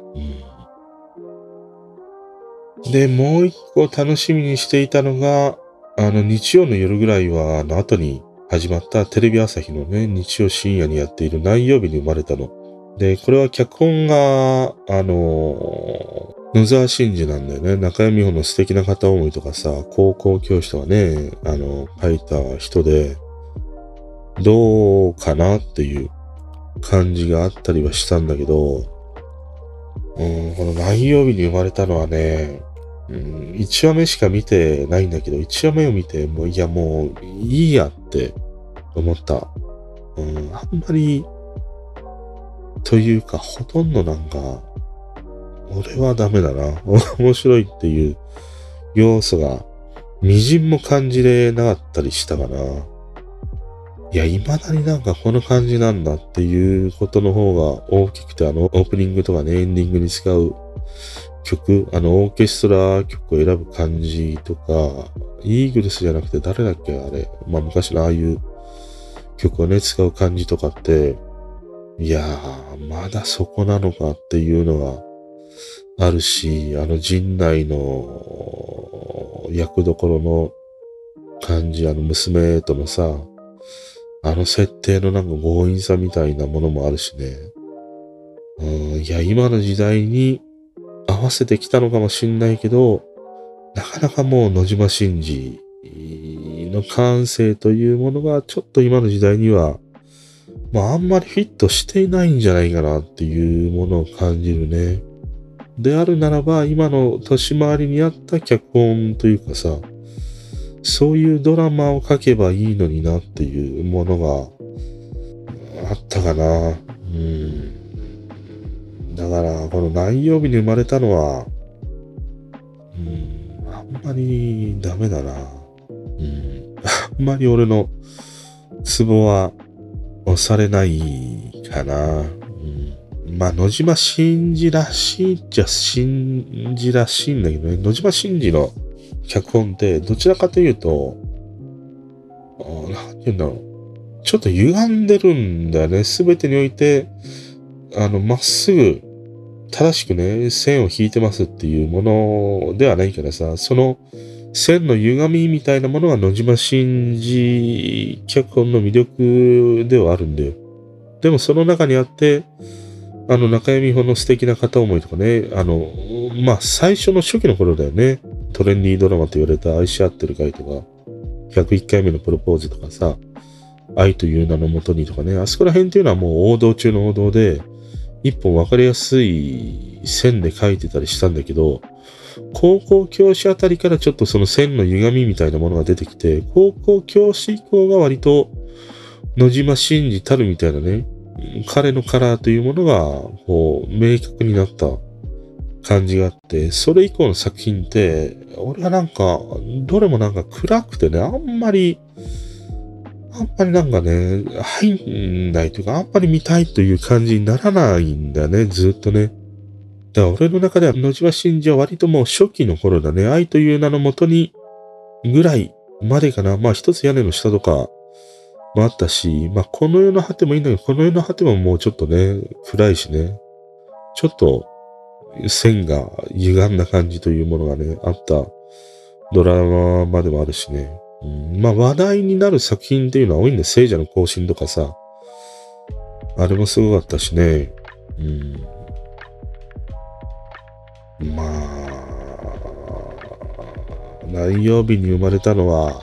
うん、で、もう一個楽しみにしていたのが、あの、日曜の夜ぐらいは、あの後に始まったテレビ朝日のね、日曜深夜にやっている何曜日に生まれたの。で、これは脚本が、あの、野沢真司なんだよね。中山美穂の素敵な片思いとかさ、高校教師とかね、あの、書いた人で、どうかなっていう感じがあったりはしたんだけど、うん、この何曜日に生まれたのはね、うん、いちわめしか見てないんだけど、いちわめを見て、もういやもういいやって思った。うん、あんまり、というか、ほとんどなんか、俺はダメだな。面白いっていう要素が、みじんも感じれなかったりしたかな。いや、未だになんかこの感じなんだっていうことの方が大きくて、あの、オープニングとかね、エンディングに使う曲、あの、オーケストラ曲を選ぶ感じとか、イーグルスじゃなくて誰だっけあれ。まあ昔のああいう曲をね、使う感じとかって、いやー、まだそこなのかっていうのがあるし、あの陣内の役どころの感じ、あの娘とのさ、あの設定のなんか強引さみたいなものもあるしね。うん、いや、今の時代に合わせてきたのかもしんないけど、なかなかもう野島真司の感性というものがちょっと今の時代にはまああんまりフィットしていないんじゃないかなっていうものを感じるね。であるならば、今の年回りにあった脚本というかさ、そういうドラマを書けばいいのになっていうものがあったかな。うん。だから、この何曜日に生まれたのは、うん、あんまりダメだな。うん。あんまり俺のツボは押されないかな。うん、まあ、野島真司らしいっちゃ真司らしいんだけどね。野島真司の脚本ってどちらかというと、あなんて言うんだろう。ちょっと歪んでるんだよね。すべてにおいて、あの、まっすぐ、正しくね、線を引いてますっていうものではないからさ、その線の歪みみたいなものが野島真司脚本の魅力ではあるんだよ。でもその中にあって、 あの、中山美穂の素敵な片思いとかね、あの、まあ、最初の初期の頃だよね。トレンディードラマと言われた愛し合ってる回とか、ひゃくいっかいめのプロポーズとかさ、愛という名のもとにとかね、あそこら辺っていうのはもう王道中の王道で、一本わかりやすい線で書いてたりしたんだけど、高校教師あたりからちょっとその線の歪みみたいなものが出てきて、高校教師以降が割と野島真司たるみたいなね、彼のカラーというものがこう明確になった感じがあって、それ以降の作品って、俺はなんか、どれもなんか暗くてね、あんまり、あんまりなんかね、入んないというか、あんまり見たいという感じにならないんだよね、ずっとね。だから俺の中では野島真司は割ともう初期の頃だね、愛という名のもとにぐらいまでかな。まあ一つ屋根の下とかもあったし、まあこの世の果てもいいんだけど、この世の果てももうちょっとね、暗いしね、ちょっと線が歪んだ感じというものがね、あったドラマでもあるしね。うん、まあ話題になる作品っていうのは多いんで、聖者の行進とかさ、あれもすごかったしね。うん、まあ、何曜日に生まれたのは、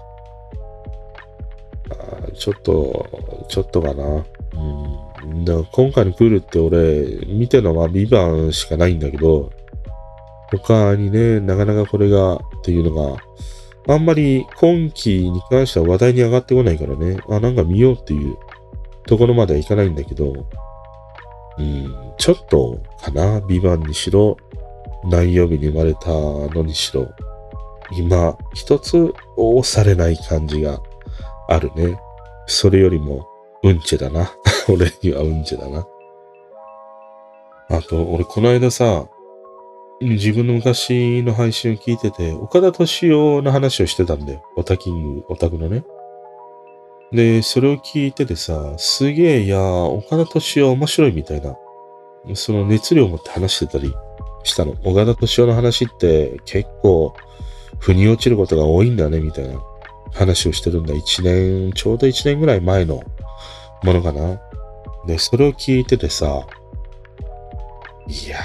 ちょっと、ちょっとかな。うん、だから今回のクールって俺、見てるのはビバンしかないんだけど、他にね、なかなかこれがっていうのが、あんまり今期に関しては話題に上がってこないからね、あ、なんか見ようっていうところまではいかないんだけど、うん、ちょっとかな、ビバンにしろ、何曜日に生まれたのにしろ、今、一つ押されない感じがあるね。それよりも、うんちだな。俺にはうんちだな。あと、俺この間さ、自分の昔の配信を聞いてて、岡田敏夫の話をしてたんだよ。オタキング、オタクのね。で、それを聞いててさ、すげえ、いや、岡田敏夫面白いみたいな、その熱量を持って話してたりしたの。岡田敏夫の話って結構、腑に落ちることが多いんだね、みたいな話をしてるんだ。一年、ちょうど一年ぐらい前のものかな。で、それを聞いててさ、いや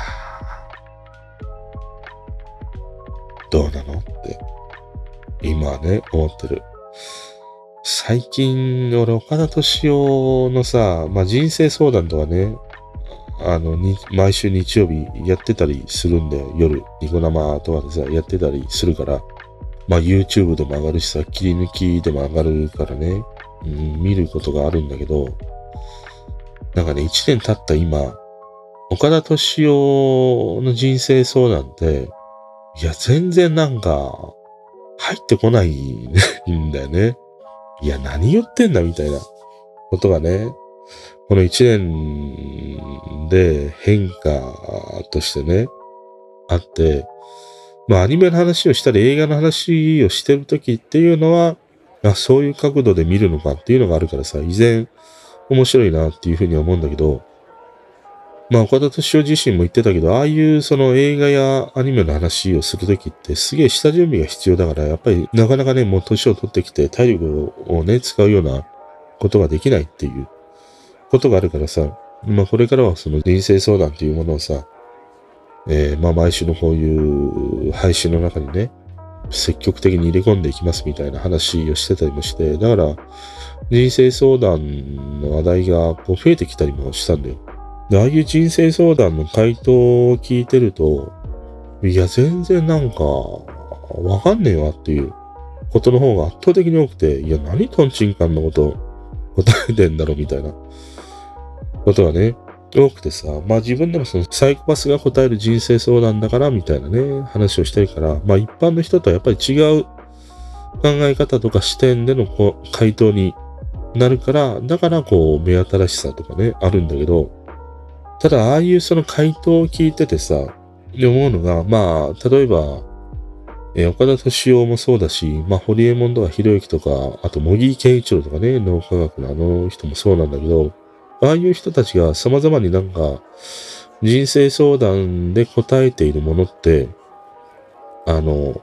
ー、どうなのって、今はね、思ってる。最近、俺、岡田敏夫のさ、まあ、人生相談とかね、あの、に、毎週日曜日やってたりするんだよ。夜、ニコ生とかでさ、やってたりするから、まあ、YouTube でも上がるしさ、切り抜きでも上がるからね、うん、見ることがあるんだけど、なんかね、一年経った今、岡田敏夫の人生相談って、いや、全然なんか、入ってこないんだよね。いや、何言ってんだみたいなことがね、この一年で変化としてね、あって、まあアニメの話をしたり映画の話をしてるときっていうのは、あ、そういう角度で見るのかっていうのがあるからさ、依然面白いなっていうふうには思うんだけど、まあ岡田敏夫自身も言ってたけど、ああいうその映画やアニメの話をするときってすげえ下準備が必要だから、やっぱりなかなかね、もう年を取ってきて体力をね、使うようなことができないっていうことがあるからさ、まあこれからはその人生相談っていうものをさ、えー、まあ毎週のこういう配信の中にね、積極的に入れ込んでいきますみたいな話をしてたりもして、だから人生相談の話題がこう増えてきたりもしたんだよ。で、ああいう人生相談の回答を聞いてると、いや全然なんかわかんねえわっていうことの方が圧倒的に多くて、いや何トンチンカンのこと答えてんだろみたいなことがね、多くてさ、まあ自分でもそのサイコパスが答える人生相談だからみたいなね、話をしてるから、まあ一般の人とはやっぱり違う考え方とか視点でのこう回答になるから、だからこう目新しさとかね、あるんだけど、ただああいうその回答を聞いててさ、思うのが、まあ例えば、えー、岡田敏夫もそうだし、まあ堀江門とかひろゆきとか、あと茂木健一郎とかね、脳科学のあの人もそうなんだけど、ああいう人たちが様々になんか人生相談で答えているものって、あの、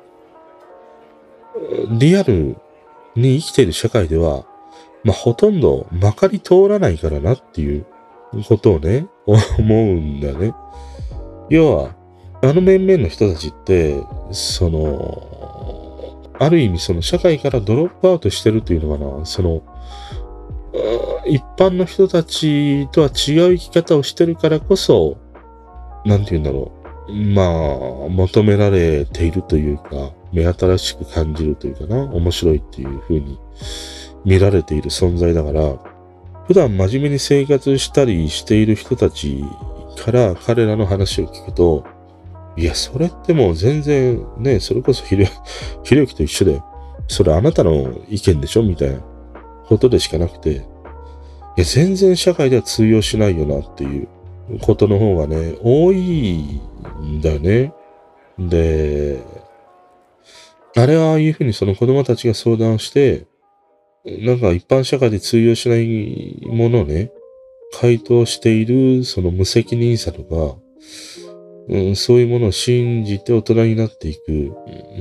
リアルに生きている社会では、まあほとんどまかり通らないからなっていうことをね、思うんだよね。要は、あの面々の人たちって、その、ある意味その社会からドロップアウトしてるというのかな、その、一般の人たちとは違う生き方をしてるからこそ、なんて言うんだろう。まあ、求められているというか、目新しく感じるというかな、面白いっていう風に見られている存在だから、普段真面目に生活したりしている人たちから彼らの話を聞くと、いや、それってもう全然ね、それこそひろひろゆきと一緒で、それあなたの意見でしょみたいなことでしかなくて、いや、全然社会では通用しないよなっていうことの方がね、多いんだよね。で、あれはああいうふうにその子供たちが相談して、なんか一般社会で通用しないものをね、回答しているその無責任さとか、うん、そういうものを信じて大人になっていく、うん、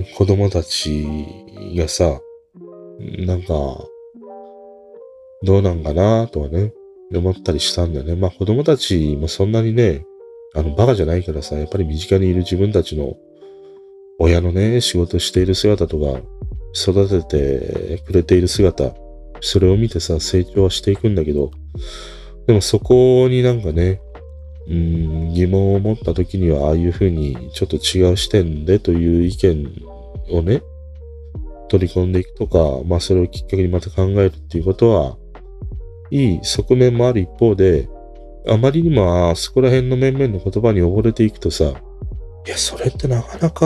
子供たちがさ、なんか、どうなんかなとはね、思ったりしたんだよね。まあ子供たちもそんなにね、あのバカじゃないからさ、やっぱり身近にいる自分たちの親のね、仕事している姿とか、育ててくれている姿、それを見てさ、成長はしていくんだけど、でもそこになんかね、うーん、疑問を持った時には、ああいうふうにちょっと違う視点でという意見をね、取り込んでいくとか、まあそれをきっかけにまた考えるっていうことは、いい側面もある一方で、あまりにもあそこら辺の面々の言葉に溺れていくとさ、いや、それってなかなか、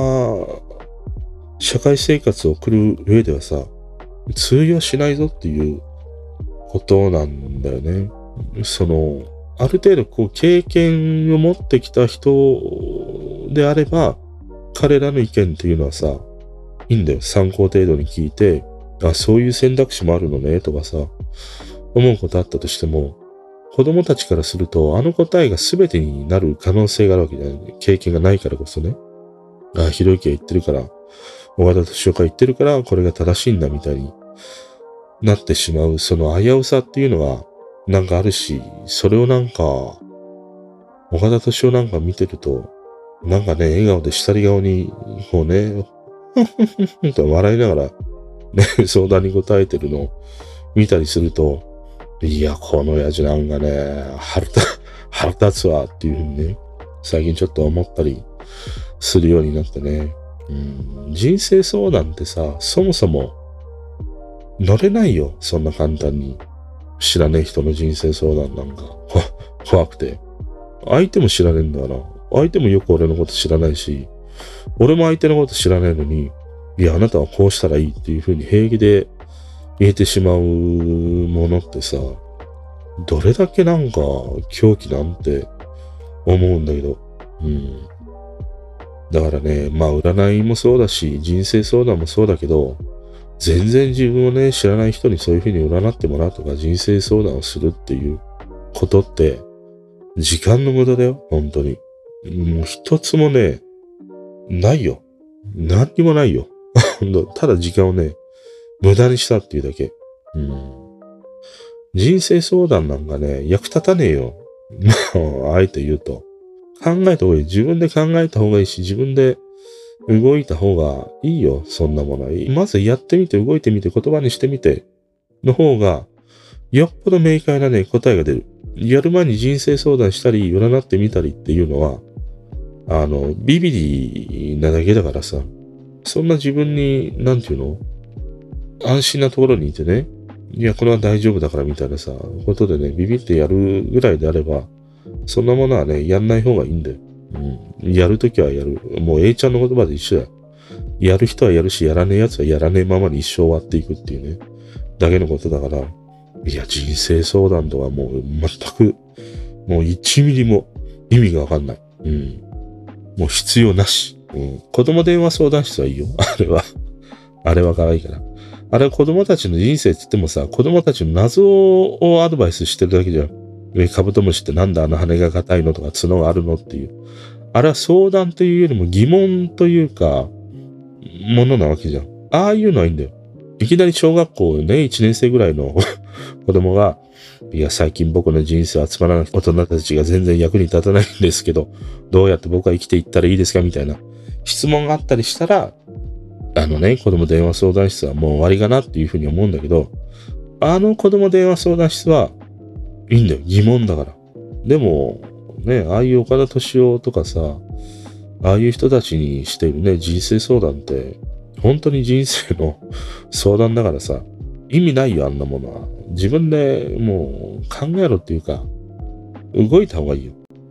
社会生活を送る上ではさ、通用しないぞっていうことなんだよね。その、ある程度こう経験を持ってきた人であれば、彼らの意見っていうのはさ、いいんだよ。参考程度に聞いて、あ、そういう選択肢もあるのね、とかさ、思うことあったとしても、子供たちからすると、あの答えが全てになる可能性があるわけじゃない。経験がないからこそね。あ、ひろゆきが言ってるから、岡田敏夫が言ってるから、これが正しいんだみたいになってしまう、その危うさっていうのは、なんかあるし、それをなんか、岡田敏夫なんか見てると、なんかね、笑顔で下り顔に、こうね、と笑いながら、ね、相談に答えてるのを見たりすると、いや、この親父なんかね、腹立、腹立つわっていうふうにね、最近ちょっと思ったりするようになってね、うん、人生相談ってさ、そもそも乗れないよ、そんな簡単に。知らねえ人の人生相談なんか、怖くて。相手も知らねえんだから、相手もよく俺のこと知らないし、俺も相手のこと知らないのに、いや、あなたはこうしたらいいっていうふうに平気で言えてしまうものってさ、どれだけなんか狂気なんて思うんだけど、うん。だからね、まあ占いもそうだし、人生相談もそうだけど、全然自分をね、知らない人にそういうふうに占ってもらうとか、人生相談をするっていうことって、時間の無駄だよ、本当に。もう一つもね、ないよ。何にもないよ。ただ時間をね、無駄にしたっていうだけ。うん、人生相談なんかね、役立たねえよ。まあ、あえて言うと。考えた方がいい。自分で考えた方がいいし、自分で動いた方がいいよ。そんなものは。まずやってみて、動いてみて、言葉にしてみて、の方が、よっぽど明快なね、答えが出る。やる前に人生相談したり、占ってみたりっていうのは、あの、ビビリなだけだからさ、そんな自分に、なんていうの？安心なところにいてね、いや、これは大丈夫だからみたいなさ、ことでね、ビビってやるぐらいであれば、そんなものはね、やんない方がいいんだよ。うん。やるときはやる。もう A ちゃんの言葉で一緒だよ。やる人はやるし、やらねえ奴はやらねえままに一生終わっていくっていうね、だけのことだから、いや、人生相談とはもう全く、もういちミリも意味がわかんない。うん。もう必要なし。うん。子供電話相談室はいいよ。あれは。あれは可愛いから。あれは子供たちの人生って言ってもさ、子供たちの謎をアドバイスしてるだけじゃん。カブトムシってなんであの羽が硬いのとか角があるのっていう。あれは相談というよりも疑問というか、ものなわけじゃん。ああいうのはいいんだよ。いきなり小学校ね、いちねん生ぐらいの子供が、いや、最近僕の人生集まらない大人たちが全然役に立たないんですけど、どうやって僕は生きていったらいいですかみたいな質問があったりしたら、あのね、子供電話相談室はもう終わりかなっていうふうに思うんだけど、あの子供電話相談室はいいんだよ。疑問だから。でも、ね、ああいう岡田敏夫とかさ、ああいう人たちにしているね、人生相談って、本当に人生の相談だからさ、意味ないよ、あんなものは。自分でもう考えろっていうか、動いた方がいいよ。うん。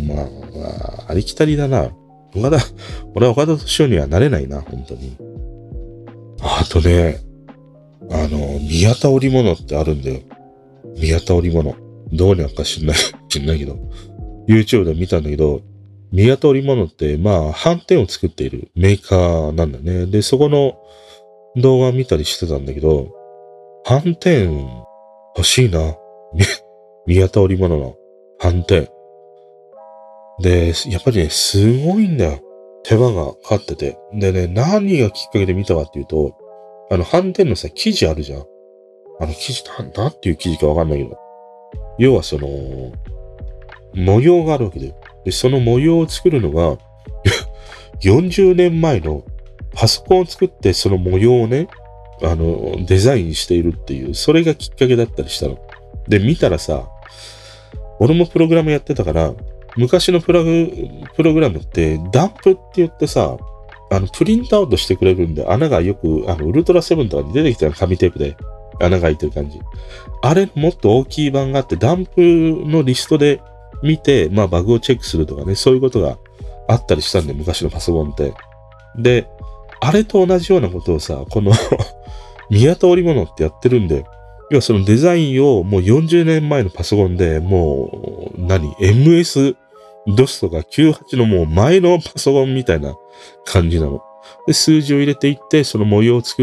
まあ、まあ、ありきたりだな。岡田、俺は岡田敏夫にはなれないな、本当に。あとね、あの、宮田織物ってあるんだよ。宮田織物。どうにゃか知んない、知んないけど。YouTube で見たんだけど、宮田織物って、まあ、斑点を作っているメーカーなんだね。で、そこの動画見たりしてたんだけど、斑点欲しいな。宮田織物の斑点。で、やっぱりね、すごいんだよ。手間がかかってて。でね、何がきっかけで見たかっていうと、あの、斑点のさ、生地あるじゃん。あの生地、な、なんていう生地かわかんないけど。要はその、模様があるわけで。で、その模様を作るのが、よんじゅうねんまえのパソコンを作って、その模様をね、あの、デザインしているっていう、それがきっかけだったりしたの。で、見たらさ、俺もプログラムやってたから、昔のプラグ、プログラムって、ダンプって言ってさ、あの、プリントアウトしてくれるんで、穴がよく、あの、ウルトラセブンとかに出てきたよ、紙テープで。穴が開いてる感じ。あれ、もっと大きい版があって、ダンプのリストで見て、まあ、バグをチェックするとかね、そういうことがあったりしたんで、昔のパソコンって。で、あれと同じようなことをさ、この宮田織物ってやってるんで、要はそのデザインをもうよんじゅうねんまえのパソコンでもう、何 ?エムエス ドス とかきゅうじゅうはちのもう前のパソコンみたいな感じなの。で、数字を入れていって、その模様を作って、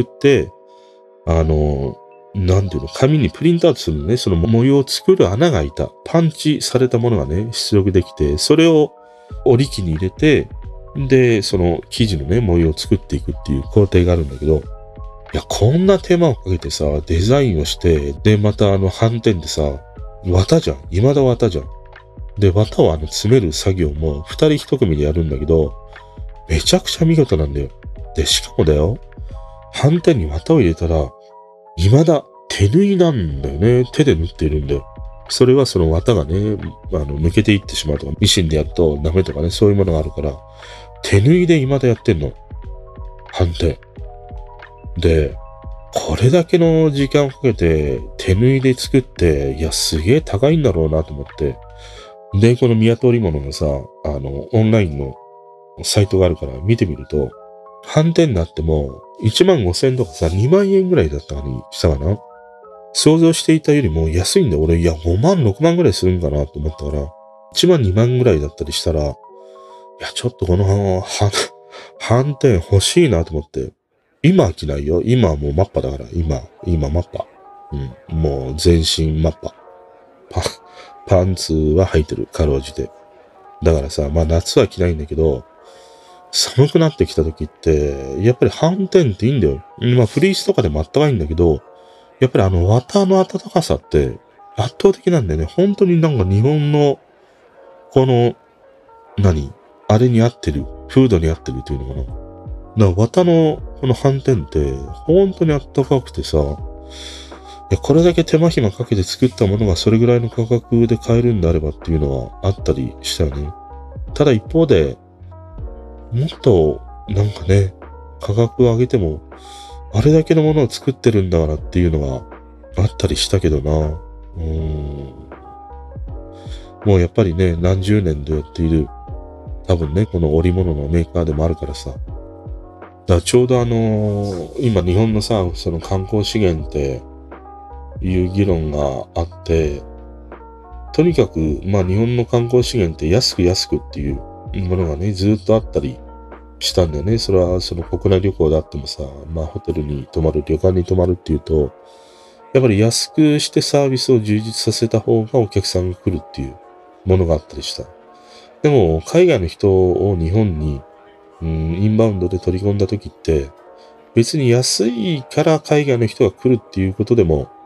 あの、なんていうの、紙にプリントアウトするのね、その模様を作る穴が開いた、パンチされたものがね、出力できて、それを折り機に入れて、で、その生地のね、模様を作っていくっていう工程があるんだけど、いや、こんな手間をかけてさ、デザインをして、で、またあの斑点でさ、綿じゃん。未だ綿じゃん。で、綿をあの詰める作業も二人一組でやるんだけど、めちゃくちゃ見事なんだよ。で、しかもだよ、斑点に綿を入れたら、未だ手縫いなんだよね。手で縫っているんだよ。それはその綿がね、あの、抜けていってしまうとか、ミシンでやるとダメとかね、そういうものがあるから、手縫いで未だやってんの。斑点。で、これだけの時間をかけて手縫いで作って、いや、すげえ高いんだろうなと思って。で、この宮田織物のさ、あの、オンラインのサイトがあるから見てみると、斑点になってもいちまんごせんとかさ、にまんえんぐらいだったかにしたかな。想像していたよりも安いんだよ。俺、いや、ごまん、ろくまんぐらいするんかなと思ったから、いちまん、にまんぐらいだったりしたら、いや、ちょっとこの斑、斑点欲しいなと思って。今は着ないよ。今はもうマッパだから。今、今マッパ。うん。もう全身マッパ。パ、パンツは履いてる。かろうじて。だからさ、まあ夏は着ないんだけど、寒くなってきた時って、やっぱり斑点っていいんだよ。まあフリースとかでもあったかいんだけど、やっぱりあの綿の暖かさって圧倒的なんだよね。本当になんか日本の、この、何あれに合ってる。風土に合ってるというのかな。だから綿のこの斑点って本当にあったかくてさ、いやこれだけ手間暇かけて作ったものがそれぐらいの価格で買えるんであればっていうのはあったりしたよね。ただ一方で、もっとなんかね、価格を上げても、あれだけのものを作ってるんだからっていうのがあったりしたけどな。うーん。もうやっぱりね、何十年とやっている、多分ね、この織物のメーカーでもあるからさ。だからちょうどあのー、今日本のさ、その観光資源っていう議論があって、とにかく、まあ日本の観光資源って安く安くっていうものがね、ずっとあったりしたんだよね。それはその国内旅行であってもさ、まあホテルに泊まる、旅館に泊まるっていうと、やっぱり安くしてサービスを充実させた方がお客さんが来るっていうものがあったりした。でも、海外の人を日本に、うん、インバウンドで取り込んだ時って、別に安いから海外の人が来るっていうことでも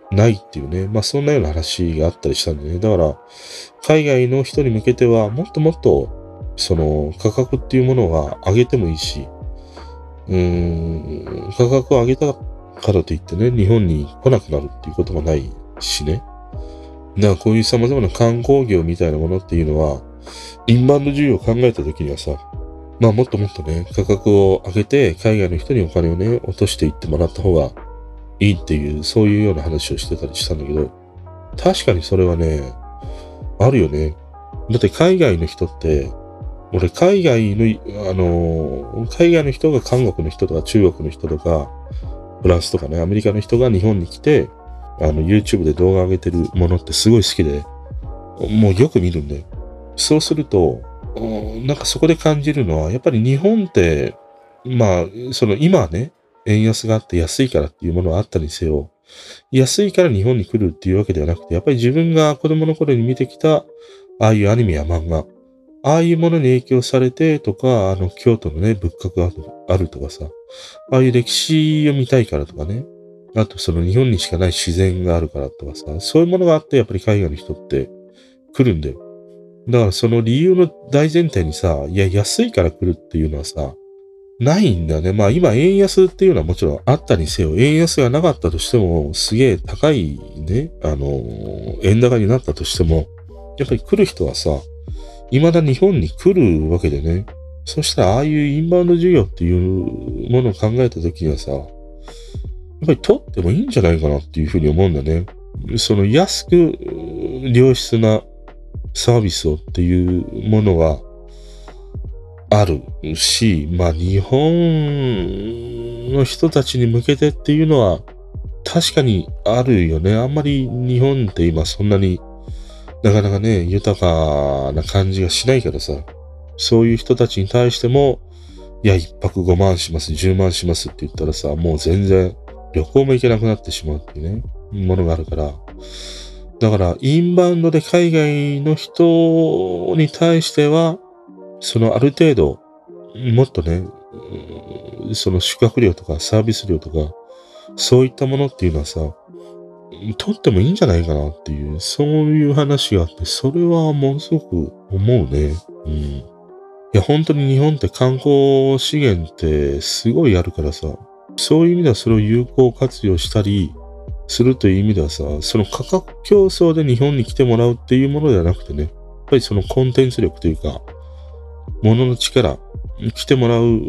ないっていうね。まあそんなような話があったりしたんでね。だから、海外の人に向けては、もっともっと、その価格っていうものは上げてもいいし、うーん、価格を上げたからといってね、日本に来なくなるっていうこともないしね。だからこういう様々な観光業みたいなものっていうのは、インバウンド需要を考えたときにはさ、まあもっともっとね、価格を上げて海外の人にお金をね、落としていってもらった方がいいっていう、そういうような話をしてたりしたんだけど、確かにそれはね、あるよね。だって海外の人って、俺海外の、あの、海外の人が韓国の人とか中国の人とか、フランスとかね、アメリカの人が日本に来て、あの、YouTube で動画上げてるものってすごい好きで、もうよく見るんで。そうすると、なんかそこで感じるのは、やっぱり日本って、まあ、その今はね、円安があって安いからっていうものはあったにせよ、安いから日本に来るっていうわけではなくて、やっぱり自分が子供の頃に見てきた、ああいうアニメや漫画、ああいうものに影響されてとか、あの、京都のね、仏閣があるとかさ、ああいう歴史を見たいからとかね、あとその日本にしかない自然があるからとかさ、そういうものがあってやっぱり海外の人って来るんだよ。だからその理由の大前提にさ、いや安いから来るっていうのはさ、ないんだよね。まあ今円安っていうのはもちろんあったにせよ、円安がなかったとしても、すげえ高いね、あの、円高になったとしても、やっぱり来る人はさ、未だ日本に来るわけでね。そしたらああいうインバウンド需要っていうものを考えたときにはさ、やっぱり取ってもいいんじゃないかなっていうふうに思うんだね。その安く良質なサービスをっていうものはあるし、まあ日本の人たちに向けてっていうのは確かにあるよね。あんまり日本って今そんなになかなかね、豊かな感じがしないからさ、そういう人たちに対しても、いや、一泊ごまんします、じゅうまんしますって言ったらさ、もう全然旅行も行けなくなってしまうっていうね、ものがあるから。だから、インバウンドで海外の人に対しては、そのある程度、もっとね、その宿泊料とかサービス料とか、そういったものっていうのはさ、取ってもいいんじゃないかなっていう、そういう話があって、それはものすごく思うね。うん。いや、本当に日本って観光資源ってすごいあるからさ、そういう意味ではそれを有効活用したりするという意味ではさ、その価格競争で日本に来てもらうっていうものではなくてね、やっぱりそのコンテンツ力というか、ものの力、来てもらう、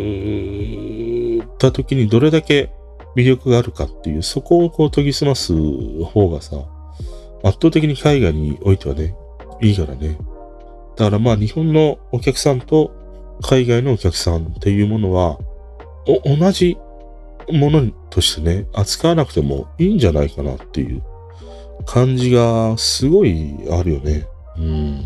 た時にどれだけ魅力があるかっていう、そこをこう研ぎ澄ます方がさ、圧倒的に海外においてはね、いいからね。だからまあ日本のお客さんと海外のお客さんっていうものは、お同じものとしてね、扱わなくてもいいんじゃないかなっていう感じがすごいあるよね。うん。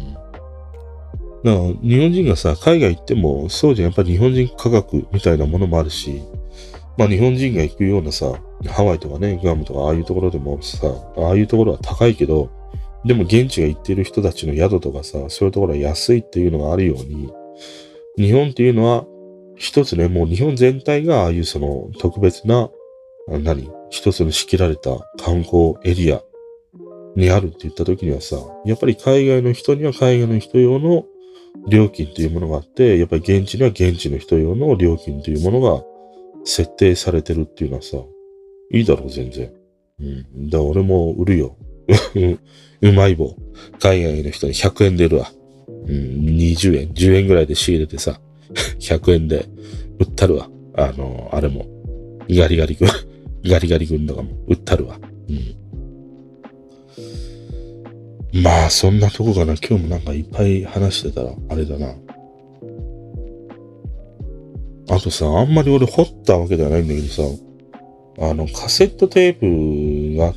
だから日本人がさ、海外行っても、そうじゃん、やっぱり日本人価格みたいなものもあるし、まあ日本人が行くようなさ、ハワイとかね、グアムとかああいうところでもさ、ああいうところは高いけど、でも現地が行っている人たちの宿とかさ、そういうところは安いっていうのがあるように、日本っていうのは、一つね、もう日本全体がああいうその特別な、あ何一つの仕切られた観光エリアにあるって言った時にはさ、やっぱり海外の人には海外の人用の料金というものがあって、やっぱり現地には現地の人用の料金というものが設定されてるっていうのはさ、いいだろう、全然。うん。だから俺も売るよ。うまい棒。海外の人にひゃくえんで売るわ。うん、にじゅうえん、じゅうえんぐらいで仕入れてさ、ひゃくえんで売ったるわ。あの、あれも。ガリガリ君、ガリガリ君とかも売ったるわ。うん。まあ、そんなとこかな。今日もなんかいっぱい話してたら、あれだな。あとさ、あんまり俺掘ったわけではないんだけどさ、あの、カセットテープがあって、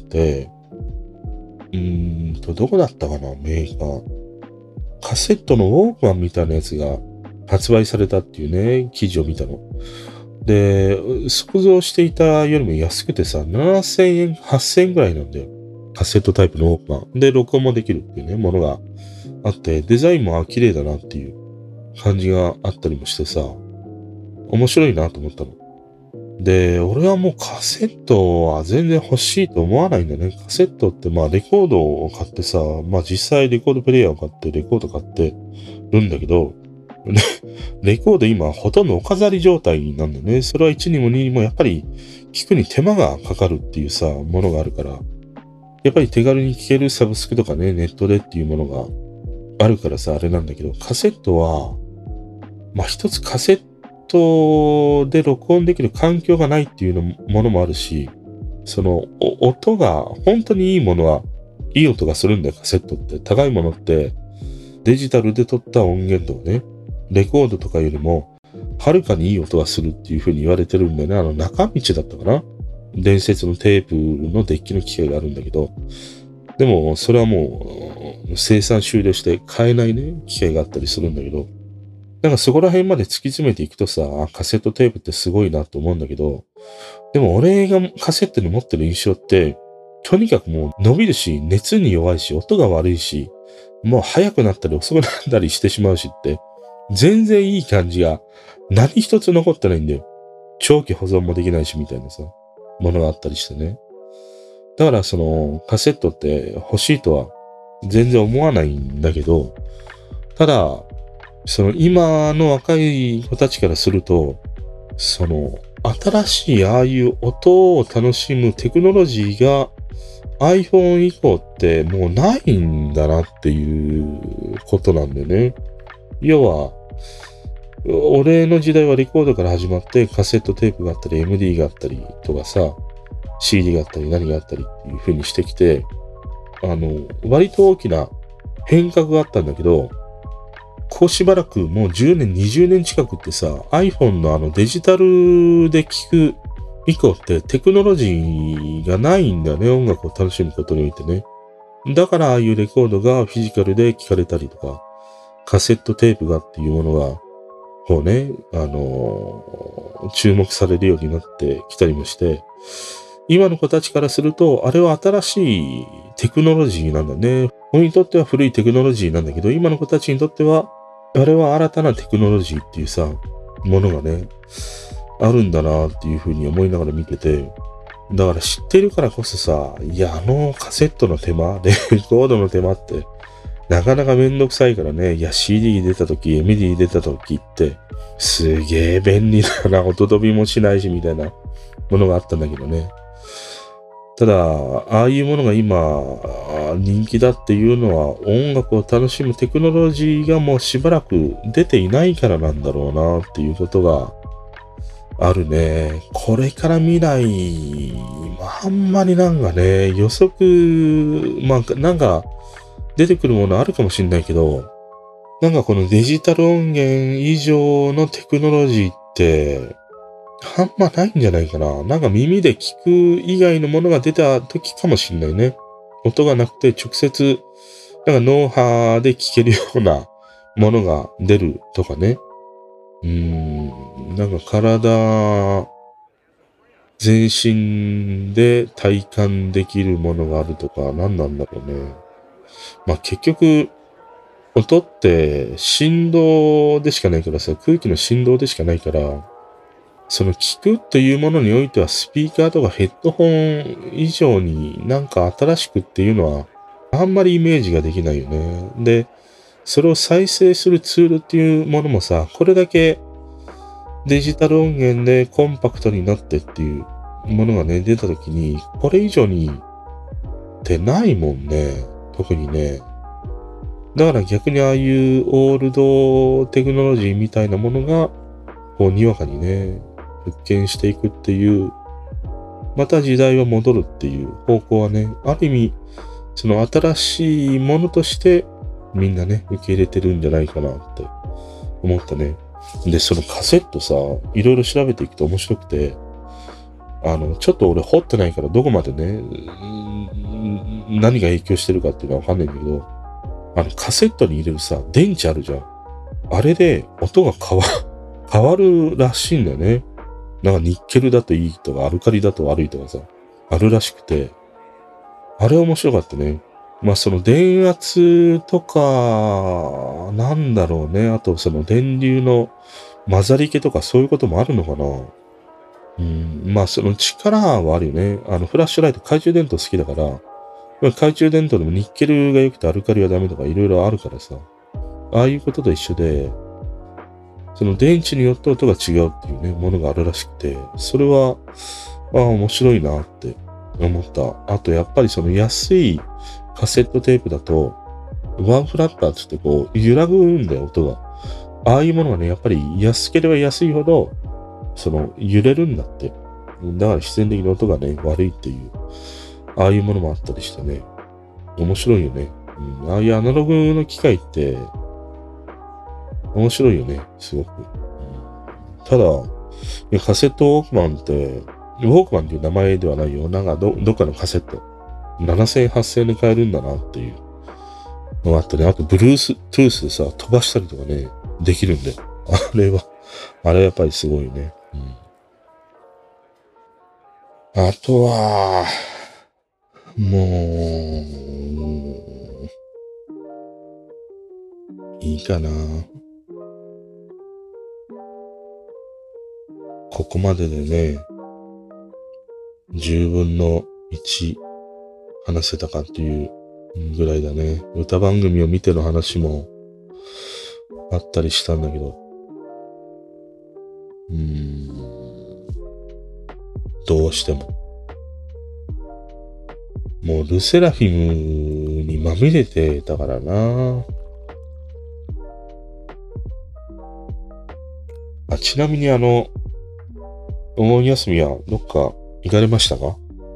うーんと、どこだったかな、メーカー。カセットのウォークマンみたいなやつが発売されたっていうね、記事を見たの。で、想像していたよりも安くてさ、ななせんえん、はっせんえんぐらいなんだよ。カセットタイプのウォークマン。で、録音もできるっていうね、ものがあって、デザインも綺麗だなっていう感じがあったりもしてさ、面白いなと思ったの。 で、俺はもうカセットは全然欲しいと思わないんだね。カセットってまあレコードを買ってさ、まあ実際レコードプレイヤーを買ってレコード買ってるんだけど、レコード今ほとんどお飾り状態なんだよね。それはいちにもににもやっぱり聞くに手間がかかるっていうさ、ものがあるから、やっぱり手軽に聞けるサブスクとかね、ネットでっていうものがあるからさ、あれなんだけど、カセットは、まあ一つカセットで録音できる環境がないっていうのものもあるし、その音が本当にいいものは、いい音がするんだよ、カセットって。高いものってデジタルで撮った音源とかね、レコードとかよりも、はるかにいい音がするっていう風に言われてるんだよね。あの中道だったかな？伝説のテープのデッキの機械があるんだけど、でもそれはもう生産終了して買えないね、機械があったりするんだけど、なんかそこら辺まで突き詰めていくとさ、カセットテープってすごいなと思うんだけど、でも俺がカセットに持ってる印象って、とにかくもう伸びるし、熱に弱いし、音が悪いし、もう速くなったり遅くなったりしてしまうしって、全然いい感じが何一つ残ってないんだよ。長期保存もできないしみたいなさ、ものがあったりしてね。だからそのカセットって欲しいとは全然思わないんだけど、ただ、その今の若い子たちからすると、その新しいああいう音を楽しむテクノロジーが iPhone 以降ってもうないんだなっていうことなんだよね。要は、俺の時代はレコードから始まってカセットテープがあったり エムディー があったりとかさ、シーディー があったり何があったりっていう風にしてきて、あの、割と大きな変革があったんだけど、こうしばらくもうじゅうねん、にじゅうねん近くってさ、iPhone のあのデジタルで聞く以降ってテクノロジーがないんだよね、音楽を楽しむことにおいてね。だからああいうレコードがフィジカルで聞かれたりとか、カセットテープがっていうものが、こうね、あのー、注目されるようになってきたりもして、今の子たちからすると、あれは新しいテクノロジーなんだね。俺にとっては古いテクノロジーなんだけど、今の子たちにとっては、あれは新たなテクノロジーっていうさ、ものがね、あるんだなっていうふうに思いながら見てて、だから知ってるからこそさ、いや、あのカセットの手間、レコードの手間って、なかなかめんどくさいからね、いや シーディー 出た時、エムディー 出た時って、すげえ便利だな、音飛びもしないしみたいなものがあったんだけどね。ただ、ああいうものが今、人気だっていうのは、音楽を楽しむテクノロジーがもうしばらく出ていないからなんだろうなっていうことがあるね。これから未来、あんまりなんかね、予測、まあ、なんか出てくるものあるかもしれないけど、なんかこのデジタル音源以上のテクノロジーって、あんまないんじゃないかな。なんか耳で聞く以外のものが出た時かもしんないね。音がなくて直接、なんか脳波で聞けるようなものが出るとかね。うーん、なんか体、全身で体感できるものがあるとか、何なんだろうね。まあ結局、音って振動でしかないからさ、空気の振動でしかないから、その聞くというものにおいてはスピーカーとかヘッドホン以上になんか新しくっていうのはあんまりイメージができないよね。で、それを再生するツールっていうものもさ、これだけデジタル音源でコンパクトになってっていうものがね、出た時に、これ以上にってないもんね。特にね。だから逆にああいうオールドテクノロジーみたいなものが、こうにわかにね、復権していくっていう、また時代は戻るっていう方向はね、ある意味、その新しいものとしてみんなね、受け入れてるんじゃないかなって思ったね。で、そのカセットさ、いろいろ調べていくと面白くて、あの、ちょっと俺掘ってないからどこまでね、何が影響してるかっていうのはわかんないんだけど、あのカセットに入れるさ、電池あるじゃん。あれで音が変わ、変わるらしいんだよね。なんかニッケルだといいとか、アルカリだと悪いとかさ、あるらしくて、あれ面白かったね。まあその電圧とか、なんだろうね。あとその電流の混ざり気とかそういうこともあるのかな。 うん、まあその力はあるよね。あの、フラッシュライト、懐中電灯好きだから、まあ、懐中電灯でもニッケルが良くてアルカリはダメとかいろいろあるからさ、ああいうことと一緒で、その電池によって音が違うっていうね、ものがあるらしくて、それは、ああ、面白いなって思った。あと、やっぱりその安いカセットテープだと、ワンフラッターつってこう、揺らぐんだよ、音が。ああいうものがね、やっぱり安ければ安いほど、その、揺れるんだって。だから必然的に音がね、悪いっていう、ああいうものもあったりしてね、面白いよね。うん、ああいうアナログの機械って、面白いよね、すごく。うん、ただ、カセットウォークマンって、ウォークマンっていう名前ではないよ。なんかど、どっかのカセット。ななせんえん、はっせんえんで買えるんだなっていうのがあったね。あと、ブルース、トゥースでさ、飛ばしたりとかね、できるんで。あれは、あれはやっぱりすごいね。うん、あとは、もう、いいかな。ここまででね、じゅうぶんのいち話せたかっていうぐらいだね。歌番組を見ての話もあったりしたんだけど、うーん、どうしても。もうルセラフィムにまみれてたからな。あ、ちなみにあの、お盆休みはどっか行かれましたか？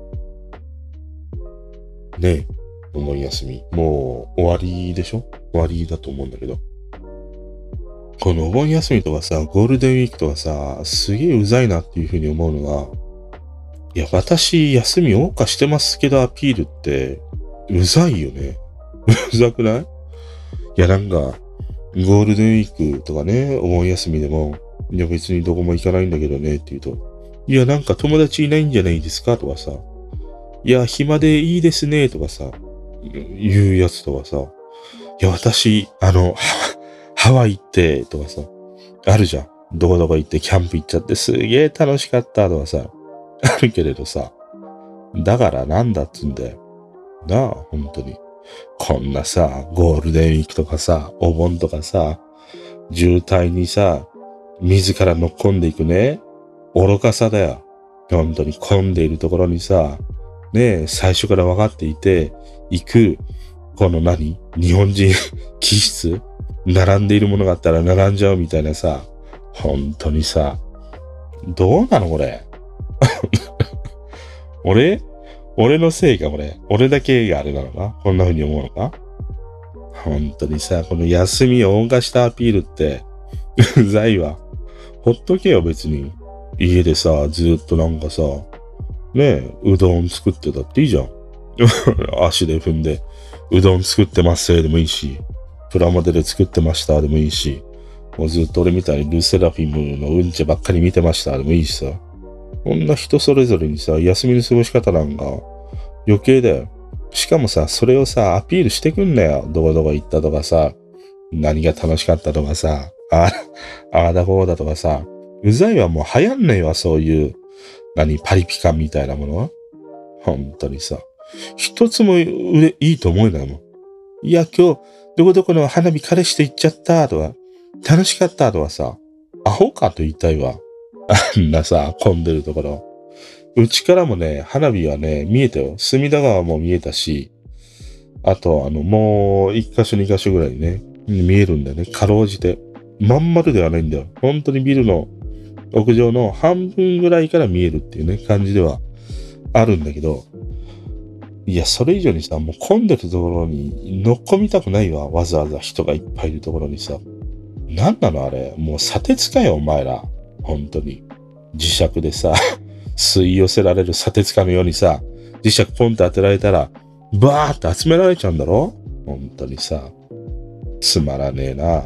ねえ、お盆休み。もう終わりでしょ？終わりだと思うんだけど。このお盆休みとかさ、ゴールデンウィークとかさ、すげえうざいなっていうふうに思うのは、いや、私、休み謳歌してますけどアピールって、うざいよね。うざくない？いや、なんか、ゴールデンウィークとかね、お盆休みでも、いや、別にどこも行かないんだけどね、って言うと、いや、なんか友達いないんじゃないですかとかさ、いや、暇でいいですね、とかさ、言うやつとかさ、いや、私、あの、ハワイ行って、とかさ、あるじゃん。どこどこ行ってキャンプ行っちゃってすげえ楽しかったとかさ、あるけれどさ、だからなんだっつんだよ。なあ、本当に。こんなさ、ゴールデンウィークとかさ、お盆とかさ、渋滞にさ、自ら乗っ込んでいくね、愚かさだよ。本当に混んでいるところにさ、ねえ、最初から分かっていて、行く、この何？日本人気質？並んでいるものがあったら並んじゃうみたいなさ、本当にさ、どうなのこれ。俺俺のせいかこれ。俺だけがあれなのか？こんな風に思うのか？本当にさ、この休みを謳歌したアピールって、うざいわ。ほっとけよ別に。家でさ、ずーっとなんかさ、ねえ、うどん作ってたっていいじゃん。足で踏んで、うどん作ってますでもいいし、プラモデル作ってましたでもいいし、もうずっと俺みたいにルセラフィムのうんちばっかり見てましたでもいいしさ。こんな人それぞれにさ、休みの過ごし方なんか余計だよ。しかもさ、それをさ、アピールしてくんなよ。どこどこ行ったとかさ、何が楽しかったとかさ、ああ、ああだこうだとかさ、うざいわ、もう流行んねえわ、そういう、何、パリピ感みたいなものは。本当にさ、一つも売れ、いいと思えないもん。いや、今日、どこどこの花火彼氏と行っちゃったとか、楽しかったとかさ、アホかと言いたいわ。あんなさ、混んでるところ。うちからもね、花火はね、見えたよ。隅田川も見えたし、あと、あの、もう、一箇所二箇所ぐらいね、見えるんだよね。かろうじて。まん丸ではないんだよ。本当にビルの屋上の半分ぐらいから見えるっていうね、感じではあるんだけど、いや、それ以上にさ、もう混んでるところに乗っ込みたくないわ。わざわざ人がいっぱいいるところにさ。なんなのあれ。もう砂鉄かよ、お前ら。本当に。磁石でさ、吸い寄せられる砂鉄かのようにさ、磁石ポンって当てられたら、バーって集められちゃうんだろ？本当にさ。つまらねえな。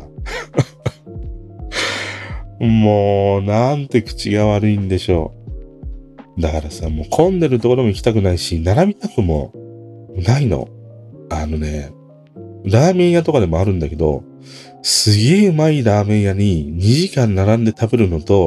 もう、なんて口が悪いんでしょう。だからさ、もう混んでるところも行きたくないし、並びたくもないの。あのね、ラーメン屋とかでもあるんだけど、すげえうまいラーメン屋ににじかん並んで食べるのと、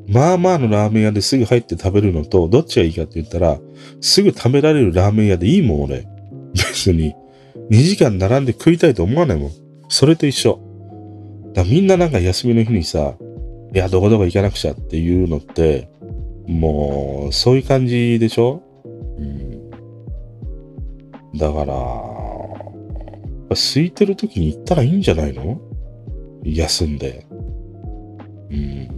まあまあのラーメン屋ですぐ入って食べるのと、どっちがいいかって言ったら、すぐ食べられるラーメン屋でいいもん、俺。別に。にじかん並んで食いたいと思わないもん。それと一緒。だからみんななんか休みの日にさ、いや、どこどこ行かなくちゃっていうのって、もう、そういう感じでしょ？うん。だから、空いてる時に行ったらいいんじゃないの？休んで。うん。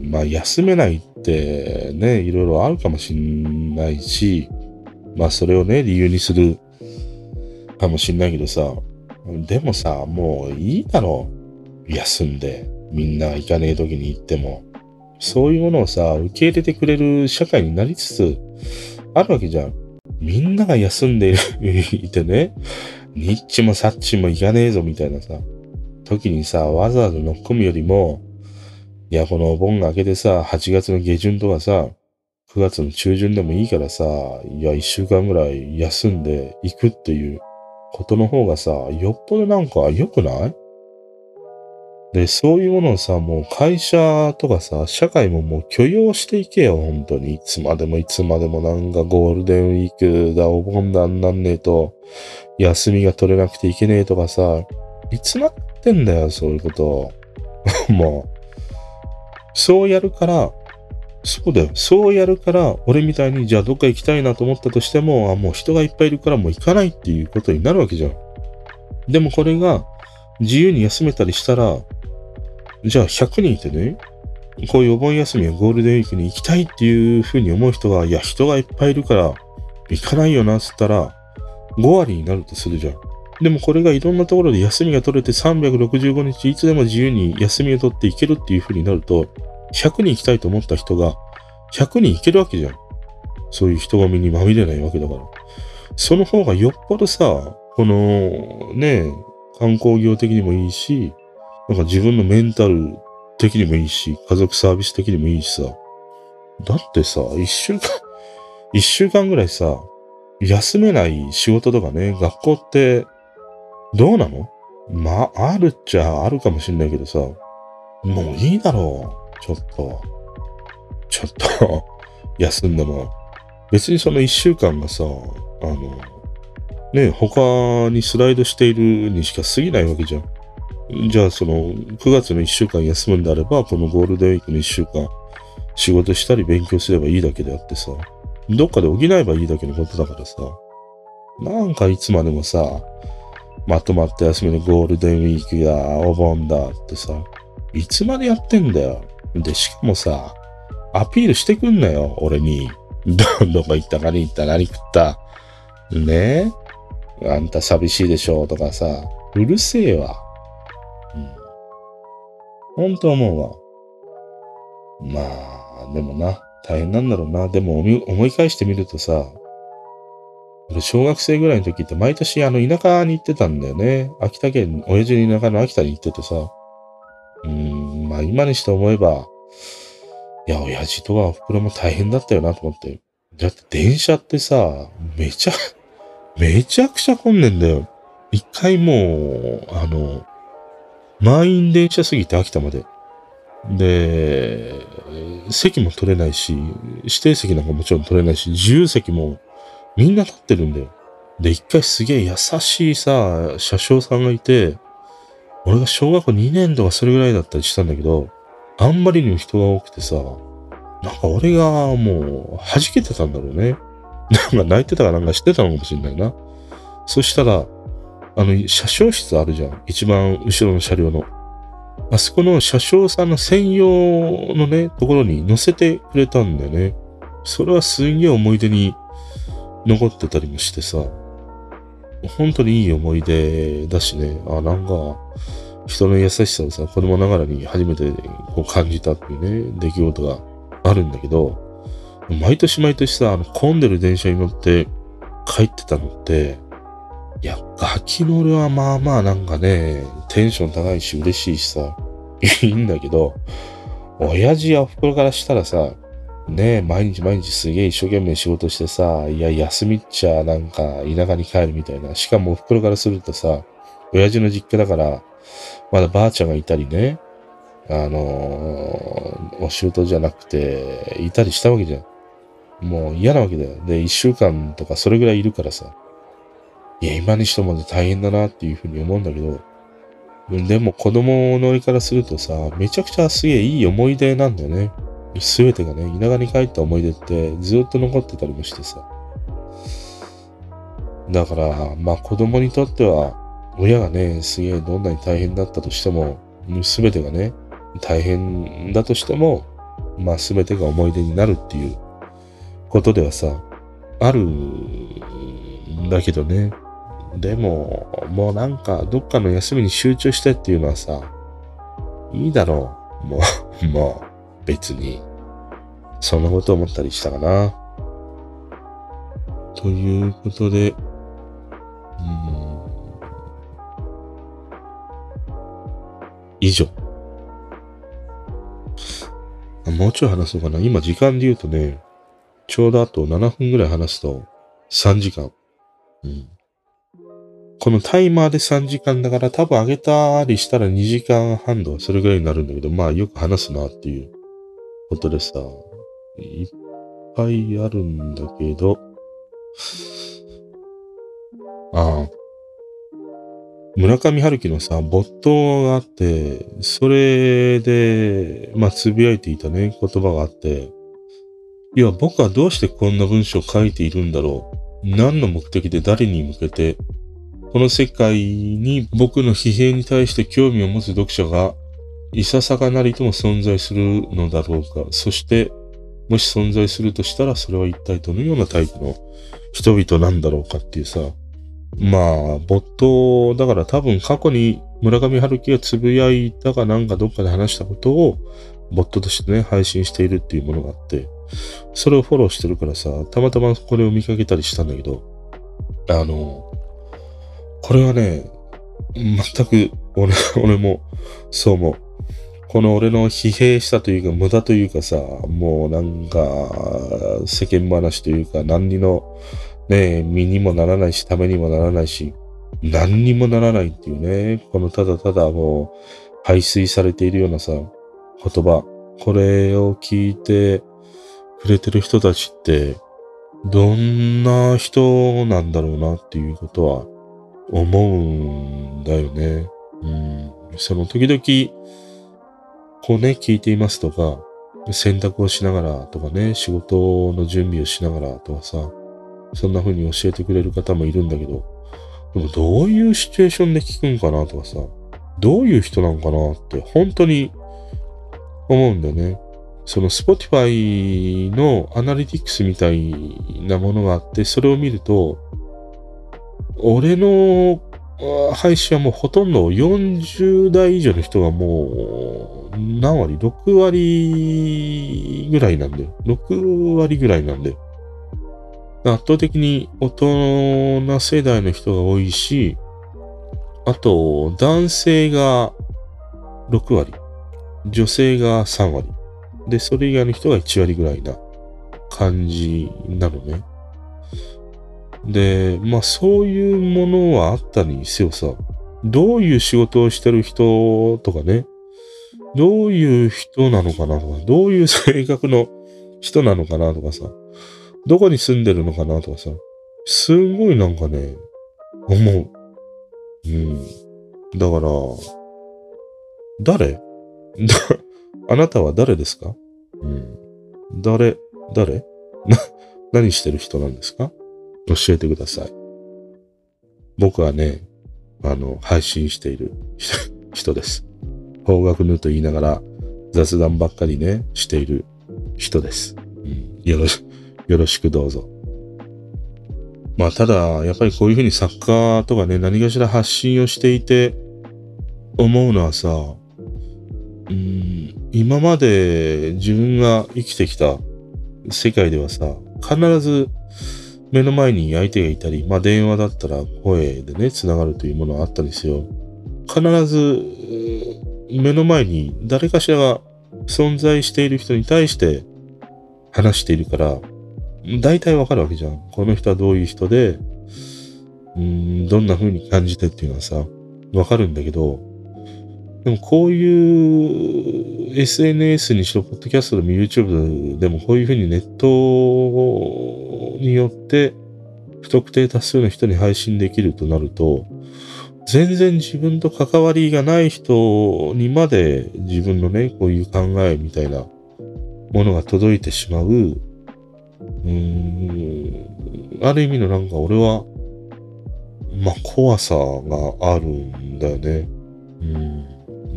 まあ、休めないってね、いろいろあるかもしんないし、まあ、それをね、理由にするかもしんないけどさ、でもさ、もういいだろう。休んで。みんな行かねえ時に行っても。そういうものをさ、受け入れてくれる社会になりつつあるわけじゃん。みんなが休んでいてね、ニッチもサッチも行かねえぞみたいなさ、時にさ、わざわざ乗っ込むよりも、いや、このお盆が明けてさ、はちがつの下旬とかさ、くがつの中旬でもいいからさ、いや、いっしゅうかんぐらい休んでいくっていうことの方がさ、よっぽどなんか良くない？で、そういうものをさ、もう会社とかさ、社会ももう許容していけよ、本当に。いつまでもいつまでもなんかゴールデンウィークだ、お盆だんなんねえと、休みが取れなくていけねえとかさ、いつなってんだよ、そういうこと。もう、そうやるから、そうだよ。そうやるから、俺みたいに、じゃあどっか行きたいなと思ったとしても、あ、もう人がいっぱいいるからもう行かないっていうことになるわけじゃん。でもこれが、自由に休めたりしたら、じゃあひゃくにんいてね、こういうお盆休みやゴールデンウィークに行きたいっていうふうに思う人が、いや、人がいっぱいいるから行かないよな、つったら、ご割になるとするじゃん。でもこれがいろんなところで休みが取れてさんびゃくろくじゅうごにちいつでも自由に休みを取っていけるっていうふうになると、ひゃくにん行きたいと思った人がひゃくにん行けるわけじゃん。そういう人混みにまみれないわけだから。その方がよっぽどさ、このね、観光業的にもいいし、なんか自分のメンタル的にもいいし、家族サービス的にもいいしさ。だってさ、一週間、一週間ぐらいさ、休めない仕事とかね、学校ってどうなの？まあ、あるっちゃあるかもしんないけどさ、もういいだろう。ちょっと。ちょっと休んでも。別にその一週間がさ、あの、ね、他にスライドしているにしか過ぎないわけじゃん。じゃあそのくがつの一週間休むんであれば、このゴールデンウィークの一週間仕事したり勉強すればいいだけであってさ、どっかで補えばいいだけのことだからさ、なんかいつまでもさ、まとまった休みのゴールデンウィークやお盆だってさ、いつまでやってんだよ。で、しかもさ、アピールしてくんなよ、俺に。ど、どこ行った何行った何食った。ねえあんた寂しいでしょとかさ、うるせえわ。うん。ほんと思うわ。まあ、でもな、大変なんだろうな。でも思い思い返してみるとさ、俺小学生ぐらいの時って毎年あの田舎に行ってたんだよね。秋田県、親父の田舎の秋田に行っててさ。うーん、まあ今にして思えば、いや、親父とかお袋も大変だったよなと思って。だって電車ってさ、めちゃ、めちゃくちゃ混んでんだよ。一回もう、あの、満員電車すぎて秋田まで。で、席も取れないし、指定席なんかもちろん取れないし、自由席もみんな立ってるんだよ。で、一回すげえ優しいさ、車掌さんがいて、俺が小学校にねんとかそれぐらいだったりしたんだけど、あんまりにも人が多くてさ、なんか俺がもう弾けてたんだろうね。なんか泣いてたかなんかしてたのかもしれないな。そしたら、あの、車掌室あるじゃん。一番後ろの車両の。あそこの車掌さんの専用のね、ところに乗せてくれたんだよね。それはすんげえ思い出に残ってたりもしてさ、本当にいい思い出だしね。あ、なんか、人の優しさをさ、子供ながらに初めてこう感じたっていうね、出来事があるんだけど、毎年毎年さ、あの混んでる電車に乗って帰ってたのって、いや、ガキの俺はまあまあなんかね、テンション高いし嬉しいしさ、いいんだけど、親父やお袋からしたらさ、ねえ、毎日毎日すげえ一生懸命仕事してさ、いや、休みっちゃなんか田舎に帰るみたいな。しかもお袋からするとさ、親父の実家だから、まだばあちゃんがいたりね、 あのー、お姑じゃなくて、いたりしたわけじゃん。もう嫌なわけだよ。で、一週間とかそれぐらいいるからさ。いや、今にしても大変だなっていうふうに思うんだけど、でも子供の俺からするとさ、めちゃくちゃすげえいい思い出なんだよね。すべてがね、田舎に帰った思い出ってずっと残ってたりもしてさ。だから、まあ子供にとっては、親がね、すげえどんなに大変だったとしても、すべてがね、大変だとしても、まあすべてが思い出になるっていうことではさ、あるんだけどね。でも、もうなんか、どっかの休みに集中してっていうのはさ、いいだろう。もう、もう、別に。そんなこと思ったりしたかな。ということで、うーん、以上。もうちょい話そうかな。今時間で言うとね、ちょうどあとななふんぐらい話すとさんじかん。うん、このタイマーでさんじかんだから多分上げたりしたらにじかんはんとかそれぐらいになるんだけど、まあよく話すなっていうことでさ、いっぱいあるんだけど、ああ、村上春樹のさ、没頭があって、それで、まあつぶやいていたね、言葉があって、いや、僕はどうしてこんな文章を書いているんだろう。何の目的で誰に向けて、この世界に僕の疲弊に対して興味を持つ読者がいささかなりとも存在するのだろうか。そして、もし存在するとしたら、それは一体どのようなタイプの人々なんだろうかっていうさ。まあ、没頭、だから多分過去に村上春樹がつぶやいたかなんかどっかで話したことを、ボットとしてね、配信しているっていうものがあって、それをフォローしてるからさ、たまたまこれを見かけたりしたんだけど、あの、これはね、全く俺、俺もそう思う。この俺の疲弊したというか無駄というかさ、もうなんか世間話というか何にのね、身にもならないし、ためにもならないし、何にもならないっていうね、このただただもう排水されているようなさ、言葉、これを聞いてくれてる人たちって、どんな人なんだろうなっていうことは思うんだよね。うん。その時々、こうね、聞いていますとか、洗濯をしながらとかね、仕事の準備をしながらとかさ、そんな風に教えてくれる方もいるんだけど、でもどういうシチュエーションで聞くんかなとかさ、どういう人なんかなって本当に思うんだよね。その Spotify のアナリティクスみたいなものがあって、それを見ると、俺の配信はもうほとんどよんじゅうだい以上の人がもう何割 ?ろく 割ぐらいなんだよ。ろく割ぐらいなんだよ。圧倒的に大人世代の人が多いし、あと男性がろく割、女性がさん割。で、それ以外の人がいち割ぐらいな感じなのね。で、まあそういうものはあったにせよさ、どういう仕事をしてる人とかね、どういう人なのかなとか、どういう性格の人なのかなとかさ、どこに住んでるのかなとかさ、すごいなんかね、思う。うん。だから、誰だあなたは誰ですか？うん。誰誰な、何してる人なんですか？教えてください。僕はね、あの、配信している人です。方角ぬと言いながら雑談ばっかりね、している人です。うん、よろし、よろしくどうぞ。まあ、ただ、やっぱりこういうふうに作家とかね、何かしら発信をしていて、思うのはさ、うん、今まで自分が生きてきた世界ではさ、必ず目の前に相手がいたり、まあ電話だったら声でね、つながるというものがあったんですよ。必ず目の前に誰かしらが存在している人に対して話しているから、大体わかるわけじゃん。この人はどういう人で、うーん、どんな風に感じてっていうのはさ、わかるんだけど、 でもこういう エスエヌエス にしろ、ポッドキャストでも YouTube でもこういうふうにネットによって不特定多数の人に配信できるとなると、全然自分と関わりがない人にまで自分のね、こういう考えみたいなものが届いてしまう、うーん、ある意味のなんか俺は、まあ怖さがあるんだよね。うん、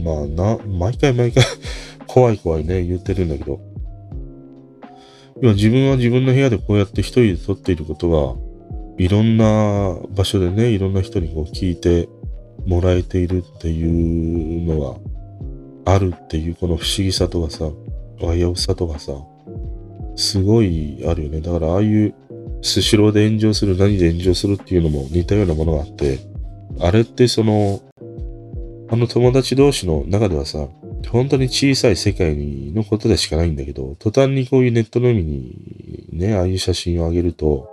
まあな、毎回毎回怖い怖いね、言ってるんだけど。いや、自分は自分の部屋でこうやって一人で撮っていることが、いろんな場所でね、いろんな人にこう聞いてもらえているっていうのがあるっていうこの不思議さとかさ、危うさとかさ、すごいあるよね。だからああいうスシローで炎上する、何で炎上するっていうのも似たようなものがあって、あれってその、あの友達同士の中ではさ、本当に小さい世界のことでしかないんだけど、途端にこういうネットのみにね、ああいう写真を上げると、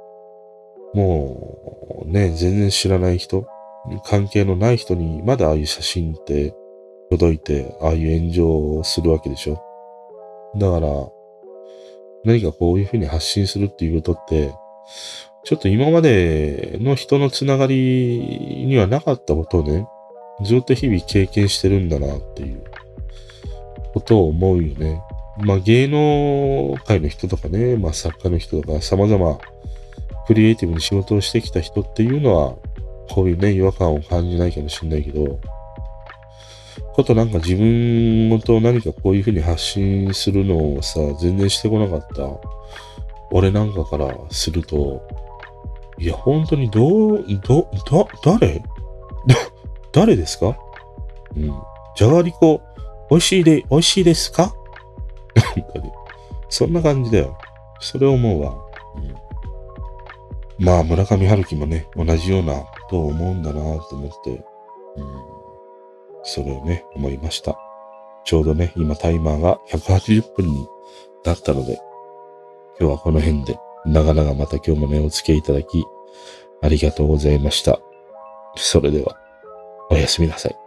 もうね、全然知らない人、関係のない人にまだああいう写真って届いて、ああいう炎上をするわけでしょ。だから、何かこういうふうに発信するっていうことって、ちょっと今までの人のつながりにはなかったことをね、ずっと日々経験してるんだなっていうことを思うよね。まあ芸能界の人とかね、まあ作家の人とか様々クリエイティブに仕事をしてきた人っていうのは、こういうね、違和感を感じないかもしれないけど、ことなんか自分と何かこういうふうに発信するのをさ、全然してこなかった俺なんかからすると、いや、本当にどう、ど、だ、誰誰ですか？うん。じゃがりこ、美味しいで、美味しいですか？本当に。そんな感じだよ。それを思うわ。うん、まあ、村上春樹もね、同じようなことを思うんだなと思って、うん、それをね、思いました。ちょうどね、今タイマーがひゃくはちじゅっぷんになったので、今日はこの辺で、長々また今日もね、お付き合いいただき、ありがとうございました。それでは、おやすみなさい。